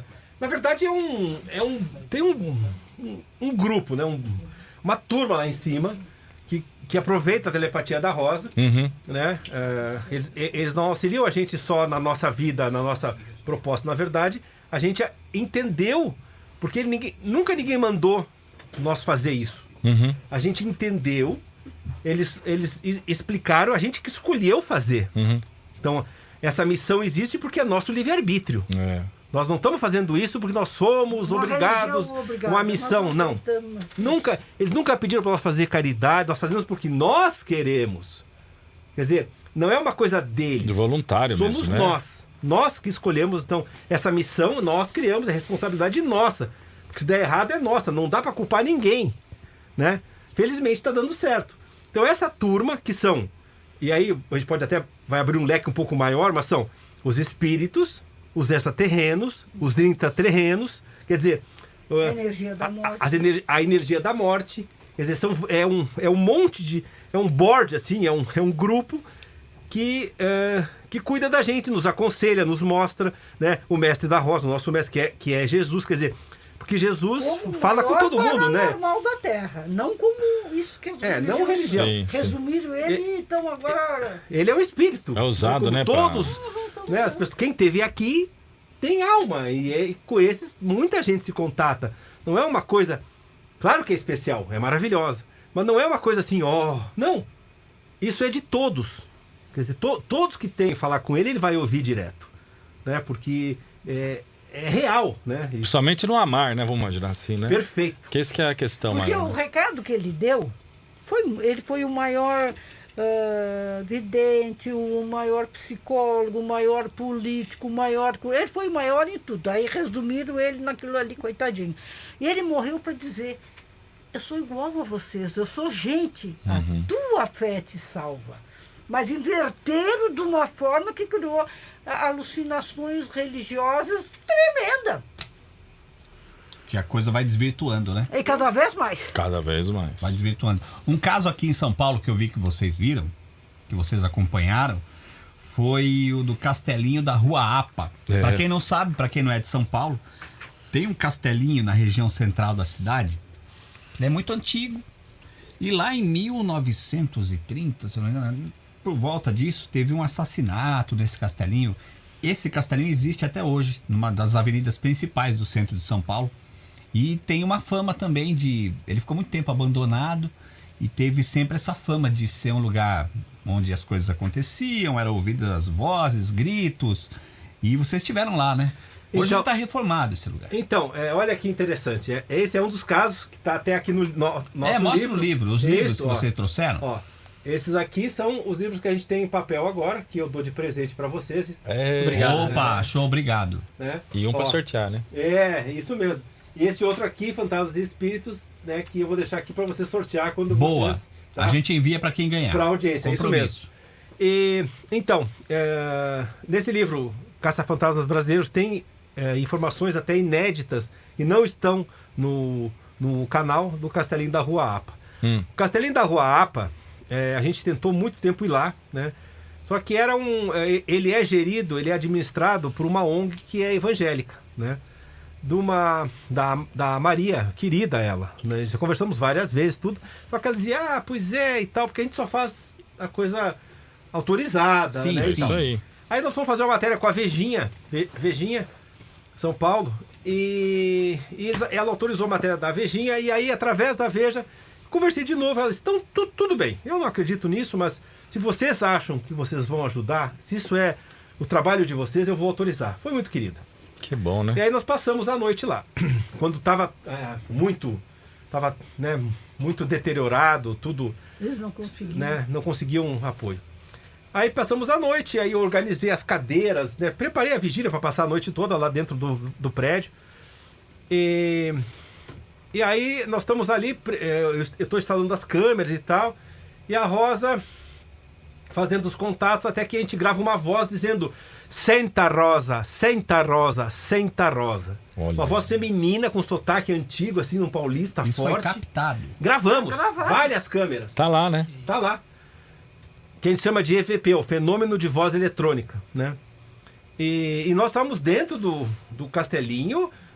Na verdade, é um. É um tem um, um, um grupo, né? Um, uma turma lá em cima que, que aproveita a telepatia da Rosa. Uhum. Né? É, eles, eles não auxiliam a gente só na nossa vida, na nossa proposta. Na verdade, a gente entendeu, porque ninguém, nunca ninguém mandou nós fazer isso. Uhum. A gente entendeu, eles, eles explicaram, a gente que escolheu fazer. Uhum. Então, essa missão existe porque é nosso livre-arbítrio. É. Nós não estamos fazendo isso porque nós somos Uma obrigados, religião obrigada. uma missão, Nós não. aceitamos. Nunca, eles nunca pediram para nós fazer caridade, nós fazemos porque nós queremos. Quer dizer, não é uma coisa deles. Do voluntário Somos mesmo, né? nós. Nós que escolhemos, então, essa missão, nós criamos, é responsabilidade nossa. Porque se der errado é nossa, não dá para culpar ninguém, né? Felizmente está dando certo. Então essa turma que são, e aí a gente pode até, vai abrir um leque um pouco maior, mas são os espíritos, os extraterrenos, os intraterrenos, quer dizer, A energia da morte. a, as ener- a energia da morte, quer dizer, são, é, um, é um monte de, é um board, assim, é um, é um grupo que, é, que cuida da gente, nos aconselha, nos mostra, né? O mestre da Rosa, o nosso mestre, que é, que é Jesus, quer dizer, porque Jesus Como fala com maior todo mundo, né? paranormal da Terra, não como isso que as É, não religião. Sim, sim. Resumiram ele, então agora... Ele é um espírito. É usado, Como né, pra- Todos, né, as pessoas, quem teve aqui tem alma e, é, e com esses muita gente se contata. Não é uma coisa, claro que é especial, é maravilhosa, mas não é uma coisa assim, ó, não. Isso é de todos. Quer dizer, to, todos que tem falar com ele, ele vai ouvir direto, né? Porque é, é real, né? E Principalmente no amar, né? Vamos imaginar assim, né? perfeito. Que esse que é a questão, Porque maior, o né? recado que ele deu, foi, ele foi o maior ah, vidente, o maior psicólogo, o maior político, o maior... Ele foi o maior em tudo. Aí resumiram ele naquilo ali, coitadinho. E ele morreu para dizer, eu sou igual a vocês, eu sou gente, a tua fé te salva. Mas inverteram de uma forma que criou alucinações religiosas tremendas. Que a coisa vai desvirtuando, né? E cada vez mais. Cada vez mais. Vai desvirtuando. Um caso aqui em São Paulo que eu vi que vocês viram, que vocês acompanharam, foi o do castelinho da Rua Apa. É. Pra quem não sabe, pra quem não é de São Paulo, tem um castelinho na região central da cidade. Ele é muito antigo. E lá em mil novecentos e trinta, se eu não me engano, por volta disso, teve um assassinato nesse castelinho. Esse castelinho existe até hoje, numa das avenidas principais do centro de São Paulo. E tem uma fama também de... Ele ficou muito tempo abandonado e teve sempre essa fama de ser um lugar onde as coisas aconteciam, eram ouvidas as vozes, gritos. E vocês estiveram lá, né? Hoje Então- está reformado esse lugar. Então, é, olha que interessante. É, esse é um dos casos que está até aqui no no, nosso É, mostra livro. o livro, os Isso, livros que ó. vocês trouxeram. Ó, esses aqui são os livros que a gente tem em papel agora, que eu dou de presente para vocês. É, Opa, show, obrigado. Né? E um pra Ó, sortear, né? É, isso mesmo. E esse outro aqui, Fantasmas e Espíritos, né, que eu vou deixar aqui para você sortear quando Boa. vocês... tá? A gente envia para quem ganhar. Para a audiência, é isso mesmo. E, então, é, nesse livro, Caça-Fantasmas Brasileiros, tem é, informações até inéditas e não estão no, no canal do Castelinho da Rua Apa. Hum. O Castelinho da Rua Apa, é, a gente tentou muito tempo ir lá, né? Só que era um, é, ele é gerido, ele é administrado por uma O N G que é evangélica, né? De uma, da, da Maria, querida ela, né? Já conversamos várias vezes, tudo. Só que ela dizia, ah, pois é e tal, porque a gente só faz a coisa autorizada, Sim, né? e sim. tal. Isso aí. Aí nós fomos fazer uma matéria com a Vejinha, Ve- Vejinha, São Paulo, e, e eles- ela autorizou a matéria da Vejinha, e aí, através da Veja, conversei de novo. Elas estão tu, tudo bem. Eu não acredito nisso, mas se vocês acham que vocês vão ajudar, se isso é o trabalho de vocês, eu vou autorizar. Foi muito querida. Que bom, né? E aí nós passamos a noite lá. Quando estava muito, tava, né, muito deteriorado, tudo, Eles não conseguiram. né, não conseguiam apoio. Aí passamos a noite, aí eu organizei as cadeiras, né, preparei a vigília para passar a noite toda lá dentro do, do prédio. E, e aí nós estamos ali, pre- eh, eu estou instalando as câmeras e tal, e a Rosa fazendo os contatos até que a gente grava uma voz dizendo: senta Rosa, senta Rosa, senta Rosa. Olha. Uma voz feminina com sotaque antigo, assim, um paulista Isso foi forte. captado. Gravamos, Gravado. várias câmeras. Tá lá, né? Tá lá. Que a gente chama de E V P, o Fenômeno de Voz Eletrônica, né? E, e nós estávamos dentro do, do castelinho,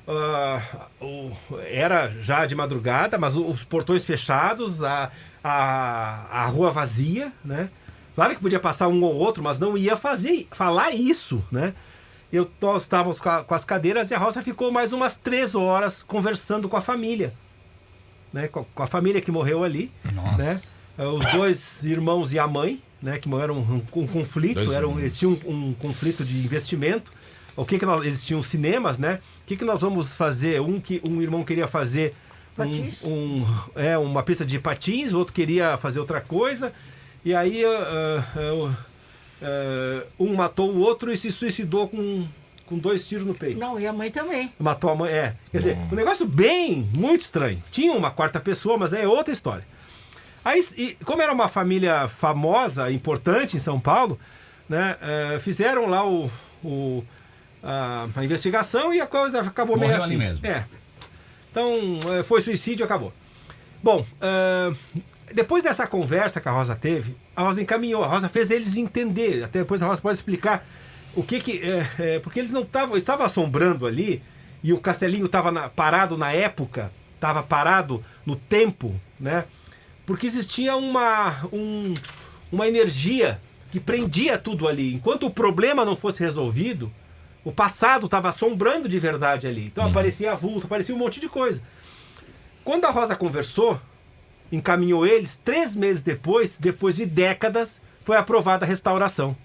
uh, o, era já de madrugada, mas os portões fechados, a, a, a rua vazia, né? Claro que podia passar um ou outro, mas não ia fazer, falar isso, né? Eu, nós estávamos com, a, com as cadeiras e a Rosa ficou mais umas três horas conversando com a família, né? Com, com a família que morreu ali, Nossa. né? Os dois irmãos e a mãe, né? Que morreram um, um conflito, eram, eles tinham um, um conflito de investimento. O que que nós, eles tinham cinemas, né? O que que nós vamos fazer? Um que um irmão queria fazer um, um, é, uma pista de patins, o outro queria fazer outra coisa. E aí uh, uh, uh, um matou o outro e se suicidou com, com dois tiros no peito. Não, e a mãe também. Matou a mãe, é. Quer dizer, um negócio bem, muito estranho. Tinha uma quarta pessoa, mas é outra história. Aí, e, como era uma família famosa, importante em São Paulo, né, uh, fizeram lá o, o, a, a investigação e a coisa acabou Morreu meio assim. ali mesmo. É. Então, uh, foi suicídio, acabou. Bom, uh, depois dessa conversa que a Rosa teve, a Rosa encaminhou, a Rosa fez eles entender, até depois a Rosa pode explicar o que que... É, é, porque eles não estavam, estavam assombrando ali, e o castelinho estava parado na época, estava parado no tempo, né? Porque existia uma, um, uma energia que prendia tudo ali. Enquanto o problema não fosse resolvido, o passado estava assombrando de verdade ali. Então aparecia vulto, aparecia um monte de coisa. Quando a Rosa conversou, encaminhou eles, três meses depois, depois de décadas, foi aprovada a restauração.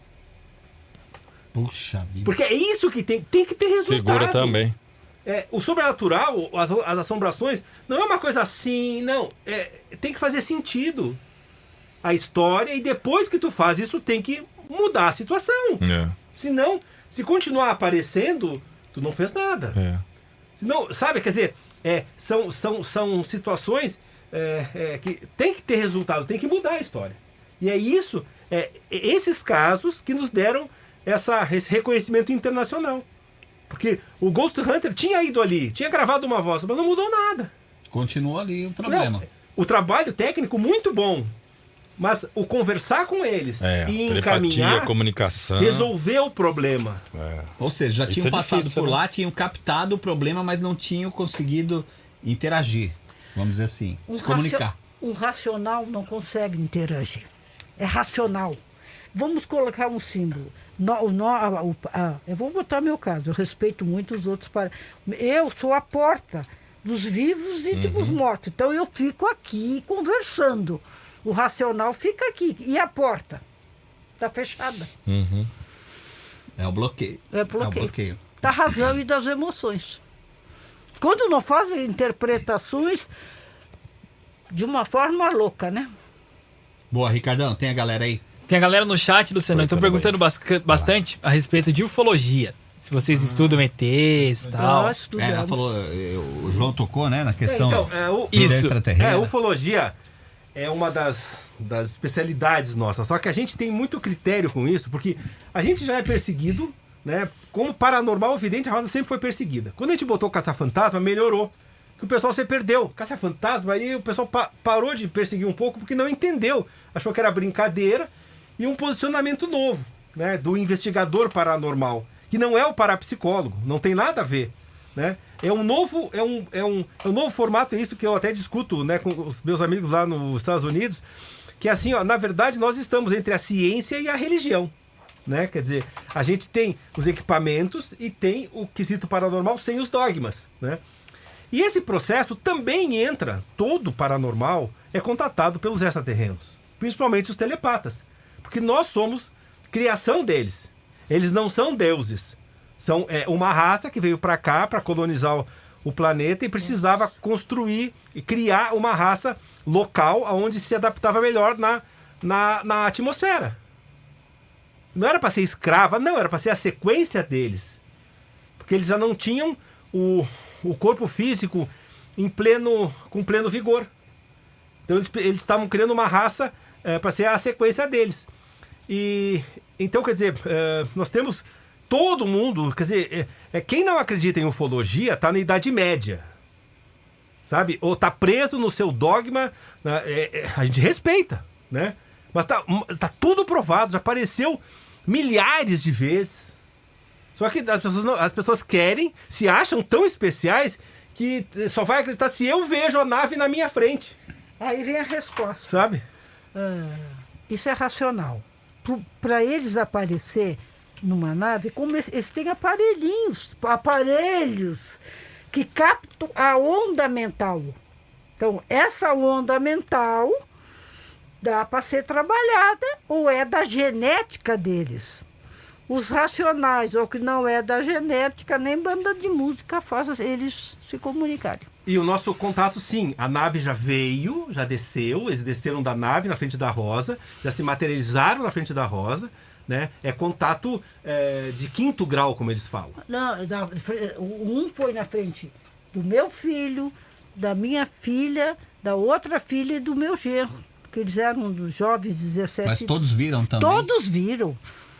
Puxa vida. Porque é isso que tem, tem que ter resultado. Segura também. É, o sobrenatural, as, as assombrações, não é uma coisa assim, não. É, tem que fazer sentido a história e depois que tu faz isso, tem que mudar a situação. É. Senão, se continuar aparecendo, tu não fez nada. É. Senão, sabe, quer dizer, é, são, são, são situações é, é, que tem que ter resultados, tem que mudar a história. E é isso, é, esses casos que nos deram essa, esse reconhecimento internacional. Porque o Ghost Hunter tinha ido ali, tinha gravado uma voz, mas não mudou nada. Continua ali o problema. Não, o trabalho técnico muito bom, mas o conversar com eles É, e telepatia, encaminhar, comunicação. resolver o problema. É. Ou seja, já Isso tinham é passado difícil, por né? lá, tinham captado o problema, mas não tinham conseguido interagir. Vamos dizer assim, Um se comunicar. racio- Um racional não consegue interagir. É racional. Vamos colocar um símbolo. No, no, a, o- a- eu vou botar meu caso. Eu respeito muito os outros. Para, eu sou a porta dos vivos e dos mortos. Então eu fico aqui conversando. O racional fica aqui. E a porta? Está fechada. Uhum. É o bloqueio. É bloqueio. É o bloqueio. Da razão e das emoções. Quando não fazem interpretações de uma forma louca, né? Boa, Ricardão, tem a galera aí? Tem a galera no chat, Luciano, estão Aproveitando perguntando basca- bastante a respeito de ufologia. Se vocês estudam E Tês e tal. Nós É, ela estudamos. falou, eh, o João tocou, né, na questão Então, é, o, vida Isso. extraterrena. É, ufologia é uma das, das especialidades nossas. Só que a gente tem muito critério com isso, porque a gente já é perseguido, né? Como paranormal, vidente, a Rosa sempre foi perseguida. Quando a gente botou Caça-Fantasma, melhorou. Que o pessoal se perdeu. Caça-Fantasma, aí o pessoal pa- parou de perseguir um pouco porque não entendeu. Achou que era brincadeira e um posicionamento novo, né? Do investigador paranormal, que não é o parapsicólogo, não tem nada a ver, né? É um novo, é um, é um, é um novo formato, é isso que eu até discuto, né, com os meus amigos lá nos Estados Unidos, que é assim, ó, na verdade nós estamos entre a ciência e a religião, né? Quer dizer, a gente tem os equipamentos e tem o quesito paranormal sem os dogmas, né? E esse processo também entra, todo paranormal é contatado pelos extraterrenos, principalmente os telepatas, porque nós somos criação deles. Eles não são deuses. São é, uma raça que veio para cá para colonizar o, o planeta e precisava construir e criar uma raça local onde se adaptava melhor na, na, na atmosfera. Não era para ser escrava, não, era para ser a sequência deles. Porque eles já não tinham o, o corpo físico em pleno, com pleno vigor. Então eles, eles estavam criando uma raça é, para ser a sequência deles. E então, quer dizer, é, nós temos todo mundo, quer dizer, é, é, quem não acredita em ufologia está na Idade Média, sabe? Ou está preso no seu dogma, né? é, é, a gente respeita, né? Mas tá, tá tudo provado, já apareceu milhares de vezes, Só que as pessoas, não, as pessoas querem, se acham tão especiais que só vai acreditar se eu vejo a nave na minha frente. Aí vem a resposta. Sabe? Ah, isso é racional. Para eles aparecer numa nave, como eles, eles têm aparelhinhos, aparelhos que captam a onda mental. Então, essa onda mental dá para ser trabalhada ou é da genética deles. Os racionais, ou que não é da genética, nem banda de música faz eles se comunicarem. E o nosso contato, sim, a nave já veio, já desceu, eles desceram da nave na frente da Rosa, já se materializaram na frente da Rosa, né? É contato é, de quinto grau, como eles falam. Não, um foi na frente do meu filho, da minha filha, da outra filha e do meu genro, que eles eram dos jovens, dezessete. Mas todos viram também? Todos viram.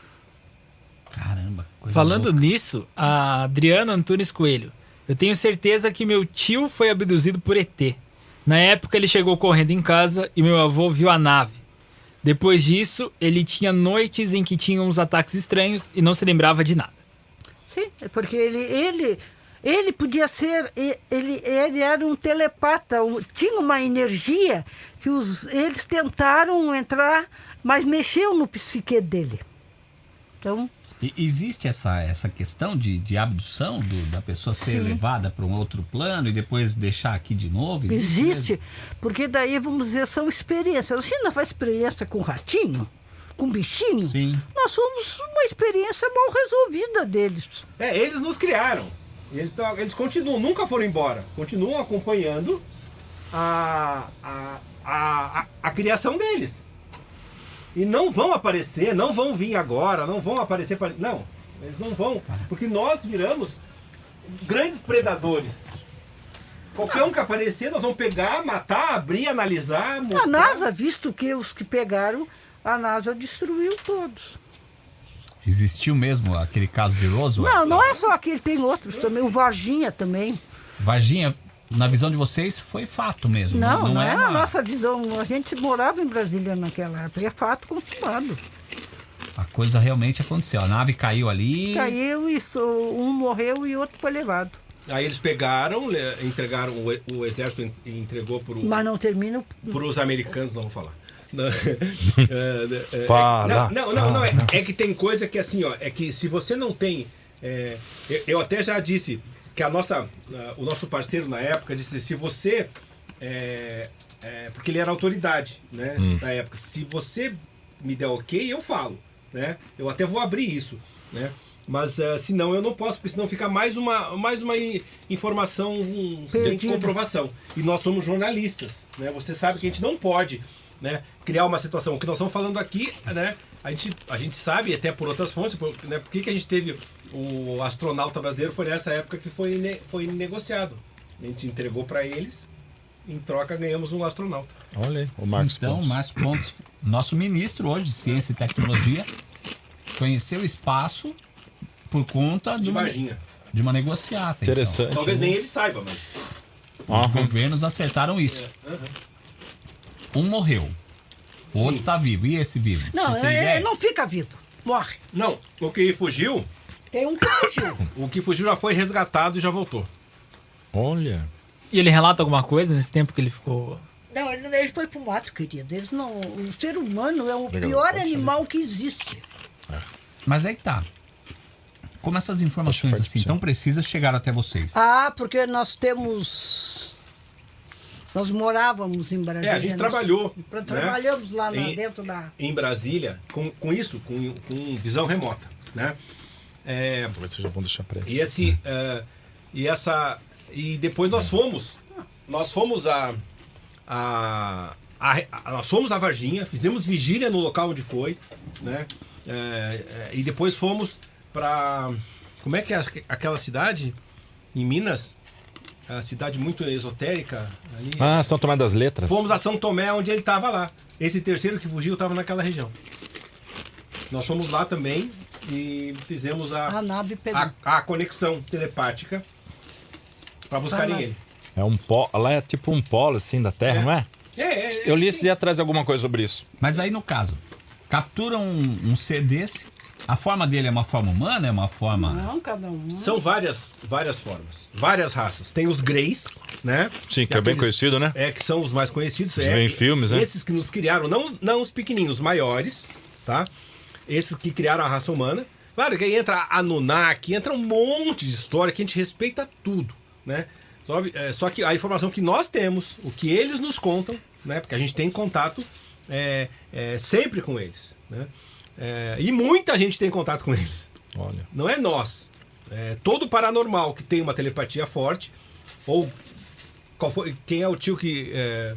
Caramba, coisa Falando louca. nisso, a Adriana Antunes Coelho. Eu tenho certeza que meu tio foi abduzido por E T. Na época ele chegou correndo em casa e meu avô viu a nave. Depois disso, ele tinha noites em que tinha uns ataques estranhos e não se lembrava de nada. Sim, porque ele, ele, ele podia ser, ele, ele era um telepata, um, tinha uma energia que os, eles tentaram entrar, mas mexeu no psique dele. Então... E existe essa, essa questão de, de abdução do, da pessoa ser Sim. levada para um outro plano e depois deixar aqui de novo? Existe, Existe, mesmo? porque daí, vamos dizer, são experiências. Você não faz experiência com ratinho, com bichinho? Sim. Nós somos uma experiência mal resolvida deles. É, eles nos criaram. E eles, tão, eles continuam, nunca foram embora. Continuam acompanhando a, a, a, a, a criação deles. E não vão aparecer, não vão vir agora, não vão aparecer para... Não, eles não vão. Porque nós viramos grandes predadores. Qualquer um que aparecer, nós vamos pegar, matar, abrir, analisar, mostrar. A NASA, visto que os que pegaram, a NASA destruiu todos. Existiu mesmo aquele caso de Roswell? Não, não é só aquele, tem outros também. O Varginha também. Varginha, na visão de vocês, foi fato mesmo. Não, não, não é uma... na nossa visão. A gente morava em Brasília naquela época. É fato consumado. A coisa realmente aconteceu. A nave caiu ali. Caiu e so- um morreu e outro foi levado. Aí eles pegaram, le- entregaram, o, o exército en- entregou Mas não termina. para os americanos, não vou falar. Não, é, é, Fala. não, não, não, não, é, é que tem coisa que assim, ó, é que se você não tem, é, eu, eu até já disse que a nossa, a, o nosso parceiro na época disse, se você, é, é, porque ele era autoridade, né, Hum. na época, se você me der ok, eu falo, né, eu até vou abrir isso, né, mas uh, se não eu não posso, porque senão fica mais uma, mais uma i- informação um, sem Perdida. comprovação. E nós somos jornalistas, né, você sabe que a gente não pode, né, criar uma situação. O que nós estamos falando aqui, né, a gente, a gente sabe, até por outras fontes, por, né, por que que a gente teve o astronauta brasileiro, foi nessa época que foi, ne, foi negociado. A gente entregou para eles, em troca ganhamos um astronauta. Olha aí, o Marcos Então, Pontes. Márcio Pontes, nosso ministro hoje de Ciência e Tecnologia, conheceu o espaço por conta de, De uma, Varginha. de uma negociata. então. Interessante. Talvez né? nem ele saiba, mas... Os governos acertaram isso. Um morreu. O outro está vivo. E esse vivo? Não, Vocês têm ele ideia? não fica vivo. Morre. Não, o que fugiu, Tem um que fugiu. o que fugiu já foi resgatado e já voltou. Olha. E ele relata alguma coisa nesse tempo que ele ficou... Não, ele, ele foi pro mato, querido. Eles não, o ser humano é o Legal, pior pode animal que existe. Mas aí que tá. Como essas informações Pode assim ser. tão precisas chegaram até vocês? Ah, porque nós temos... Nós morávamos em Brasília. É, a gente nós- trabalhou, Tra- né? Trabalhamos lá na- Em- dentro da... Em Brasília, com, com isso, com, com visão remota, né? É, Talvez seja bom deixar pra ele. e esse, é, e essa, e depois nós fomos, nós fomos a, a, a- a- nós fomos a Varginha, fizemos vigília no local onde foi, né? É, é, e depois fomos para, como é que é aquela cidade em Minas? A cidade muito esotérica ali. Ah, São Tomé das Letras. Fomos a São Tomé, onde ele estava lá. Esse terceiro que fugiu estava naquela região. Nós fomos lá também e fizemos a, A nave pegou. a, a conexão telepática para buscarem Ah, lá. ele. É um pó, lá é tipo um polo assim da Terra, É. não é? É, é, é, Eu li esse dia atrás alguma coisa sobre isso. Mas aí no caso, captura um, um ser desse A forma dele é uma forma humana? É uma forma... Não, cada um. São várias, várias formas, várias raças. Tem os Greys, né? Sim, que é bem conhecido, né? É, que são os mais conhecidos. Vem É, em filmes, né? Esses que nos criaram, não, não os pequenininhos, os maiores, tá? Esses que criaram a raça humana. Claro que aí entra a Anunnaki, entra um monte de história que a gente respeita tudo, né? Só, é, só que a informação que nós temos, o que eles nos contam, né? Porque a gente tem contato é, é, sempre com eles, né? É, e muita gente tem contato com eles. Olha. Não é nós. É, todo paranormal que tem uma telepatia forte, ou qual foi, quem é o tio que, é,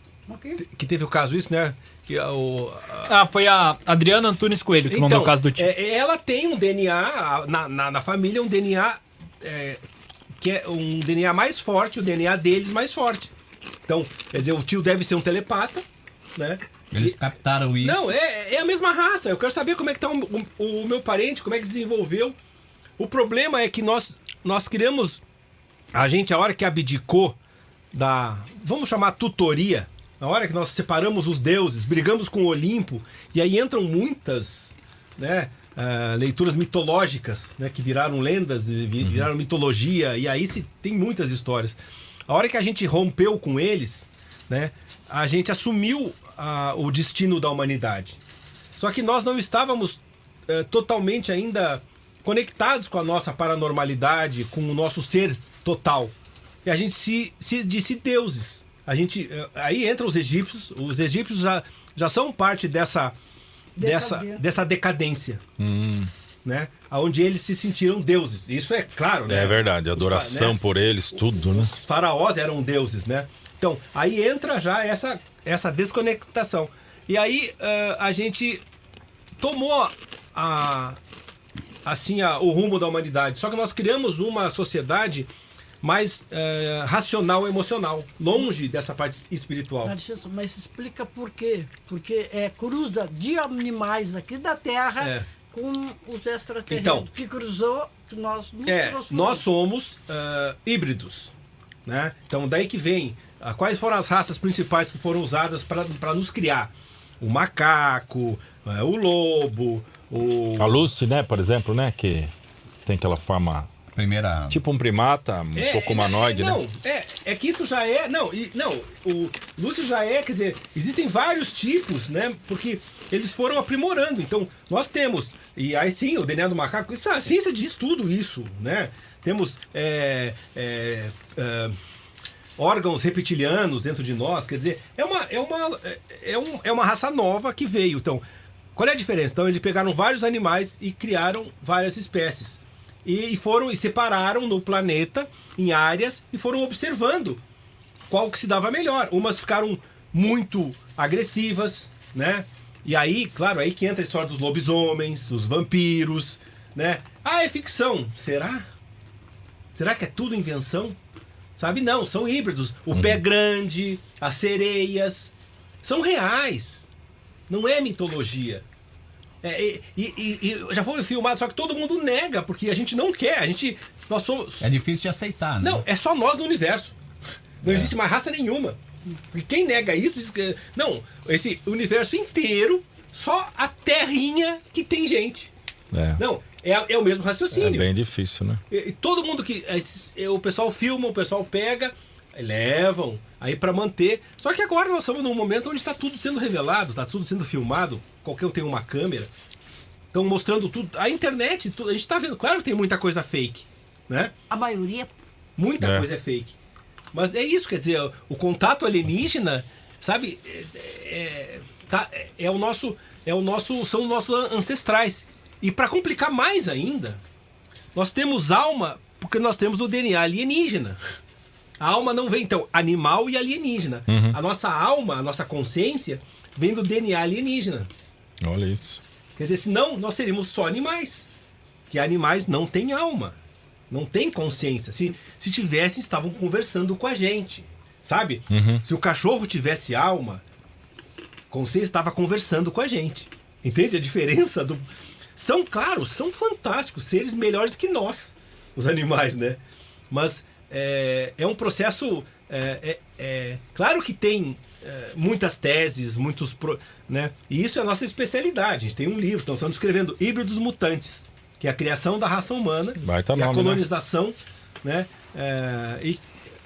que teve o caso isso, né? Que, é o, a... Ah, foi a Adriana Antunes Coelho que então, mandou o caso do tio. É, ela tem um D N A, na, na, na família, um D N A é, que é um D N A mais forte, o D N A deles mais forte. Então, quer dizer, o tio deve ser um telepata, né? Eles e, captaram isso. Não, é, é a mesma raça. Eu quero saber como é que tá o, o, o meu parente, como é que desenvolveu. O problema é que nós, nós criamos... A gente, a hora que abdicou da... Vamos chamar tutoria. Na hora que nós separamos os deuses, brigamos com o Olimpo, e aí entram muitas, né, uh, leituras mitológicas, né, que viraram lendas, viraram uhum. mitologia, e aí se tem muitas histórias. A hora que a gente rompeu com eles, né, a gente assumiu a, o destino da humanidade. Só que nós não estávamos uh, totalmente ainda conectados com a nossa paranormalidade, com o nosso ser total. E a gente se, se disse deuses. A gente, aí entra os egípcios. Os egípcios já, já são parte dessa, dessa, dessa decadência. Hum. Né? Onde eles se sentiram deuses. Isso é claro, né? É verdade, a adoração, né, por eles, tudo, né? Os faraós eram deuses, né? Então, aí entra já essa, essa desconectação. E aí uh, a gente tomou a, assim, a, o rumo da humanidade. Só que nós criamos uma sociedade mais uh, racional e emocional, longe dessa parte espiritual. Mas explica por quê? Porque é cruza de animais aqui da Terra é. com os extraterrestres, então, que cruzou, que nós não é, nós somos uh, híbridos, né? Então daí que vem, uh, quais foram as raças principais que foram usadas para nos criar? O macaco, uh, o lobo, o... A Lucy, né, por exemplo, né, que tem aquela forma... Primeira... Tipo um primata, um é, pouco humanoide, é, não, né? É, é que isso já é... Não, e, não, o Lúcio já é, quer dizer, existem vários tipos, né? Porque eles foram aprimorando. Então, nós temos... E aí sim, o D N A do macaco... Isso, a ciência diz tudo isso, né? Temos é, é, é, órgãos reptilianos dentro de nós. Quer dizer, é uma, é, uma, é, um, é uma raça nova que veio. Então, qual é a diferença? Então, eles pegaram vários animais e criaram várias espécies. E foram e separaram no planeta em áreas e foram observando qual que se dava melhor. Umas ficaram muito agressivas, né? E aí, claro, aí que entra a história dos lobisomens, os vampiros, né? Ah, é ficção. Será? Será que é tudo invenção? Sabe, não, são híbridos. O uhum. pé grande, as sereias, são reais. Não é mitologia. É, e, e, e já foi filmado, só que todo mundo nega, porque a gente não quer, a gente, nós somos... É difícil de aceitar, né? Não, é só nós no universo. Não é. existe mais raça nenhuma. Porque quem nega isso, diz que... Não, esse universo inteiro, só a terrinha que tem gente. É. Não, é, é o mesmo raciocínio. É bem difícil, né? E, e todo mundo que... É, o pessoal filma, o pessoal pega, levam, aí pra manter. Só que agora nós estamos num momento onde está tudo sendo revelado, está tudo sendo filmado. Qualquer um tem uma câmera. Estão mostrando tudo. A internet, tudo, a gente está vendo. Claro que tem muita coisa fake, né? A maioria. Muita é. coisa é fake. Mas é isso, quer dizer, o contato alienígena, sabe? É, é, tá, é o nosso, é o nosso, são os nossos ancestrais. E para complicar mais ainda, nós temos alma porque nós temos o D N A alienígena. A alma não vem, então, animal e alienígena. Uhum. A nossa alma, a nossa consciência, vem do D N A alienígena. Olha isso. Quer dizer, senão nós seríamos só animais. Que animais não têm alma. Não têm consciência. Se, se tivessem, estavam conversando com a gente. Sabe? Uhum. Se o cachorro tivesse alma, consciência estava conversando com a gente. Entende a diferença? Do... São, claro, são fantásticos. Seres melhores que nós, os animais, né? Mas é, é um processo É, é, é, claro que tem é, muitas teses, muitos... Pro, né? E isso é a nossa especialidade. A gente tem um livro, então estamos escrevendo Híbridos Mutantes, que é a criação da raça humana Baita e nome, a colonização, né? É, e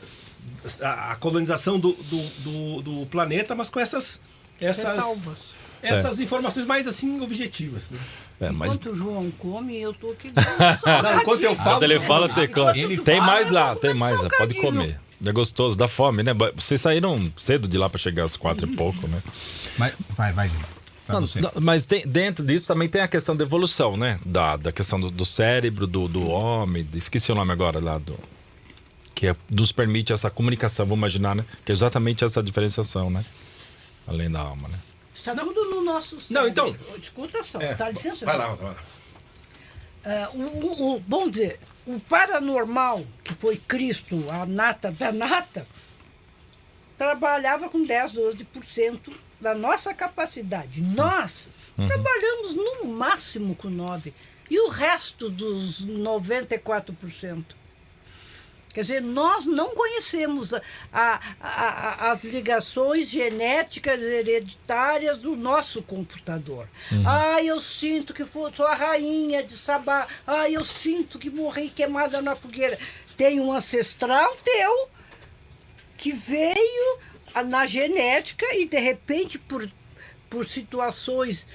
a, a colonização do, do, do, do planeta, mas com essas... essas Ressalvas. essas é. informações mais assim objetivas, né? É, mas... Enquanto o João come, eu tô aqui. Não, enquanto eu falo. Quando ele fala, você come. Ele Tem fala, mais lá, eu tem como mais, lá, pode salgadinho. comer. É gostoso, dá fome, né? Vocês saíram cedo de lá pra chegar às quatro e pouco, né? Mas, vai, vai, gente. Pra Não, você. não, mas tem, dentro disso também tem a questão da evolução, né? Da, da questão do, do cérebro, do, do homem. Esqueci o nome agora lá do. Que é, nos permite essa comunicação, vamos imaginar, né? Que é exatamente essa diferenciação, né? Além da alma, né? Está tudo no nosso cérebro. Não, então- Escuta só, É, tá licença? vai lá, vai lá. É, o, o, o, vamos dizer, o paranormal, que foi Cristo, a nata da nata, trabalhava com dez, doze por cento da nossa capacidade. Nós uhum. trabalhamos no máximo com nove por cento. E o resto dos noventa e quatro por cento? Quer dizer, nós não conhecemos a, a, a, as ligações genéticas hereditárias do nosso computador. Uhum. Ah, eu sinto que for, sou a rainha de Sabá. Ah, eu sinto que morri queimada na fogueira. Tem um ancestral teu que veio na genética e, de repente, por, por situações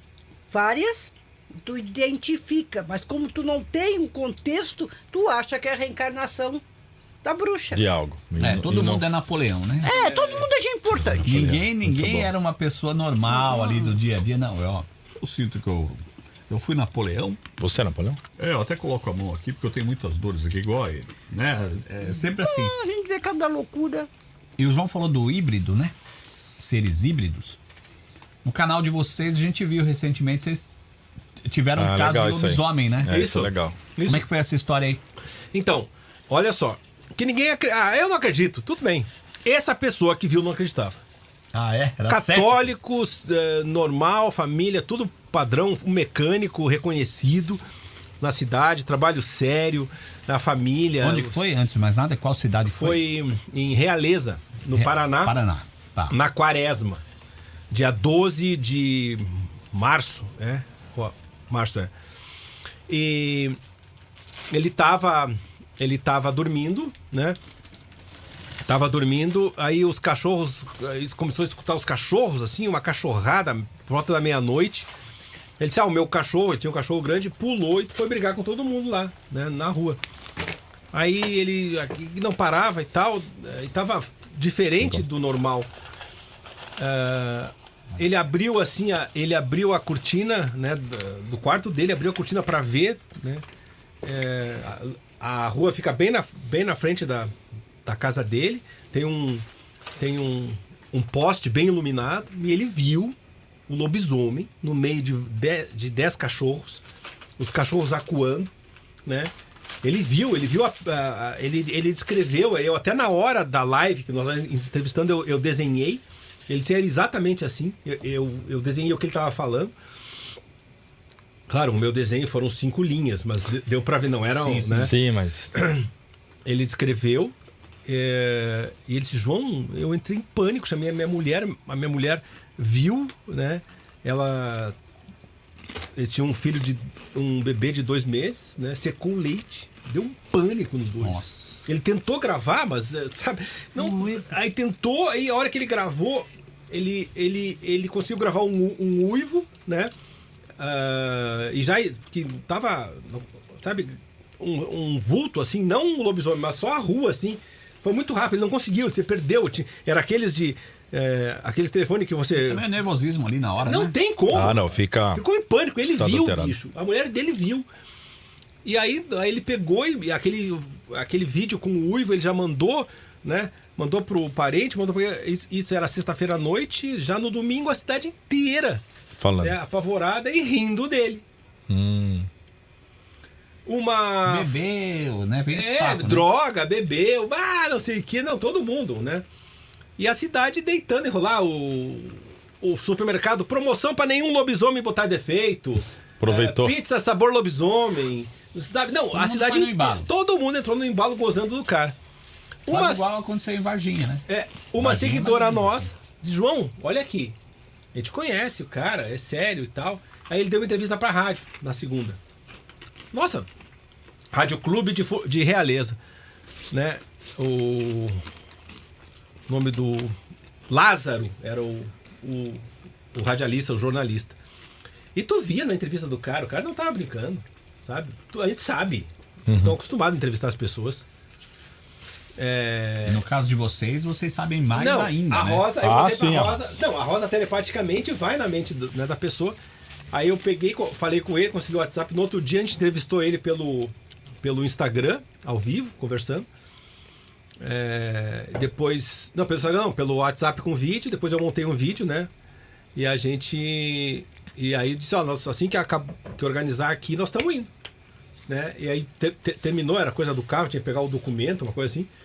várias, tu identifica, mas como tu não tem um contexto, tu acha que é a reencarnação da bruxa. De algo. É, E todo não- mundo é Napoleão, né? É, todo mundo é gente importante. Ninguém, Muito ninguém bom. era uma pessoa normal ali do dia a dia, não. Eu, eu sinto que eu, eu fui Napoleão. Você, Napoleão? É, eu até coloco a mão aqui porque eu tenho muitas dores aqui, igual a ele. Né? É sempre assim. Ah, a gente vê cada loucura. E o João falou do híbrido, né? Seres híbridos. No canal de vocês, a gente viu recentemente, vocês tiveram um Ah, caso legal de isso aí. lobisomem, né? É, isso Isso. é legal. Isso. Como é que foi essa história aí? Então, olha só. Que ninguém acre- Ah, eu não acredito. Tudo bem. Essa pessoa que viu não acreditava. Ah, é? Era Católicos, eh, normal, família, tudo padrão, um mecânico reconhecido na cidade, trabalho sério, na família. Onde que foi, antes de mais nada? Qual cidade foi? Foi em Realeza, no Re- Paraná, Paraná, tá. na Quaresma. Dia doze de março, é? Ó, março, é. E ele tava, ele tava dormindo, né? Tava dormindo, aí os cachorros, aí começou a escutar os cachorros, assim, uma cachorrada, por volta da meia-noite. Ele disse, ah, o meu cachorro, ele tinha um cachorro grande, pulou e foi brigar com todo mundo lá, né, na rua. Aí ele aqui não parava e tal, e tava diferente do normal. Ah, ele abriu assim, a, ele abriu a cortina, né, do do quarto dele, abriu a cortina para ver, né? É, a, a rua fica bem na, bem na frente da, da casa dele, tem um tem um, um poste bem iluminado e ele viu o lobisomem no meio de dez, de dez cachorros, os cachorros acuando, né? Ele viu, ele viu, a, a, a- ele, ele descreveu, eu até na hora da live que nós estamos entrevistando, eu, eu desenhei, ele disse, era exatamente assim, eu, eu, eu desenhei o que ele estava falando. Claro, o meu desenho foram cinco linhas, mas de- deu pra ver, não era, Sim, sim. né? Sim, mas. Ele escreveu é, e ele disse, João, eu entrei em pânico, chamei a minha mulher, a minha mulher viu, né? Ela, eles tinham um filho de um bebê de dois meses, né? Secou o leite, deu um pânico nos dois. Nossa. Ele tentou gravar, mas eh, sabe, não. Aí tentou, aí a hora que ele gravou, ele ele ele conseguiu gravar um, um uivo, né? Ah, e já que tava, sabe, um, um vulto assim, não um lobisomem, mas só a rua assim. Foi muito rápido, ele não conseguiu, você perdeu. Tinha- Era aqueles de é, aqueles telefones que você Também é nervosismo ali na hora, não né? tem como. Ah, não, fica. Ficou em pânico, ele Estado viu alterado. o bicho. A mulher dele viu. E aí, aí ele pegou e e aquele, aquele vídeo com o uivo, ele já mandou, né? Mandou pro parente, mandou pro... Isso, isso era sexta-feira à noite, já no domingo a cidade inteira, Falando. né, apavorada e rindo dele. Hum. Uma... Bebeu, né? Vem esse É, papo, né? droga, bebeu, ah, não sei o que, não, todo mundo, né? E a cidade deitando e rolar o, o supermercado, promoção pra nenhum lobisomem botar defeito. Aproveitou. É, pizza sabor lobisomem. Sabe? Não, a mundo cidade foi no embalo. todo mundo entrou no embalo gozando do cara. Uma, Quase igual aconteceu em Varginha, né? É, uma Varginha, seguidora Varginha, nossa disse, João, olha aqui. A gente conhece o cara, é sério e tal. Aí ele deu uma entrevista pra rádio na segunda. Nossa, Rádio Clube de, Fo- de Realeza. Né? O nome do Lázaro era o, o, o radialista, o jornalista. E tu via na entrevista do cara, o cara não tava brincando, sabe? Tu, a gente sabe. Vocês uhum. estão acostumados a entrevistar as pessoas. É... E no caso de vocês, vocês sabem mais não, ainda, a né? Rosa, eu Ah, contei pra sim, Rosa. Não, a Rosa telepaticamente vai na mente do, né, da pessoa. Aí eu peguei, co- falei com ele, consegui o WhatsApp. No outro dia a gente entrevistou ele pelo, pelo Instagram, ao vivo, conversando. É, depois. Não, pelo Instagram não, pelo WhatsApp com vídeo. Depois eu montei um vídeo, né? E a gente. E aí disse, ó, nós, assim que, acab... que organizar aqui, nós estamos indo. Né? E aí te- te- terminou, era coisa do carro, tinha que pegar o documento, uma coisa assim.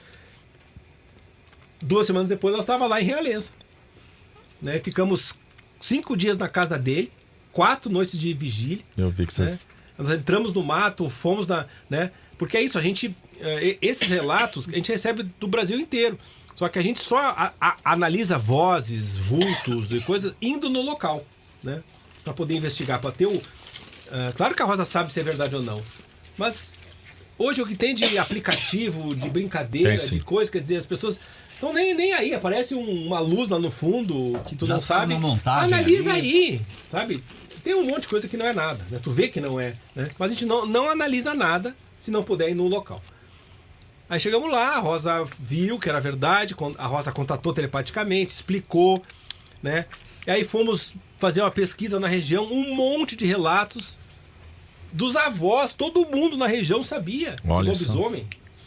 Duas semanas depois nós estávamos lá em Realeza. Né? Ficamos cinco dias na casa dele, quatro noites de vigília. Eu vi que vocês... Né? Nós entramos no mato, fomos na. Né? Porque é isso, a gente. eh, Esses relatos a gente recebe do Brasil inteiro. Só que a gente só a- a- analisa vozes, vultos e coisas indo no local. Né? Para poder investigar, para ter o. ah, claro que a Rosa sabe se é verdade ou não. Mas hoje o que tem de aplicativo, de brincadeira, Tem, sim. de coisa, quer dizer, as pessoas estão nem, nem aí. Aparece um- uma luz lá no fundo que tu Já não sabe sabe. uma montagem Analisa ali. aí, sabe? Tem um monte de coisa que não é nada, né? Tu vê que não é, né? Mas a gente não, não analisa nada se não puder ir no local. Aí chegamos lá, a Rosa viu que era verdade, a Rosa contatou telepaticamente, explicou, né? E aí fomos fazer uma pesquisa na região, um monte de relatos dos avós, todo mundo na região sabia do Olha só. lobisomem.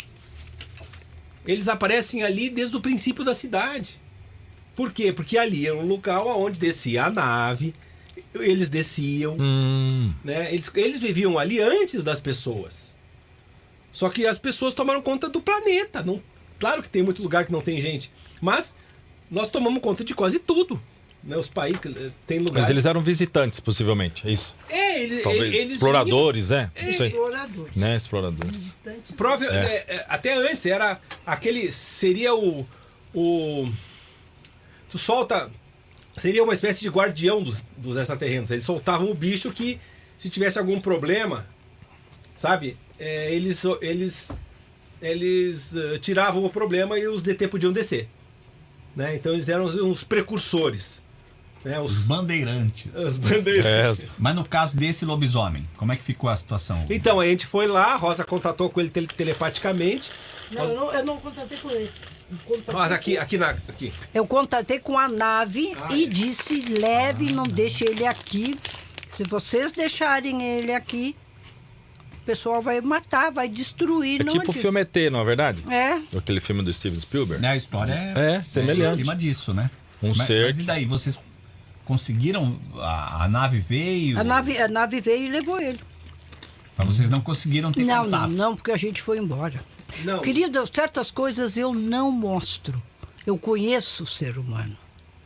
Eles aparecem ali desde o princípio da cidade. Por quê? Porque ali era um local onde descia a nave, eles desciam, Hum, né? Eles, eles viviam ali antes das pessoas. Só que as pessoas tomaram conta do planeta. Não, claro que tem muito lugar que não tem gente, mas nós tomamos conta de quase tudo. Né? Os países tem lugares. mas eles eram visitantes, possivelmente, é isso? É, eles, Talvez eles exploradores, é? Não sei. Exploradores. Né, exploradores. Visitantes. Prova- é, é, até antes era aquele. Seria o. o tu solta. Seria uma espécie de guardião dos, dos extraterrenos. Eles soltavam o bicho que, se tivesse algum problema, sabe? É, eles eles, eles uh, tiravam o problema e os D T podiam descer. Né? Então eles eram os, uns precursores. Né? Os Os, bandeirantes. os bandeirantes. É, Mas no caso desse lobisomem, como é que ficou a situação? Então a gente foi lá, a Rosa contatou com ele tele- telepaticamente. Não, eu não, eu não contatei com ele. Eu contatei Mas aqui, com- aqui na. Aqui. Eu contatei com a nave Ah, e é. disse: leve, não deixe ele aqui. Se vocês deixarem ele aqui, o pessoal vai matar, vai destruir. é não tipo o adianta. filme E T, não é verdade? É. Aquele filme do Steven Spielberg. Né, a história é, É, semelhante. em cima disso, né? Um mas, ser mas e que- daí, vocês conseguiram? A, a nave veio? A nave, a nave veio e levou ele. Mas vocês não conseguiram ter Não, contato? não, não, porque a gente foi embora. Não. Querida, certas coisas eu não mostro. Eu conheço o ser humano.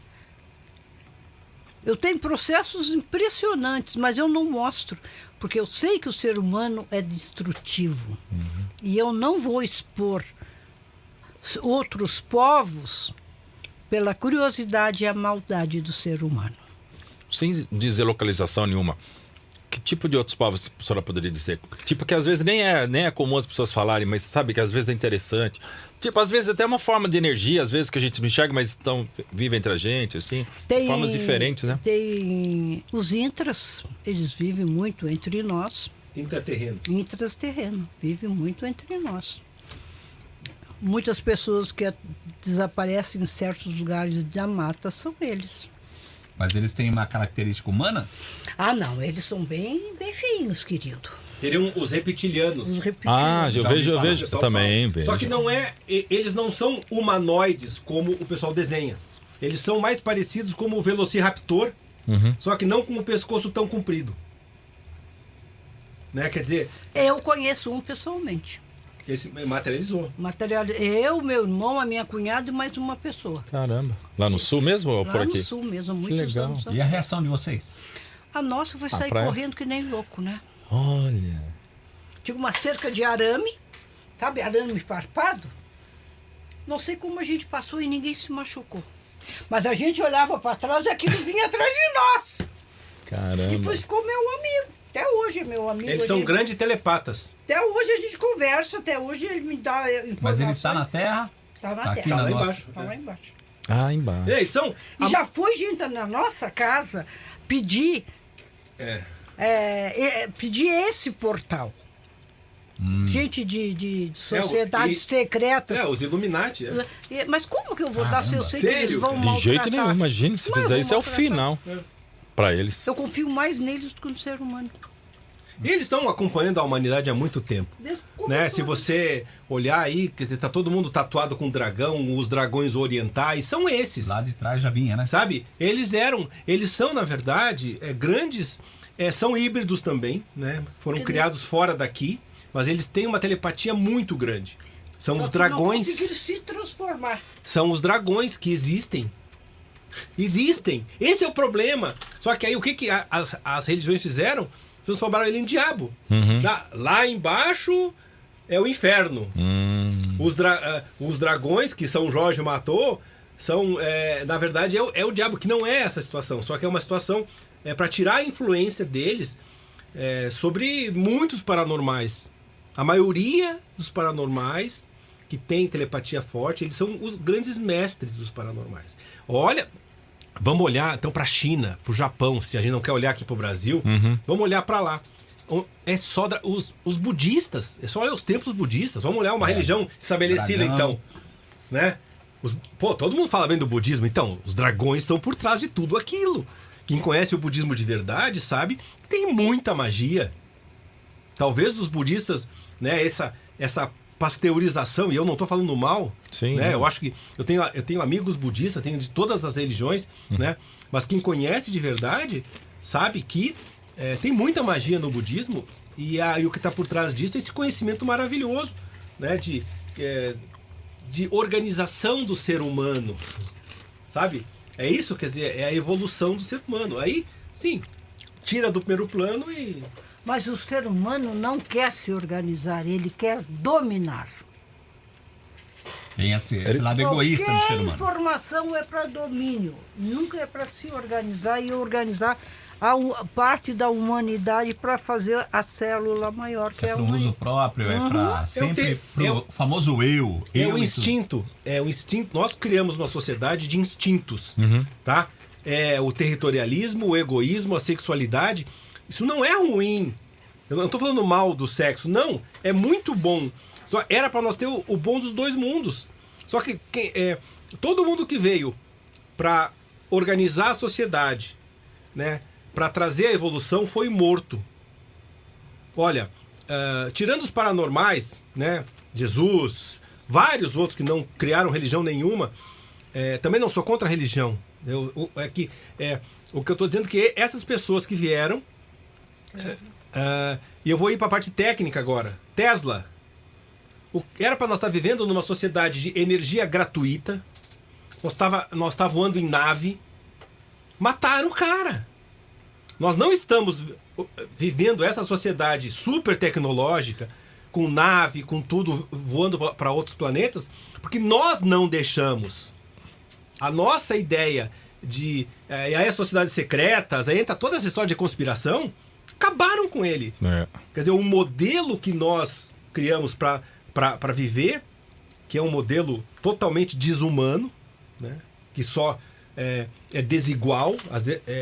Eu tenho processos impressionantes, mas eu não mostro. Porque eu sei que o ser humano é destrutivo. Uhum. E eu não vou expor s- outros povos pela curiosidade e a maldade do ser humano. Sem dizer localização nenhuma. Que tipo de outros povos a senhora poderia dizer? Tipo que às vezes nem é, nem é comum as pessoas falarem, mas sabe que às vezes é interessante. Tipo, às vezes até uma forma de energia, às vezes que a gente não enxerga, mas estão, vivem entre a gente, assim. Tem- Formas diferentes, né? Tem os intras, eles vivem muito entre nós. Intraterrenos. Intraterreno, vive muito entre nós. Muitas pessoas que a- desaparecem em certos lugares da mata são eles. Mas eles têm uma característica humana? Ah, não, eles são bem, bem feinhos, querido. Seriam os reptilianos. Os Ah, reptilianos. eu Já vejo, eu ouvi falar, vejo. O Eu pessoal também fala. vejo. Só que não é. e- Eles não são humanoides como o pessoal desenha. Eles são mais parecidos como o Velociraptor, Uhum. só que não com o pescoço tão comprido. Né? Quer dizer, Eu conheço um pessoalmente. esse materializou. Material, eu, meu irmão, a minha cunhada e mais uma pessoa. Caramba. Lá no sul mesmo ou Lá por no aqui? sul mesmo, há muitos legal. anos. E a reação de vocês? A nossa foi Ah, sair praia. correndo que nem louco, né? Olha. Tinha uma cerca de arame, sabe, arame farpado? Não sei como a gente passou e ninguém se machucou. Mas a gente olhava para trás e aquilo vinha atrás de nós. Caramba. Depois ficou meu amigo. Até hoje é meu amigo. Eles são gente... grandes telepatas. Até hoje a gente conversa, até hoje ele me dá informações. Mas ele está na Terra? Está na Tá Terra. aqui Tá na lá nossa... embaixo. Está lá embaixo. Ah, embaixo. E aí, são... E já foi gente na nossa casa pedir, É. é, é, pedir esse portal. Gente de, de sociedades É, o- e- secretas. É, os Illuminati. É. E- Mas como que eu vou dar se eu sei que sério? eles vão De maltratar? jeito nenhum, imagine, se Mas eu fizer vou isso é o maltratar. final pra eles. Eu confio mais neles do que no ser humano. E eles estão acompanhando a humanidade há muito tempo. Desde que Né? começou. Se você olhar aí, quer dizer, tá todo mundo tatuado com dragão, os dragões orientais, são esses. Lá de trás já vinha, né? Sabe? Eles eram, eles são, na verdade, é, grandes, é, são híbridos também, né? Foram criados fora daqui, mas eles têm uma telepatia muito grande. São Só os que não dragões. conseguiram se transformar. São os dragões que existem. Existem. Esse é o problema. Só que aí o que, que a- as, as religiões fizeram? Transformaram ele em diabo. Lá, lá embaixo é o inferno. Os, dra- ah, os dragões que São Jorge matou são, é, na verdade, é o, é o diabo, que não é essa situação. Só que é uma situação é, para tirar a influência deles é, sobre muitos paranormais. A maioria dos paranormais que tem telepatia forte, eles são os grandes mestres dos paranormais. Olha, vamos olhar então para a China, para o Japão, se a gente não quer olhar aqui para o Brasil, vamos olhar para lá. É só dra- os, os budistas, é só olhar os templos budistas. Vamos olhar uma religião estabelecida, Dragão. então, né? Os- pô, todo mundo fala bem do budismo, então os dragões estão por trás de tudo aquilo. Quem conhece o budismo de verdade sabe que tem muita magia. Talvez os budistas, né, essa, essa pasteurização, e eu não estou falando mal, Sim, né? né? Eu acho que eu tenho, eu tenho amigos budistas, tenho de todas as religiões, né? Mas quem conhece de verdade sabe que é, tem muita magia no budismo, e, a, e o que está por trás disso é esse conhecimento maravilhoso, né? De, é, de organização do ser humano, sabe? É isso, quer dizer, é a evolução do ser humano. Aí, sim, tira do primeiro plano e... Mas o ser humano não quer se organizar, ele quer dominar. Tem esse, esse lado egoísta do ser Qualquer humano. informação é para domínio, nunca é para se organizar e organizar a u- parte da humanidade para fazer a célula maior que É é, para a um uso humanidade. próprio, é para sempre tenho- pro eu- famoso eu. É eu o e tudo. instinto, é o instinto. Nós criamos uma sociedade de instintos, tá? É o territorialismo, o egoísmo, a sexualidade. Isso não é ruim. Eu não estou falando mal do sexo, não. É muito bom. Só era para nós ter o, o bom dos dois mundos. Só que quem- é, todo mundo que veio para organizar a sociedade, né, para trazer a evolução, foi morto. Olha, ah, tirando os paranormais, né, Jesus, vários outros que não criaram religião nenhuma, é, também não sou contra a religião. Eu, o, é que, é, o que eu estou dizendo é que essas pessoas que vieram, é, ah, e eu vou ir para a parte técnica agora. Tesla. O, era para nós estar vivendo numa sociedade de energia gratuita. Nós estava nós tá voando em nave. Mataram o cara. Nós não estamos vivendo essa sociedade super tecnológica, com nave, com tudo voando para outros planetas, porque nós não deixamos. A nossa ideia de. É, aí as sociedades secretas, aí entra toda essa história de conspiração, acabaram com ele. É. Quer dizer, o modelo que nós criamos para viver, que é um modelo totalmente desumano, né? Que só é, é desigual, as de- é,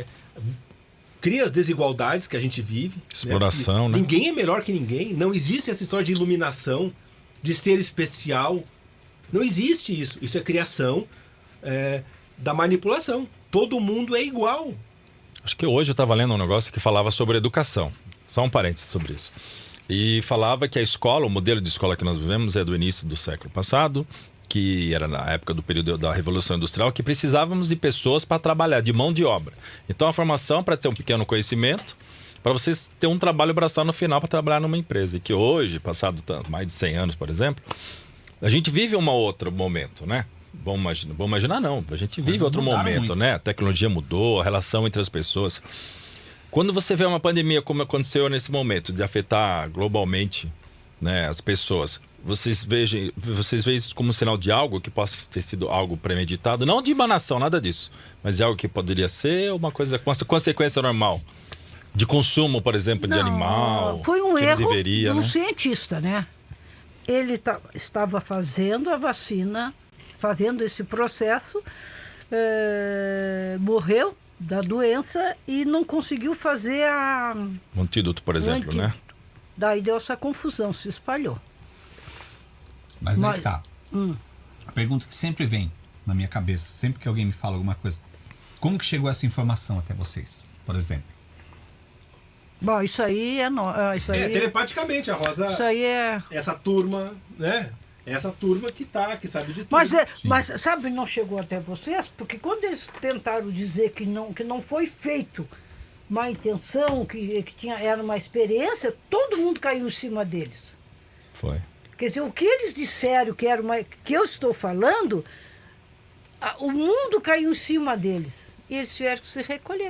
cria as desigualdades que a gente vive. Exploração, Porque né? Ninguém é melhor que ninguém. Não existe essa história de iluminação, de ser especial. Não existe isso. Isso é criação é, da manipulação. Todo mundo é igual. Acho que hoje eu estava lendo um negócio que falava sobre educação. Só um parênteses sobre isso. E falava que a escola, o modelo de escola que nós vivemos é do início do século passado, que era na época do período da Revolução Industrial, que precisávamos de pessoas para trabalhar, de mão de obra. Então a formação para ter um pequeno conhecimento, para vocês ter um trabalho braçal no final para trabalhar numa empresa. E que hoje, passado tanto, mais de cem anos, por exemplo, a gente vive um outro momento, né? Vamos imaginar, vamos imaginar não, a gente vive Coisas outro mudaram momento, muito. né? A tecnologia mudou, a relação entre as pessoas. Quando você vê uma pandemia como aconteceu nesse momento, de afetar globalmente, né, as pessoas, vocês vejam, vocês veem isso como sinal de algo que possa ter sido algo premeditado? Não de emanação, nada disso. Mas é algo que poderia ser uma coisa com essa consequência normal. De consumo, por exemplo, de Não, animal. Foi um que não erro deveria, de um né? cientista, né? Ele tá, estava fazendo a vacina, fazendo esse processo, é, morreu da doença e não conseguiu fazer a... Um antídoto, por exemplo, um né? antídoto. Daí deu essa confusão, se espalhou. Mas Mas- aí tá. Hum. A pergunta que sempre vem na minha cabeça, sempre que alguém me fala alguma coisa. Como que chegou essa informação até vocês, por exemplo? Bom, isso aí é... No... ah, Isso aí, É, telepaticamente, a Rosa, isso aí é... essa turma, né? Essa turma que tá, que sabe de tudo. Mas, é, mas, sabe, não chegou até vocês? Porque quando eles tentaram dizer que não, que não foi feito má intenção, que, que tinha, era uma experiência, todo mundo caiu em cima deles. Foi. Quer dizer, o que eles disseram que era uma, que eu estou falando, a- o mundo caiu em cima deles. E eles tiveram que se recolher.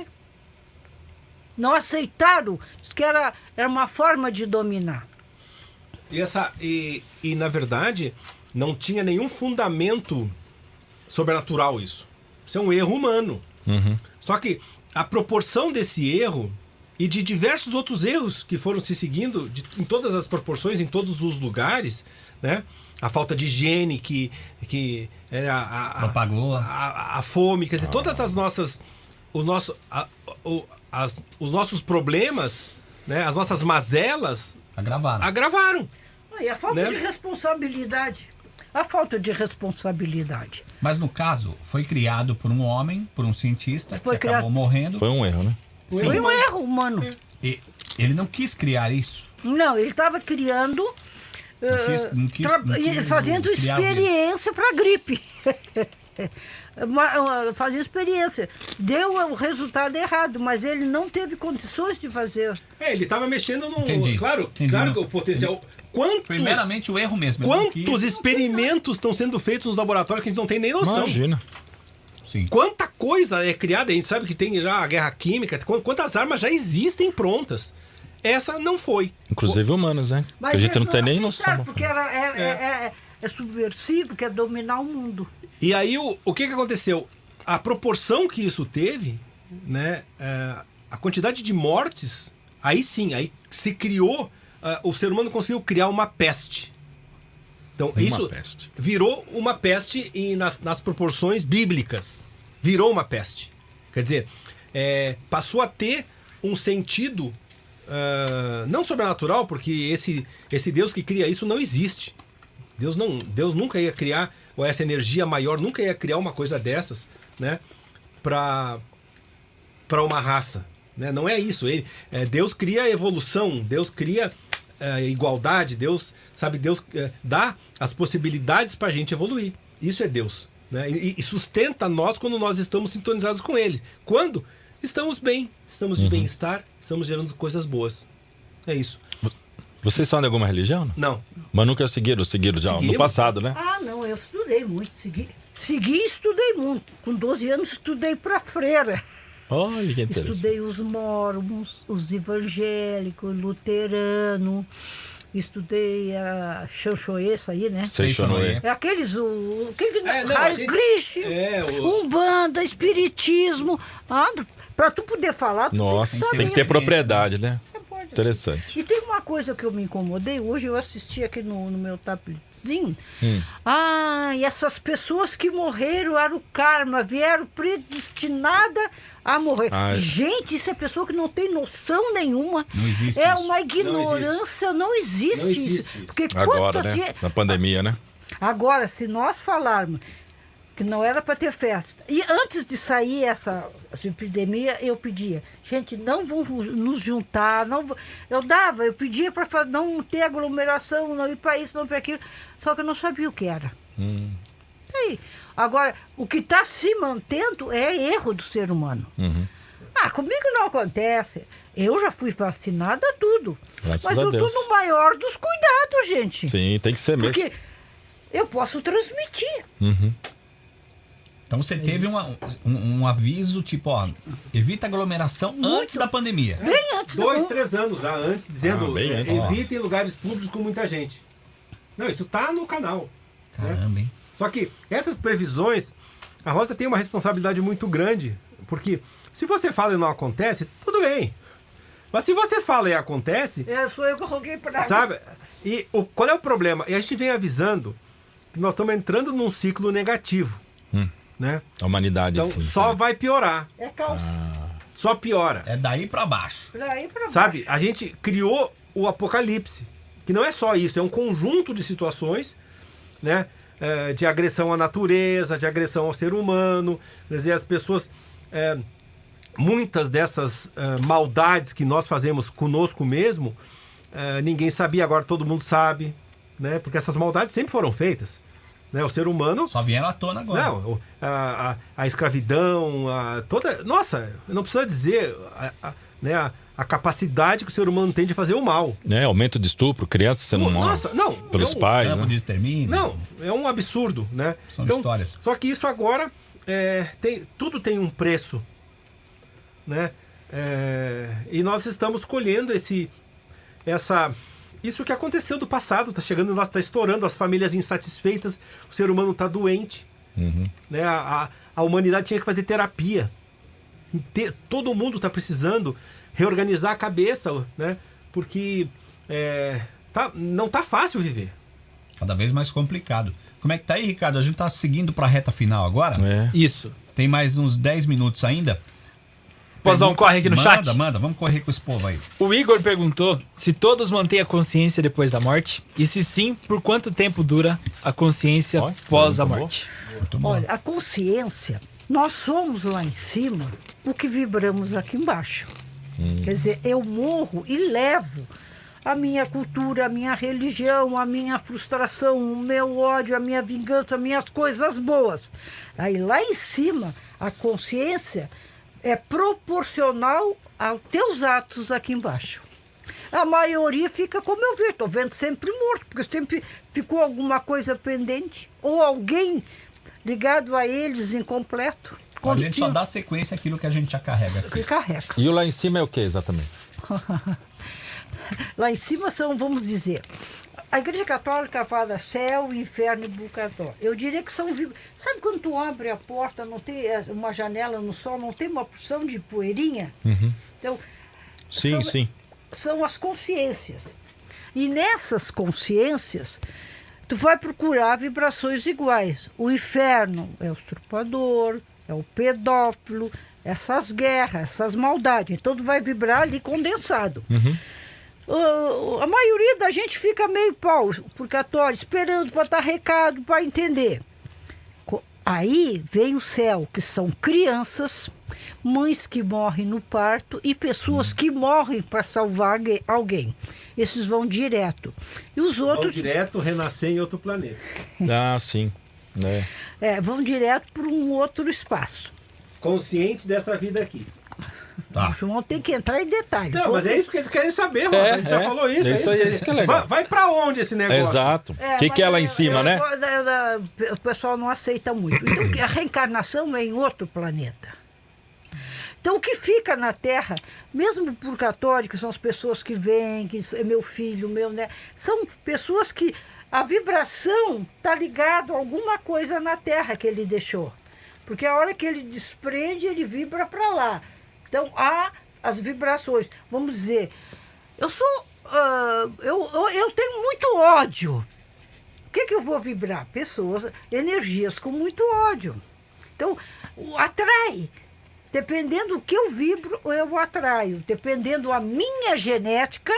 Não aceitaram, diz que era, era uma forma de dominar. E, essa, e, e, na verdade, não tinha nenhum fundamento sobrenatural isso. Isso é um erro humano. Só que a proporção desse erro e de diversos outros erros que foram se seguindo de, em todas as proporções, em todos os lugares, né? A falta de higiene que, que era a, a, Propagou. a, a, a fome, quer dizer, todas as nossas os, nosso, a, o, as, os nossos problemas, né? As nossas mazelas Agravaram. agravaram. E a falta Né? de responsabilidade. A falta de responsabilidade. Mas no caso, foi criado por um homem, por um cientista, Foi que acabou criado- morrendo. Foi um erro, né? Sim. Foi um erro humano. E ele não quis criar isso. Não, ele estava criando, Não quis- eh, não quis- tra- não quis fazendo criar o vírus. experiência para gripe. Uma- uma- Fazia experiência. Deu o resultado errado, mas ele não teve condições de fazer. É, ele estava mexendo no. Entendi. Claro, Entendi. claro que o potencial. Quantos, Foi meramente o erro mesmo. ele não quantos quis. experimentos estão sendo feitos nos laboratórios que a gente não tem nem noção? Imagina. Sim. Quanta coisa é criada, a gente sabe que tem já a guerra química, qu- quantas armas já existem prontas. Essa não foi. Inclusive humanos, né? Mas Que a gente eles não tem nem aceitaram, noção. Porque era, é, é, é- é subversivo, quer dominar o mundo. E aí o, o que, que aconteceu? A proporção que isso teve, né? é, a quantidade de mortes, aí sim, aí se criou, ah, o ser humano conseguiu criar uma peste. Então Uma isso peste. virou uma peste e nas, nas proporções bíblicas. Virou uma peste. Quer dizer, é, passou a ter um sentido ah, não sobrenatural, porque esse, esse Deus que cria isso não existe. Deus, não, Deus nunca ia criar, ou essa energia maior nunca ia criar uma coisa dessas, né? Para para uma raça, né? Não é isso. Ele, é, Deus cria evolução, Deus cria é, igualdade, Deus, sabe, Deus é, dá as possibilidades para a gente evoluir. Isso é Deus, né? E, e sustenta nós quando nós estamos sintonizados com Ele. Quando estamos bem, estamos de Uhum. bem-estar, estamos gerando coisas boas. É isso. Vocês são de alguma religião? Não? Não. Mas nunca seguiram, seguiram já Seguimos. no passado, né? Ah, não, eu estudei muito, segui, segui e estudei muito. Com doze anos estudei para freira. Olha que interessante. Estudei os mormons, os evangélicos, luterano, estudei a Xanxoê, isso aí, né? Seixonoe. É aqueles, o, aquele, É, não, a Hare gente- Krishna, é, o- Umbanda, Espiritismo. Ah, para tu poder falar, tu Nossa, tem que saber. tem que ter propriedade, né? É, pode. Interessante. E tem uma coisa que eu me incomodei, hoje eu assisti aqui no, no meu tabletzinho. Hum. Ah, e essas pessoas que morreram era o karma, vieram predestinada a morrer. Ah, é. Gente, isso é pessoa que não tem noção nenhuma. Não existe É isso. uma ignorância, não existe, Não existe isso. isso. Porque Agora, quantas né? ge- Na pandemia, né? Agora, se nós falarmos que não era para ter festa, e antes de sair essa, essa epidemia, eu pedia, gente, não vão nos juntar, não vão- eu dava, eu pedia para não ter aglomeração, não ir para isso, não para aquilo, só que eu não sabia o que era. Hum. Aí, agora, o que está se mantendo é erro do ser humano. Uhum. Ah, comigo não acontece. Eu já fui vacinada, tudo. Graças Mas a eu Deus. estou no maior dos cuidados, gente. Sim, tem que ser mesmo. Porque eu posso transmitir. Uhum. Então você teve uma- um, um aviso, tipo, ó, evita aglomeração antes da pandemia. Bem antes Dois, do... três anos já antes, dizendo Ah, bem é, antes. evitem lugares públicos com muita gente. Não, isso tá no canal. Caramba, né? hein? Só que essas previsões, a Rosa tem uma responsabilidade muito grande, porque se você fala e não acontece, tudo bem. Mas se você fala e acontece... É, sou eu que coloquei pra... Sabe? E o, qual é o problema? E a gente vem avisando que nós estamos entrando num ciclo negativo. Hum. Né? A humanidade, então assim. só né? vai piorar. É calça. Ah. Só piora. É daí pra baixo. Daí pra baixo. Sabe? A gente criou o apocalipse. Que não é só isso, é um conjunto de situações, né? É, de agressão à natureza, de agressão ao ser humano. Quer dizer, as pessoas... É, muitas dessas uh, maldades que nós fazemos conosco mesmo, uh, ninguém sabia, agora todo mundo sabe, né? Porque essas maldades sempre foram feitas. Né? O ser humano... Só vieram à tona agora. Não, a, a, a escravidão, a, toda... Nossa, não precisa dizer a, a, né, a, a capacidade que o ser humano tem de fazer o mal. É, aumento de estupro, crianças sendo Nossa, não, pelos é um, pais. Campo Né? de extermínio. Não, é um absurdo, né? São então, histórias. Só que isso agora, é, tem, tudo tem um preço. Né? É, e nós estamos colhendo esse, essa, isso que aconteceu do passado, está chegando, nós está estourando, as famílias insatisfeitas, o ser humano está doente, Uhum. né? a, a, a humanidade tinha que fazer terapia, Te, todo mundo está precisando reorganizar a cabeça, né? Porque é, tá, não está fácil viver. Cada vez mais complicado. Como é que tá aí, Ricardo? A gente tá seguindo para a reta final agora. É. Isso. Tem mais uns dez minutos ainda. Posso dar um corre aqui no manda, chat? Manda, manda. Vamos correr com esse povo aí. O Igor perguntou se todos mantêm a consciência depois da morte e se sim, por quanto tempo dura a consciência Ó, pós a muito bom. morte. Muito bom. Olha, a consciência, nós somos lá em cima o que vibramos aqui embaixo. Quer dizer, eu morro e levo a minha cultura, a minha religião, a minha frustração, o meu ódio, a minha vingança, as minhas coisas boas. Aí lá em cima, a consciência é proporcional aos teus atos aqui embaixo. A maioria fica como eu vi, estou vendo sempre morto, porque sempre ficou alguma coisa pendente, ou alguém ligado a eles incompleto. A gente só dá sequência àquilo que a gente já carrega aqui. Que carrega. E o lá em cima é o que exatamente? Lá em cima são, vamos dizer, a Igreja Católica fala céu, inferno e purgatório. Eu diria que são... Sabe quando tu abre a porta, não tem uma janela no sol, não tem uma porção de poeirinha? Uhum. Então, Sim, são, sim. são as consciências. E nessas consciências, tu vai procurar vibrações iguais. O inferno é o estrupador, é o pedófilo, essas guerras, essas maldades. Então tu vai vibrar ali condensado. Uhum. Uh, a maioria da gente fica meio pau, purgatório, esperando para dar recado, para entender. Co- Aí vem o céu, que são crianças, mães que morrem no parto e pessoas que morrem para salvar alguém- alguém. Esses vão direto. E os Vão outros direto renascer em outro planeta. Ah, sim. É. é, vão direto para um outro espaço. Consciente dessa vida aqui. Tá. Vão ter que entrar em detalhe. Não, mas é isso que eles querem saber, Rosa. É, a gente já é. falou isso. É isso aí, é isso que é legal. Vai, vai pra onde esse negócio? Exato. O que, mas que é lá em eu- cima, eu- né? eu- eu- o pessoal não aceita muito. Então, a reencarnação é em outro planeta. Então, o que fica na Terra, mesmo o purgatório, que são as pessoas que vêm, que é meu filho, meu neto, são pessoas que a vibração está ligada a alguma coisa na Terra que ele deixou. Porque a hora que ele desprende, ele vibra para lá. Então, há as vibrações. Vamos dizer, eu sou... ah, eu, eu, eu tenho muito ódio. O que, que eu vou vibrar? Pessoas, energias com muito ódio. Então, o- atrai. Dependendo do que eu vibro, eu atraio. Dependendo da minha genética,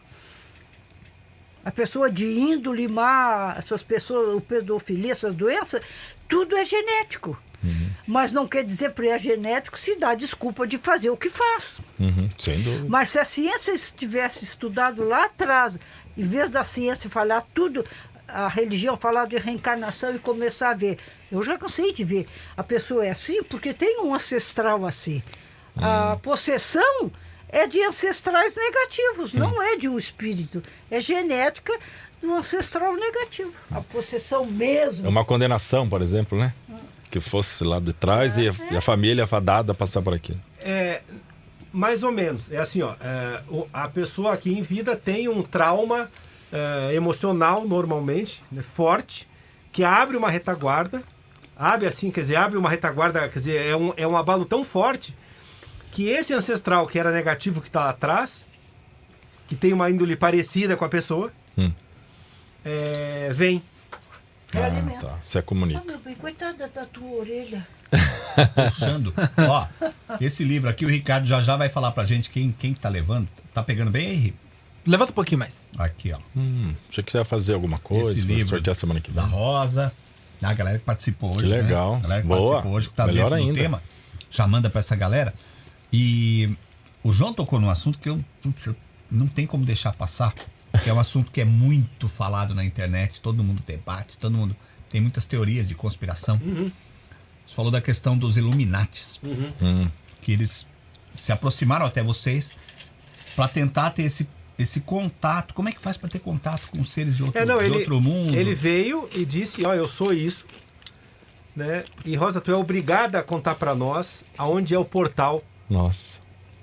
a pessoa de índole má, essas pessoas, o pedofilia, essas doenças, tudo é genético. Mas não quer dizer para genético se dá desculpa de fazer o que faz. Uhum, sem dúvida. Mas se a ciência tivesse estudado lá atrás, em vez da ciência falar tudo, a religião falar de reencarnação e começar a ver. Eu já cansei de ver. A pessoa é assim porque tem um ancestral assim. A possessão é de ancestrais negativos, não é de um espírito. É genética do ancestral negativo. A possessão mesmo. É uma condenação, por exemplo, né? Que fosse lá de trás e, a, e a família fadada a passar por aquilo. É, mais ou menos. É assim, ó. É, o- a pessoa aqui em vida tem um trauma é, emocional, normalmente, né, forte, que abre uma retaguarda, abre assim, quer dizer, abre uma retaguarda, quer dizer, é um, é um abalo tão forte que esse ancestral que era negativo que está lá atrás, que tem uma índole parecida com a pessoa, Hum. é, vem. Ah, tá. Se comunica. Ah, meu bem, coitada da tua orelha. Puxando. Ó, esse livro aqui, o Ricardo já já vai falar pra gente quem, quem tá levando. Tá pegando bem aí, Ri? Levanta um pouquinho mais. Aqui, ó. Hum, achei que você ia fazer alguma coisa. Esse pra livro sortear semana que da vem. Rosa. A galera que participou hoje. Que legal. Né? A galera que Boa. participou hoje, que tá Melhor dentro ainda. do tema. Já manda pra essa galera. E o João tocou num assunto que eu, putz, eu não tem como deixar passar. Que é um assunto que é muito falado na internet. Todo mundo debate, todo mundo... Tem muitas teorias de conspiração. Uhum. Você falou da questão dos Illuminatis. Uhum. Hum. Que eles se aproximaram até vocês para tentar ter esse, esse contato. Como é que faz para ter contato com seres de outro, É, não, de ele, outro mundo? ele veio e disse, ó, eu sou isso, né? E Rosa, tu é obrigada a contar para nós aonde é o portal Nossa.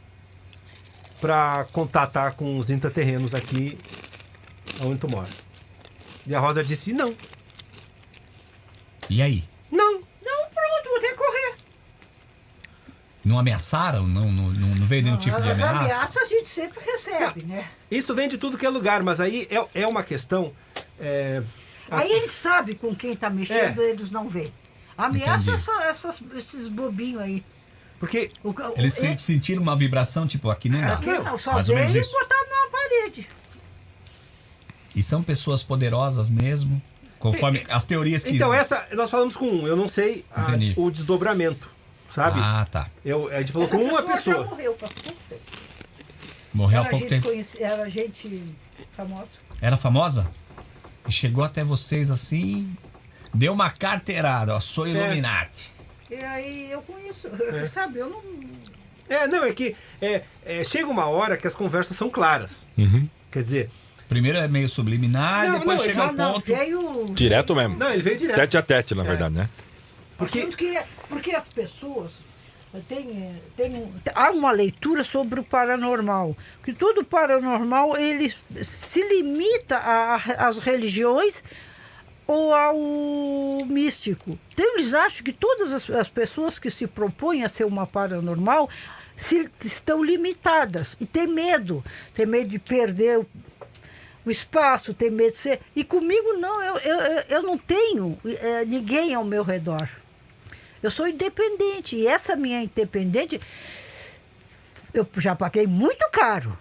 para contatar com os intraterrenos aqui onde tu mora. E a Rosa disse, não, E aí? não. Não, pronto, vou ter que correr. Não ameaçaram? Não, não, não não veio nenhum tipo de As ameaça? ameaças a gente sempre recebe, né? Isso vem de tudo que é lugar, mas aí é, é uma questão... é, Aí assim, eles sabem com quem tá mexendo, É. eles não veem. Ameaça Entendi. essa, essas, esses bobinhos aí. porque O, o, Eles é- sen- sentiram uma vibração, tipo, aqui não dá. aqui não, só Mais ou veio menos e isso. botaram na parede. E são pessoas poderosas mesmo, conforme as teorias que... então essa, nós falamos com um, eu não sei a- Entendi. o desdobramento, sabe? Ah, tá. Eu, a gente falou Essa com uma pessoa pessoa. já morreu faz pouco tempo. Morreu há Era pouco gente, tempo. conheci- era gente famosa. Era famosa? E chegou até vocês assim... Deu uma carteirada, ó. Sou Illuminati. E aí eu conheço, sabe, eu não... É, não, é que é, é, chega uma hora que as conversas são claras. Uhum. Quer dizer, Primeiro é meio subliminar, Não, depois não, chega Não, ao não, ponto... veio... Direto mesmo. não, ele veio direto. Tete a tete, na verdade, né? Porque Porque, porque as pessoas têm, têm, um- há uma leitura sobre o paranormal. Que todo paranormal ele se limita a- às religiões ou ao místico. Então eles acham que todas as, as pessoas que se propõem a ser uma paranormal se, estão limitadas e tem medo. Tem medo de perder o o espaço, tem medo de ser... E comigo não, eu, eu, eu- eu não tenho eh, ninguém ao meu redor. Eu sou independente. E essa minha independente, eu já paguei muito caro.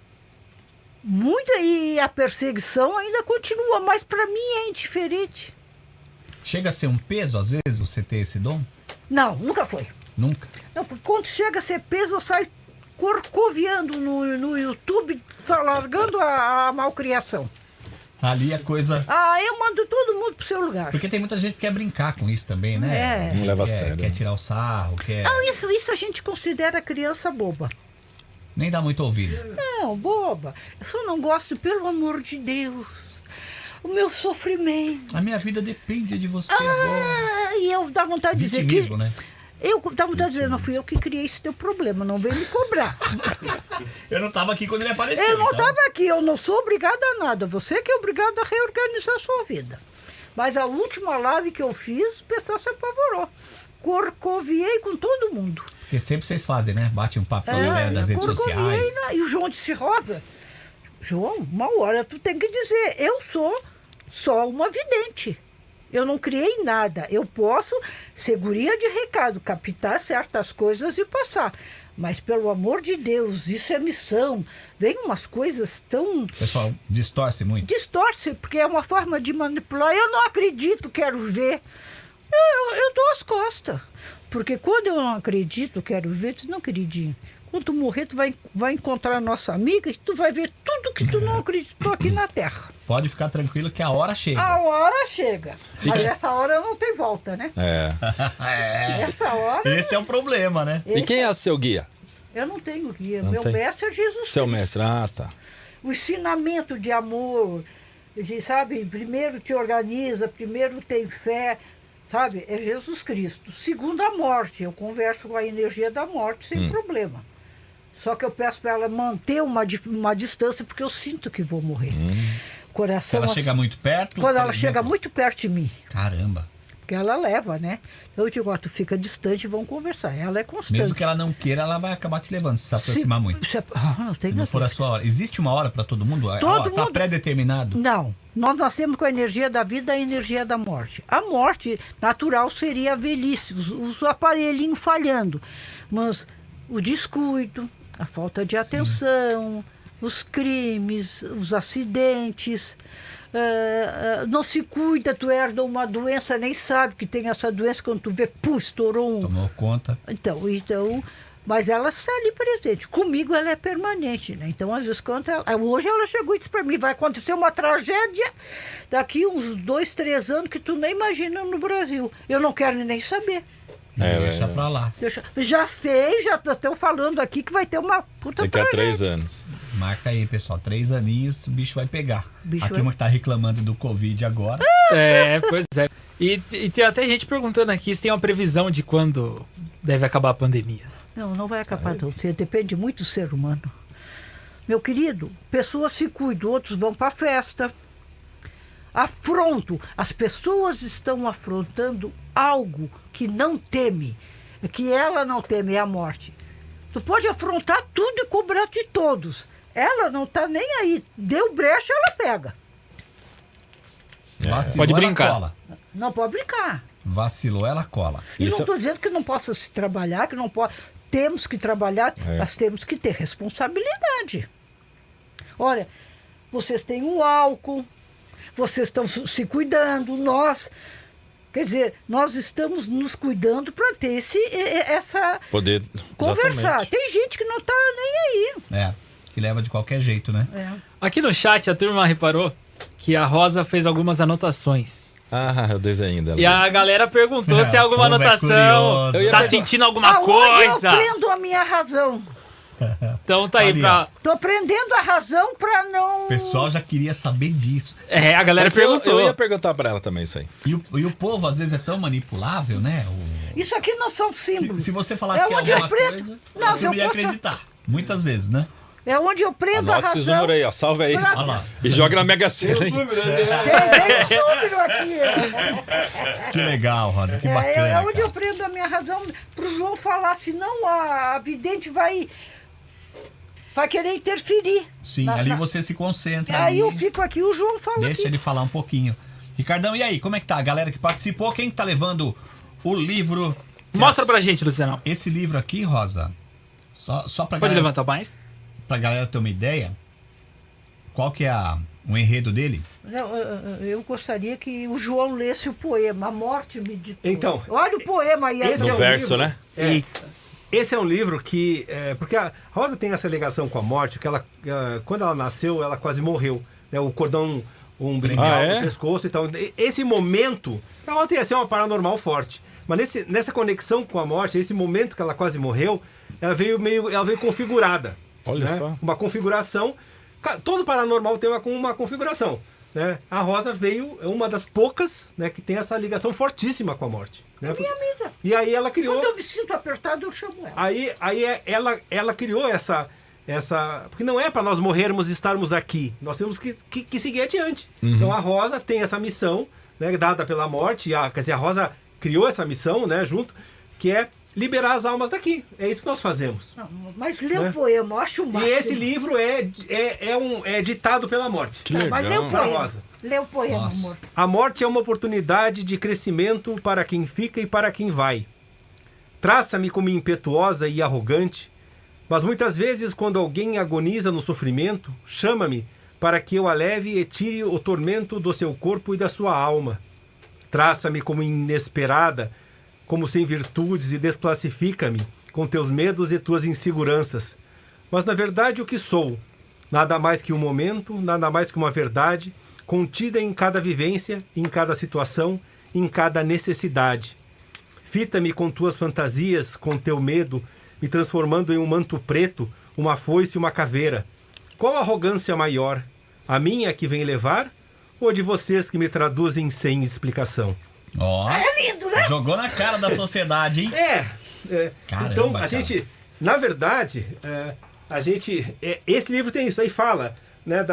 Muito, e a perseguição ainda continua, mas para mim é indiferente. Chega a ser um peso, às vezes, você ter esse dom? Não, nunca foi. Nunca. Não, porque quando chega a ser peso, eu saio corcoviando no, no YouTube, só largando a, a malcriação. Ali a coisa... Ah, eu mando todo mundo pro seu lugar. Porque tem muita gente que quer brincar com isso também, né? É. Não leva a Quer- sério. Quer tirar o sarro, quer... Não, isso, isso a gente considera criança boba. Nem dá muito ouvido. Não, boba. Eu só não gosto, pelo amor de Deus. O meu sofrimento. A minha vida depende de você agora. Ah, e eu dá vontade de dizer que... Vitimismo, né? Eu dá vontade de dizer, não fui eu que criei esse teu problema, não vem me cobrar. Eu não tava aqui quando ele apareceu. Eu não então. estava aqui, eu não sou obrigada a nada. Você que é obrigado a reorganizar a sua vida. Mas a última live que eu fiz, o pessoal se apavorou. Corcoviei com todo mundo. Porque sempre vocês fazem, né? Bate um papo com a galera das redes corcoviei sociais. na- E o João disse, Rosa, João, uma hora tu tem que dizer, eu sou só uma vidente. Eu não criei nada. Eu posso, seguria de recado, captar certas coisas e passar. Mas, pelo amor de Deus, isso é missão. Vem umas coisas tão... O pessoal distorce muito. Distorce, porque é uma forma de manipular. Eu não acredito, quero ver. Eu, eu dou as costas. Porque quando eu não acredito, quero ver, tu não, queridinho. Quando tu morrer, tu vai, vai encontrar a nossa amiga e tu vai ver tudo que tu não acreditou aqui na Terra. Pode ficar tranquilo que a hora chega. A hora chega. Mas essa hora não tem volta, né? É. É. Essa hora... Esse é o problema, né? E quem é o seu guia? Eu não tenho guia. Não Meu tem? mestre é Jesus Seu Cristo. mestre. Ah, tá. O ensinamento de amor, de, sabe, primeiro te organiza, primeiro tem fé, sabe, é Jesus Cristo. Segundo, a morte, eu converso com a energia da morte sem problema. Só que eu peço para ela manter uma, di- uma distância, porque eu sinto que vou morrer. Coração. Ela ace- chega muito perto? Quando por ela exemplo? chega muito perto de mim. Caramba. Porque ela leva, né? Eu digo, ó, tu fica distante e vão conversar. Ela é constante. Mesmo que ela não queira, ela vai acabar te levando, se se aproximar Se- muito. se- ah, não tem Se não for a sua hora. Existe uma hora pra todo mundo? Todo Ó, tá mundo- pré-determinado? Não. Nós nascemos com a energia da vida e a energia da morte. A morte natural seria a velhice, os, os aparelhinhos falhando. Mas o descuido, a falta de atenção, os crimes, os acidentes. ah, ah, não se cuida, tu herda uma doença, nem sabe que tem essa doença, quando tu vê, pum, estourou um. Tomou conta. Então, então, mas ela está ali presente. Comigo ela é permanente, né? Então, às vezes, quando ela, hoje ela chegou e disse para mim, vai acontecer uma tragédia daqui uns dois, três anos que tu nem imagina no Brasil. Eu não quero nem saber. É, Deixa é. pra lá. Deixa- já sei, já estão falando aqui que vai ter uma puta Daqui a tragédia. três anos. Marca aí, pessoal. Três aninhos, o bicho vai pegar. Bicho a vai- turma que tá reclamando do Covid agora. É, pois é. E, e tem até gente perguntando aqui se tem uma previsão de quando deve acabar a pandemia. Não, não vai acabar não. Você depende muito do ser humano. Meu querido, pessoas se cuidam, outros vão para festa. Afronto. As pessoas estão afrontando algo que não teme, que ela não teme, é a morte. Tu pode afrontar tudo e cobrar de todos. Ela não tá nem aí. Deu brecha, ela pega. Vacilou, Pode ela brincar. cola. Não pode brincar. Vacilou, ela cola. E Isso- não estou dizendo que não possa se trabalhar, que não pode. Temos que trabalhar, É. mas temos que ter responsabilidade. Olha, vocês têm o álcool, vocês estão se cuidando, nós. Quer dizer, nós estamos nos cuidando para ter esse, e- e- essa. Poder. Conversar. Exatamente. Tem gente que não está nem aí. É, que leva de qualquer jeito, né? É. Aqui no chat a turma reparou que a Rosa fez algumas anotações. Ah, eu desenho dela. E a galera perguntou se é alguma o povo é anotação. curioso. Eu ia Tá pegar- sentindo alguma Aonde eu coisa? prendo a minha razão. Então tá aí Ali, pra. Tô prendendo a razão para não. O pessoal já queria saber disso. É, a galera Mas eu, perguntou. eu ia perguntar pra ela também isso aí. E o, e o povo, às vezes, é tão manipulável, né? O- Isso aqui não são que- símbolos. se você falasse É que é onde eu alguma prendo. coisa, Não, eu se eu não ia fosse- acreditar. Muitas vezes, né? É onde eu prendo a Anota esses razão. números aí, ó. Salve aí. Pra- Olha lá. E joga na Mega Sena, hein? Tem, tem um número aqui. Que legal, Rosa, que É, bacana. é onde cara. eu prendo a minha razão pro João falar, senão a, a vidente vai, vai querer interferir. Sim, Na- ali na- você se concentra. Aí ali. eu fico aqui, o João fala Deixa aqui. ele falar um pouquinho. Ricardão, e aí, como é que tá? A galera que participou, quem tá levando o livro? que Mostra as- pra gente, Luciano. Esse livro aqui, Rosa, só, só pra, Pode galera, levantar mais? pra galera ter uma ideia, qual que é a, o enredo dele? Não, eu, eu gostaria que o João lesse o poema, A Morte Me Ditou. Então, Olha o poema aí. esse No é um verso, livro- né? É, esse é um livro que. É, porque a Rosa tem essa ligação com a morte, que ela, ela- quando ela nasceu, ela quase morreu. Né? O cordão umbilical Ah, é? no pescoço e tal. E- Esse momento. A Rosa ia ser uma paranormal forte. Mas nesse, nessa conexão com a morte, esse momento que ela quase morreu, ela veio meio. Ela veio configurada. Olha né? só. Uma configuração. Ca- Todo paranormal tem uma, uma configuração. Né? A Rosa veio, é uma das poucas, né, que tem essa ligação fortíssima com a morte. Né? Minha amiga. E aí ela criou. Quando eu me sinto apertado, eu chamo ela. Aí, aí é- ela, ela criou essa, essa. Porque não é para nós morrermos e estarmos aqui. Nós temos que, que, que seguir adiante. Então a Rosa tem essa missão, né, dada pela morte. E a, quer dizer, a Rosa criou essa missão, né, junto, que é liberar as almas daqui. É isso que nós fazemos. Não, mas lê Né? o poema, eu acho o E máximo. esse livro é, é, é, um, é ditado pela morte. Que Não, mas lê o legal. poema. Rosa. Lê o poema, Nossa. amor. A morte é uma oportunidade de crescimento para quem fica e para quem vai. Traça-me como impetuosa e arrogante, mas muitas vezes, quando alguém agoniza no sofrimento, chama-me para que eu a leve e tire o tormento do seu corpo e da sua alma. Traça-me como inesperada, como sem virtudes e desclassifica-me com teus medos e tuas inseguranças. Mas na verdade o que sou? Nada mais que um momento, nada mais que uma verdade, contida em cada vivência, em cada situação, em cada necessidade. Fita-me com tuas fantasias, com teu medo, me transformando em um manto preto, uma foice e uma caveira. Qual arrogância maior? A minha que vem levar? Ou de vocês que me traduzem sem explicação? Ó, É lindo, né? jogou na cara da sociedade, hein? É. é, Caramba, então, a cara. gente, na verdade, é, a gente, é, esse livro tem isso, aí fala, né, da,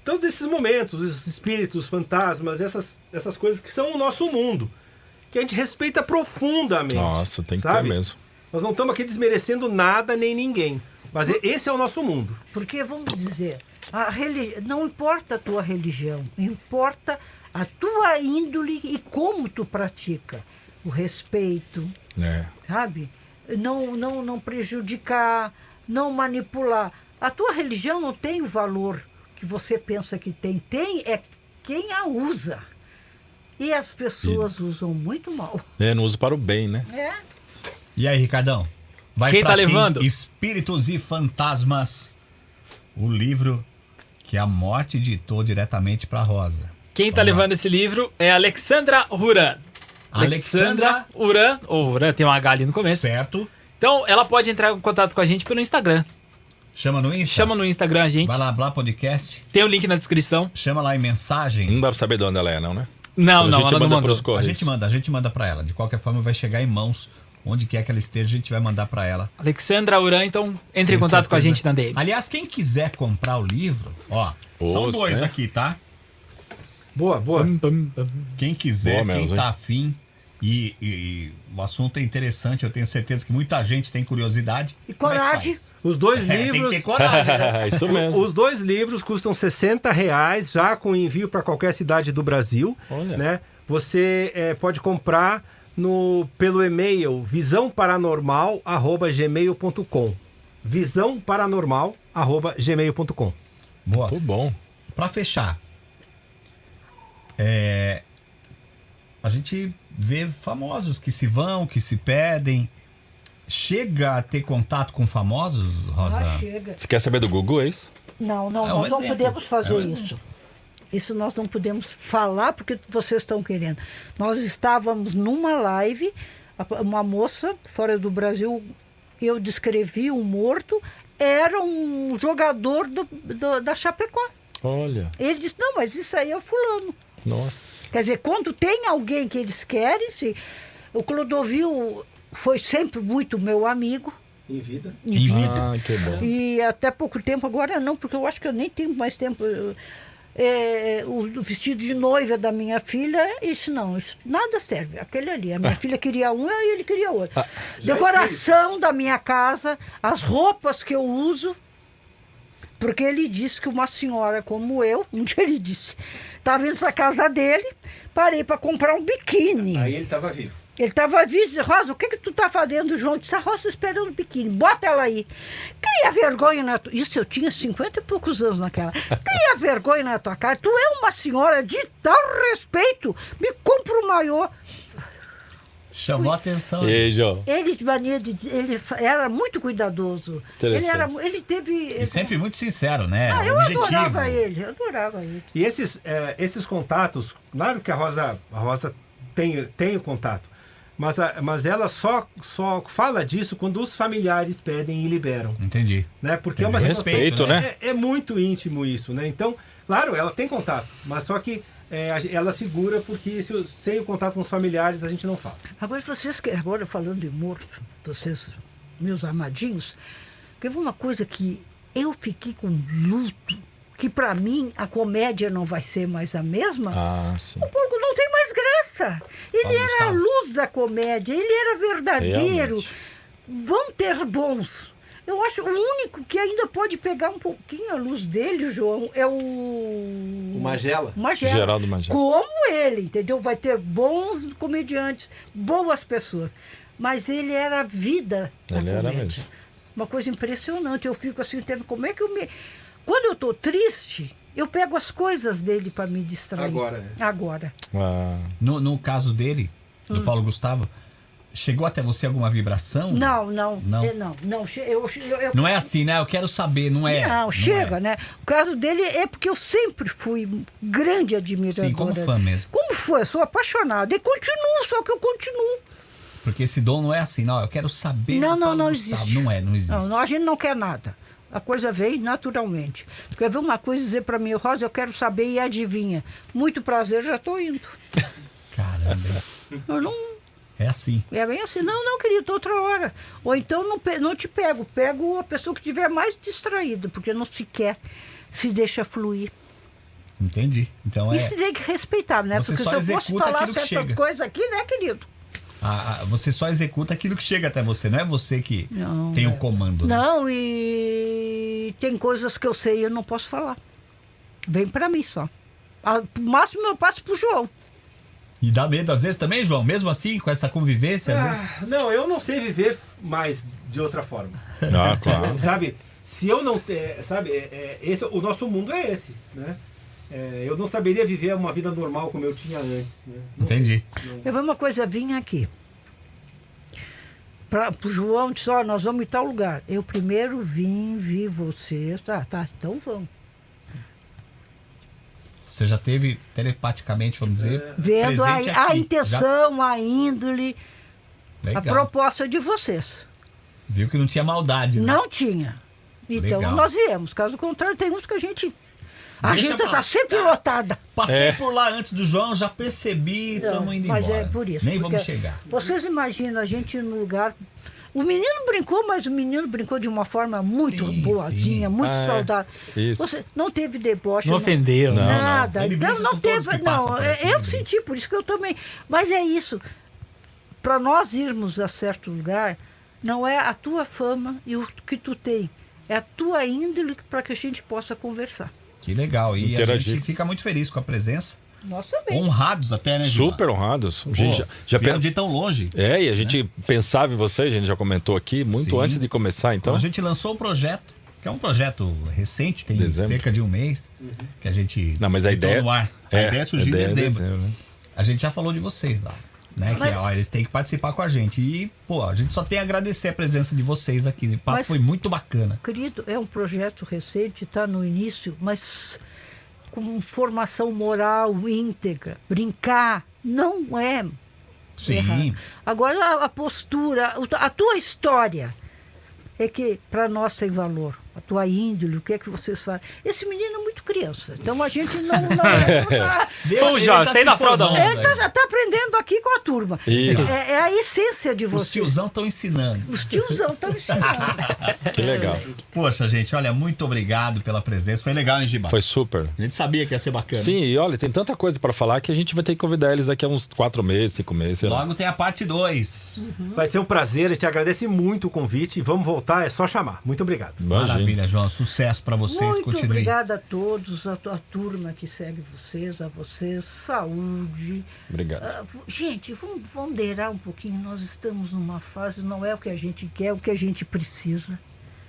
todos esses momentos, os espíritos, fantasmas, essas, essas coisas que são o nosso mundo, que a gente respeita profundamente. Nossa, tem que sabe? ter mesmo. Nós não estamos aqui desmerecendo nada nem ninguém, mas esse é o nosso mundo. Porque, vamos dizer, a religi... não importa a tua religião, importa a tua índole e como tu pratica. O respeito, É. sabe? Não, não, não prejudicar, não manipular. A tua religião não tem o valor que você pensa que tem. Tem é quem a usa. E as pessoas usam muito mal. É, não uso para o bem, né? É. E aí, Ricardão? Vai Quem pra tá levando? Espíritos e Fantasmas. O livro que a morte ditou diretamente pra Rosa. Quem tá Vamos lá. levando esse livro é Alexandra Huran. Alexandra Huran, ou Huran, tem um H ali no começo. Certo. Então, ela pode entrar em contato com a gente pelo Instagram. Chama no Insta. Chama no Instagram a gente. Vai lá, Blá Podcast. Tem o link na descrição. Chama lá em mensagem. Não dá pra saber de onde ela é, não, né? Não, A não, gente ela não manda mandou. pros A correios. gente manda, a gente manda pra ela. De qualquer forma, vai chegar em mãos. Onde quer que ela esteja, a gente vai mandar pra ela. Alexandra Huran, então entre em Tenho contato com a certeza. gente na D M. Aliás, quem quiser comprar o livro, ó, são Ouça, dois né? aqui, tá? Boa, boa. Quem quiser, Boa quem mesmo, tá hein? afim, e, e- e o assunto é interessante, eu tenho certeza que muita gente tem curiosidade. E Como é que coragem. faz? Os dois É, tem que livros... ter coragem. né? Isso mesmo. Os dois livros custam sessenta reais, já com envio para qualquer cidade do Brasil. Olha. Né? Você eh, pode comprar no, pelo e-mail visão paranormal arroba gmail ponto com. visão paranormal arroba gmail ponto com. Boa. Muito bom. Pra fechar, é, a gente vê famosos que se vão, que se perdem. Chega a ter contato com famosos, Rosa? Ah, chega. Você quer saber do Google, é isso? Não, não, É um nós não exemplo. podemos fazer É um isso. exemplo. Isso nós não podemos falar porque vocês estão querendo. Nós estávamos numa live, a- uma moça fora do Brasil, eu descrevi um morto, era um jogador do- do- da Chapecó. Olha. Ele disse, não, mas isso aí é o fulano. Nossa. Quer dizer, quando tem alguém que eles querem, se, o Clodovil foi sempre muito meu amigo. Em vida. Em vida. Ah, que bom. E até pouco tempo, agora não, porque eu acho que eu nem tenho mais tempo. Eu- é, o, o vestido de noiva da minha filha, isso não, isso nada serve. Aquele ali. A minha filha queria um e ele queria outro. Decoração da minha casa, as roupas que eu uso. Porque ele disse que uma senhora como eu, um dia ele disse, estava indo para casa dele, parei para comprar um biquíni. Aí ele estava vivo. Ele estava vivo e disse, Rosa, o que que tu tá fazendo, João? Eu disse, a Rosa esperando o biquíni, bota ela aí. Cria vergonha na tua... Isso eu tinha cinquenta e poucos anos naquela. Cria vergonha na tua cara. Tu é uma senhora de tal respeito. Me compra o maiô. Chamou a atenção. E aí, João? Ele, de maneira de... Ele era muito cuidadoso. Ele, Interessante. era, ele teve... E sempre muito sincero, né? Ah, eu Objetivo. adorava ele, eu adorava ele. E esses, eh, esses contatos, claro que a Rosa, a Rosa tem, tem o contato, mas, a- mas ela só, só fala disso quando os familiares pedem e liberam. Entendi. Né? Porque é uma Entendi. situação- Respeito, né? É, é muito íntimo isso, né? Então, claro, ela tem contato, mas só que é, a- ela segura porque se, o- sem o contato com os familiares a gente não fala. Agora, vocês que agora falando de morto, vocês, meus amadinhos, que uma coisa que eu fiquei com luto, que para mim a comédia não vai ser mais a mesma. Ah, sim. O porco não tem mais graça. Ele Paulo era a Gustavo. luz da comédia, ele era verdadeiro. Realmente. Vão ter bons. Eu acho o único que ainda pode pegar um pouquinho a luz dele, João, é o. O Magela. O Magela. Geraldo Magela. Como ele, entendeu? Vai ter bons comediantes, boas pessoas. Mas ele era a vida da Ele era comédia. mesmo. Uma coisa impressionante. Eu fico assim, tendo como é que eu me. Quando eu tô triste, eu pego as coisas dele para me distrair. Agora, né? Agora. Ah, No, no caso dele, do Paulo Gustavo, chegou até você alguma vibração? Não, não, Não. eh, não, não. che- Eu, eu, eu- Não é assim, né? Eu quero saber, não é? Não, chega, é. né? O caso dele é porque eu sempre fui grande admiradora. Sim, como fã mesmo. Como fã, sou apaixonada. E continuo, só que eu continuo. Porque esse dom não é assim, não. Eu quero saber. Não, do não, Paulo não Gustavo. existe. Não é, não existe. Não, não, a gente não quer nada. A coisa vem naturalmente. Quer ver uma coisa dizer para mim, Rosa, eu quero saber e adivinha. Muito prazer, já estou indo. Caramba. Eu não. É assim. É bem assim, não, não, querido, outra hora. Ou então não, pe- não te pego, pego a pessoa que estiver mais distraída, porque não se quer, se deixa fluir. Entendi. Então é. Isso tem que respeitar, né? Você Porque só se eu fosse executa falar aquilo que certas chega. coisas aqui, né, querido? a- a- você só executa aquilo que chega até você, não é você que Não, tem o comando. né? Não, e tem coisas que eu sei e eu não posso falar. Vem pra mim só. Ah, O máximo eu passo pro João. E dá medo às vezes também, João? Mesmo assim, com essa convivência, às vezes. Ah, não, eu não sei viver mais de outra forma. Ah, claro. Sabe? Se eu não. É, sabe, é, é, esse, o nosso mundo é esse, né? É, eu não saberia viver uma vida normal como eu tinha antes. Né? Não Entendi. sei, não. Eu vi uma coisa, vim aqui. Pra, pro João, disse, ó, nós vamos em tal lugar. Eu primeiro vim, vi vocês. Tá, tá, então vamos. Você já teve telepaticamente, vamos dizer, Vendo a, presente a aqui. intenção, a índole, Já... a Legal. proposta de vocês. Viu que não tinha maldade, né? Não tinha. Então Legal. nós viemos. Caso contrário, tem uns que a gente. A Deixa agenda pra está lá. sempre lotada. Passei É. por lá antes do João, já percebi, Não, estamos indo mas embora. é por isso. Nem porque vamos chegar. Vocês imaginam a gente ir no lugar. O menino brincou, mas o menino brincou de uma forma muito Sim, boazinha, sim. muito Ah, é. saudável. Isso. Você não teve deboche. Não ofendeu. Não. Nada. Ele Não, brinca não com todos teve. que passam Não, por aqui, eu ele brinca. senti, por isso que eu também. Mas é isso. Para nós irmos a certo lugar, não é a tua fama e o que tu tem. É a tua índole para que a gente possa conversar. Que legal. E a Interagir. gente fica muito feliz com a presença. Nós também. Honrados até, né, Gilmar? Super honrados. A Pô, gente já, já vieram pen- de tão longe. É, e a gente pensava em você, a gente já comentou aqui, muito Sim. antes de começar, então. Então a gente lançou o projeto, que é um projeto recente, tem Dezembro. cerca de um mês, que a gente Não, mas a botou ideia. no ar. A ideia surgiu a ideia em é dezembro. né? A gente já falou de vocês lá, né? Que ó, eles têm que participar com a gente. E, pô, a gente só tem a agradecer a presença de vocês aqui. O papo Mas- foi muito bacana. Querido, é um projeto recente, está no início, mas com formação moral íntegra. Brincar não é Sim. errado. Agora, a, a postura, o- a tua história é que para nós tem valor. A tua índole, o que é que vocês fazem. Esse menino é muito criança, então a gente não... não, não Deixa Sou ele jovem, tá sei se da fralda formando ele aí. está aprendendo aqui com a turma. Isso. É, é a essência de Os vocês. tiozão estão ensinando. Os tiozão estão ensinando. Que legal. Poxa, gente, olha, muito obrigado pela presença. Foi legal, hein, Giba? Foi super. A gente sabia que ia ser bacana. Sim, e olha, tem tanta coisa pra falar que a gente vai ter que convidar eles daqui a uns quatro meses, cinco meses, sei lá. Logo tem a parte dois. Vai ser um prazer, a gente agradece muito o convite. Vamos voltar, é só chamar. Muito obrigado. Imagina. Maravilha, João. Sucesso pra vocês. Muito Continue. obrigada a todos, a, tua turma que segue vocês, a vocês, saúde. Obrigado. Ah, v- gente, vamos ponderar um pouquinho. Nós estamos numa fase, não é o que a gente quer, é o que a gente precisa.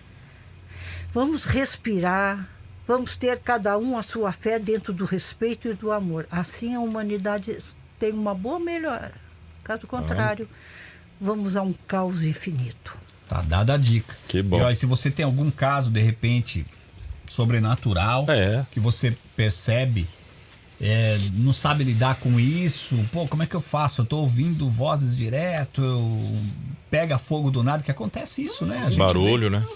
Vamos respirar, vamos ter cada um a sua fé dentro do respeito e do amor. Assim a humanidade tem uma boa melhora. Caso contrário, vamos a um caos infinito. Tá dada a dica. Que bom. E olha, se você tem algum caso, de repente, sobrenatural, É. que você percebe, é, não sabe lidar com isso, pô, como é que eu faço? Eu tô ouvindo vozes direto, eu pega fogo do nada, que acontece isso, né? A gente Barulho, né?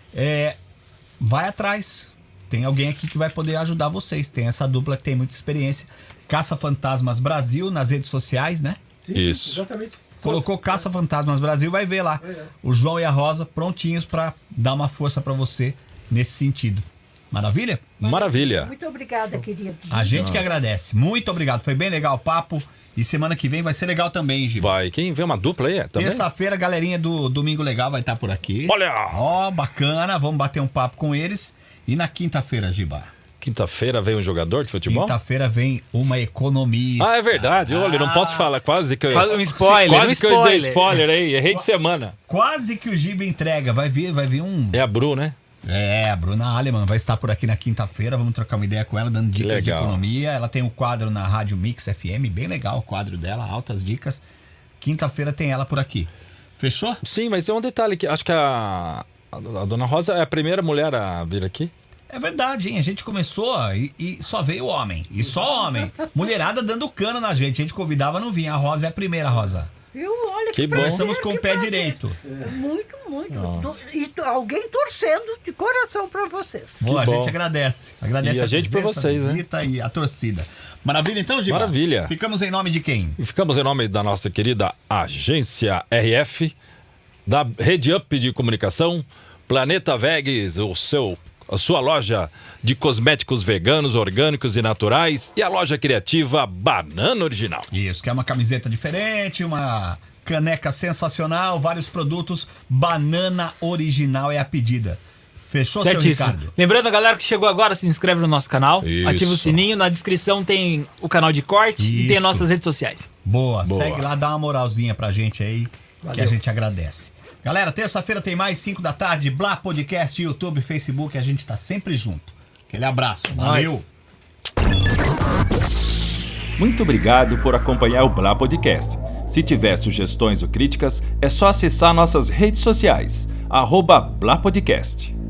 É, vai atrás. Tem alguém aqui que vai poder ajudar vocês. Tem essa dupla que tem muita experiência. Caça Fantasmas Brasil nas redes sociais, né? Sim, Isso. Sim, exatamente. Colocou Caça Fantasmas Brasil, vai ver lá. O João e a Rosa prontinhos pra dar uma força pra você nesse sentido. Maravilha? Maravilha. Muito obrigada, querido. A gente que agradece. Muito obrigado. Foi bem legal o papo. E semana que vem vai ser legal também, Giba. Vai. Quem vê uma dupla aí? é, Também? Terça-feira, a galerinha do Domingo Legal vai estar por aqui. Olha! Ó, bacana. Vamos bater um papo com eles. E na quinta-feira, Giba? Quinta-feira vem um jogador de futebol? Quinta-feira vem uma economia. Ah, é verdade. Olha, não posso falar. Quase que eu... Faz um spoiler, Quase um que eu dei spoiler. spoiler aí. Errei de semana. Quase que o Giba entrega. Vai vir, vai vir um. É a Bru, né? É, a Bruna Alemann vai estar por aqui na quinta-feira. Vamos trocar uma ideia com ela, dando dicas de legal. economia. Ela tem um quadro na Rádio Mix F M, bem legal o quadro dela, altas dicas. Quinta-feira tem ela por aqui. Fechou? Sim, mas tem um detalhe que acho que a, a, a Dona Rosa é a primeira mulher a vir aqui. É verdade, hein? A gente começou e, e só veio homem. E só homem. Mulherada dando cano na gente. A gente convidava, não vinha. A Rosa é a primeira, Rosa. Viu? Olha Que que, bom. prazer, Começamos com que o pé prazer. direito. Muito, muito. To- E to- alguém torcendo de coração para vocês. Bom, a bom. gente agradece. Agradece E a gente por presença, vocês, né? a visita e a torcida. Maravilha então, Giba? Maravilha. Ficamos em nome de quem? E ficamos em nome da nossa querida agência R F, da Rede Up de Comunicação, Planeta Vegas, o seu a sua loja de cosméticos veganos, orgânicos e naturais e a loja criativa Banana Original. Isso, que é uma camiseta diferente, uma caneca sensacional, vários produtos. Banana Original é a pedida. Fechou, seu Ricardo? Lembrando, a galera que chegou agora, se inscreve no nosso canal, Isso. ativa o sininho, na descrição tem o canal de corte Isso. e tem as nossas redes sociais. Boa, Boa. segue lá, dá uma moralzinha pra gente aí, Valeu. que a gente agradece. Galera, terça-feira tem mais, cinco da tarde, Blá Podcast, YouTube, Facebook, a gente tá sempre junto. Aquele abraço, valeu! Muito obrigado por acompanhar o Blá Podcast. Se tiver sugestões ou críticas, é só acessar nossas redes sociais, arroba Blá Podcast.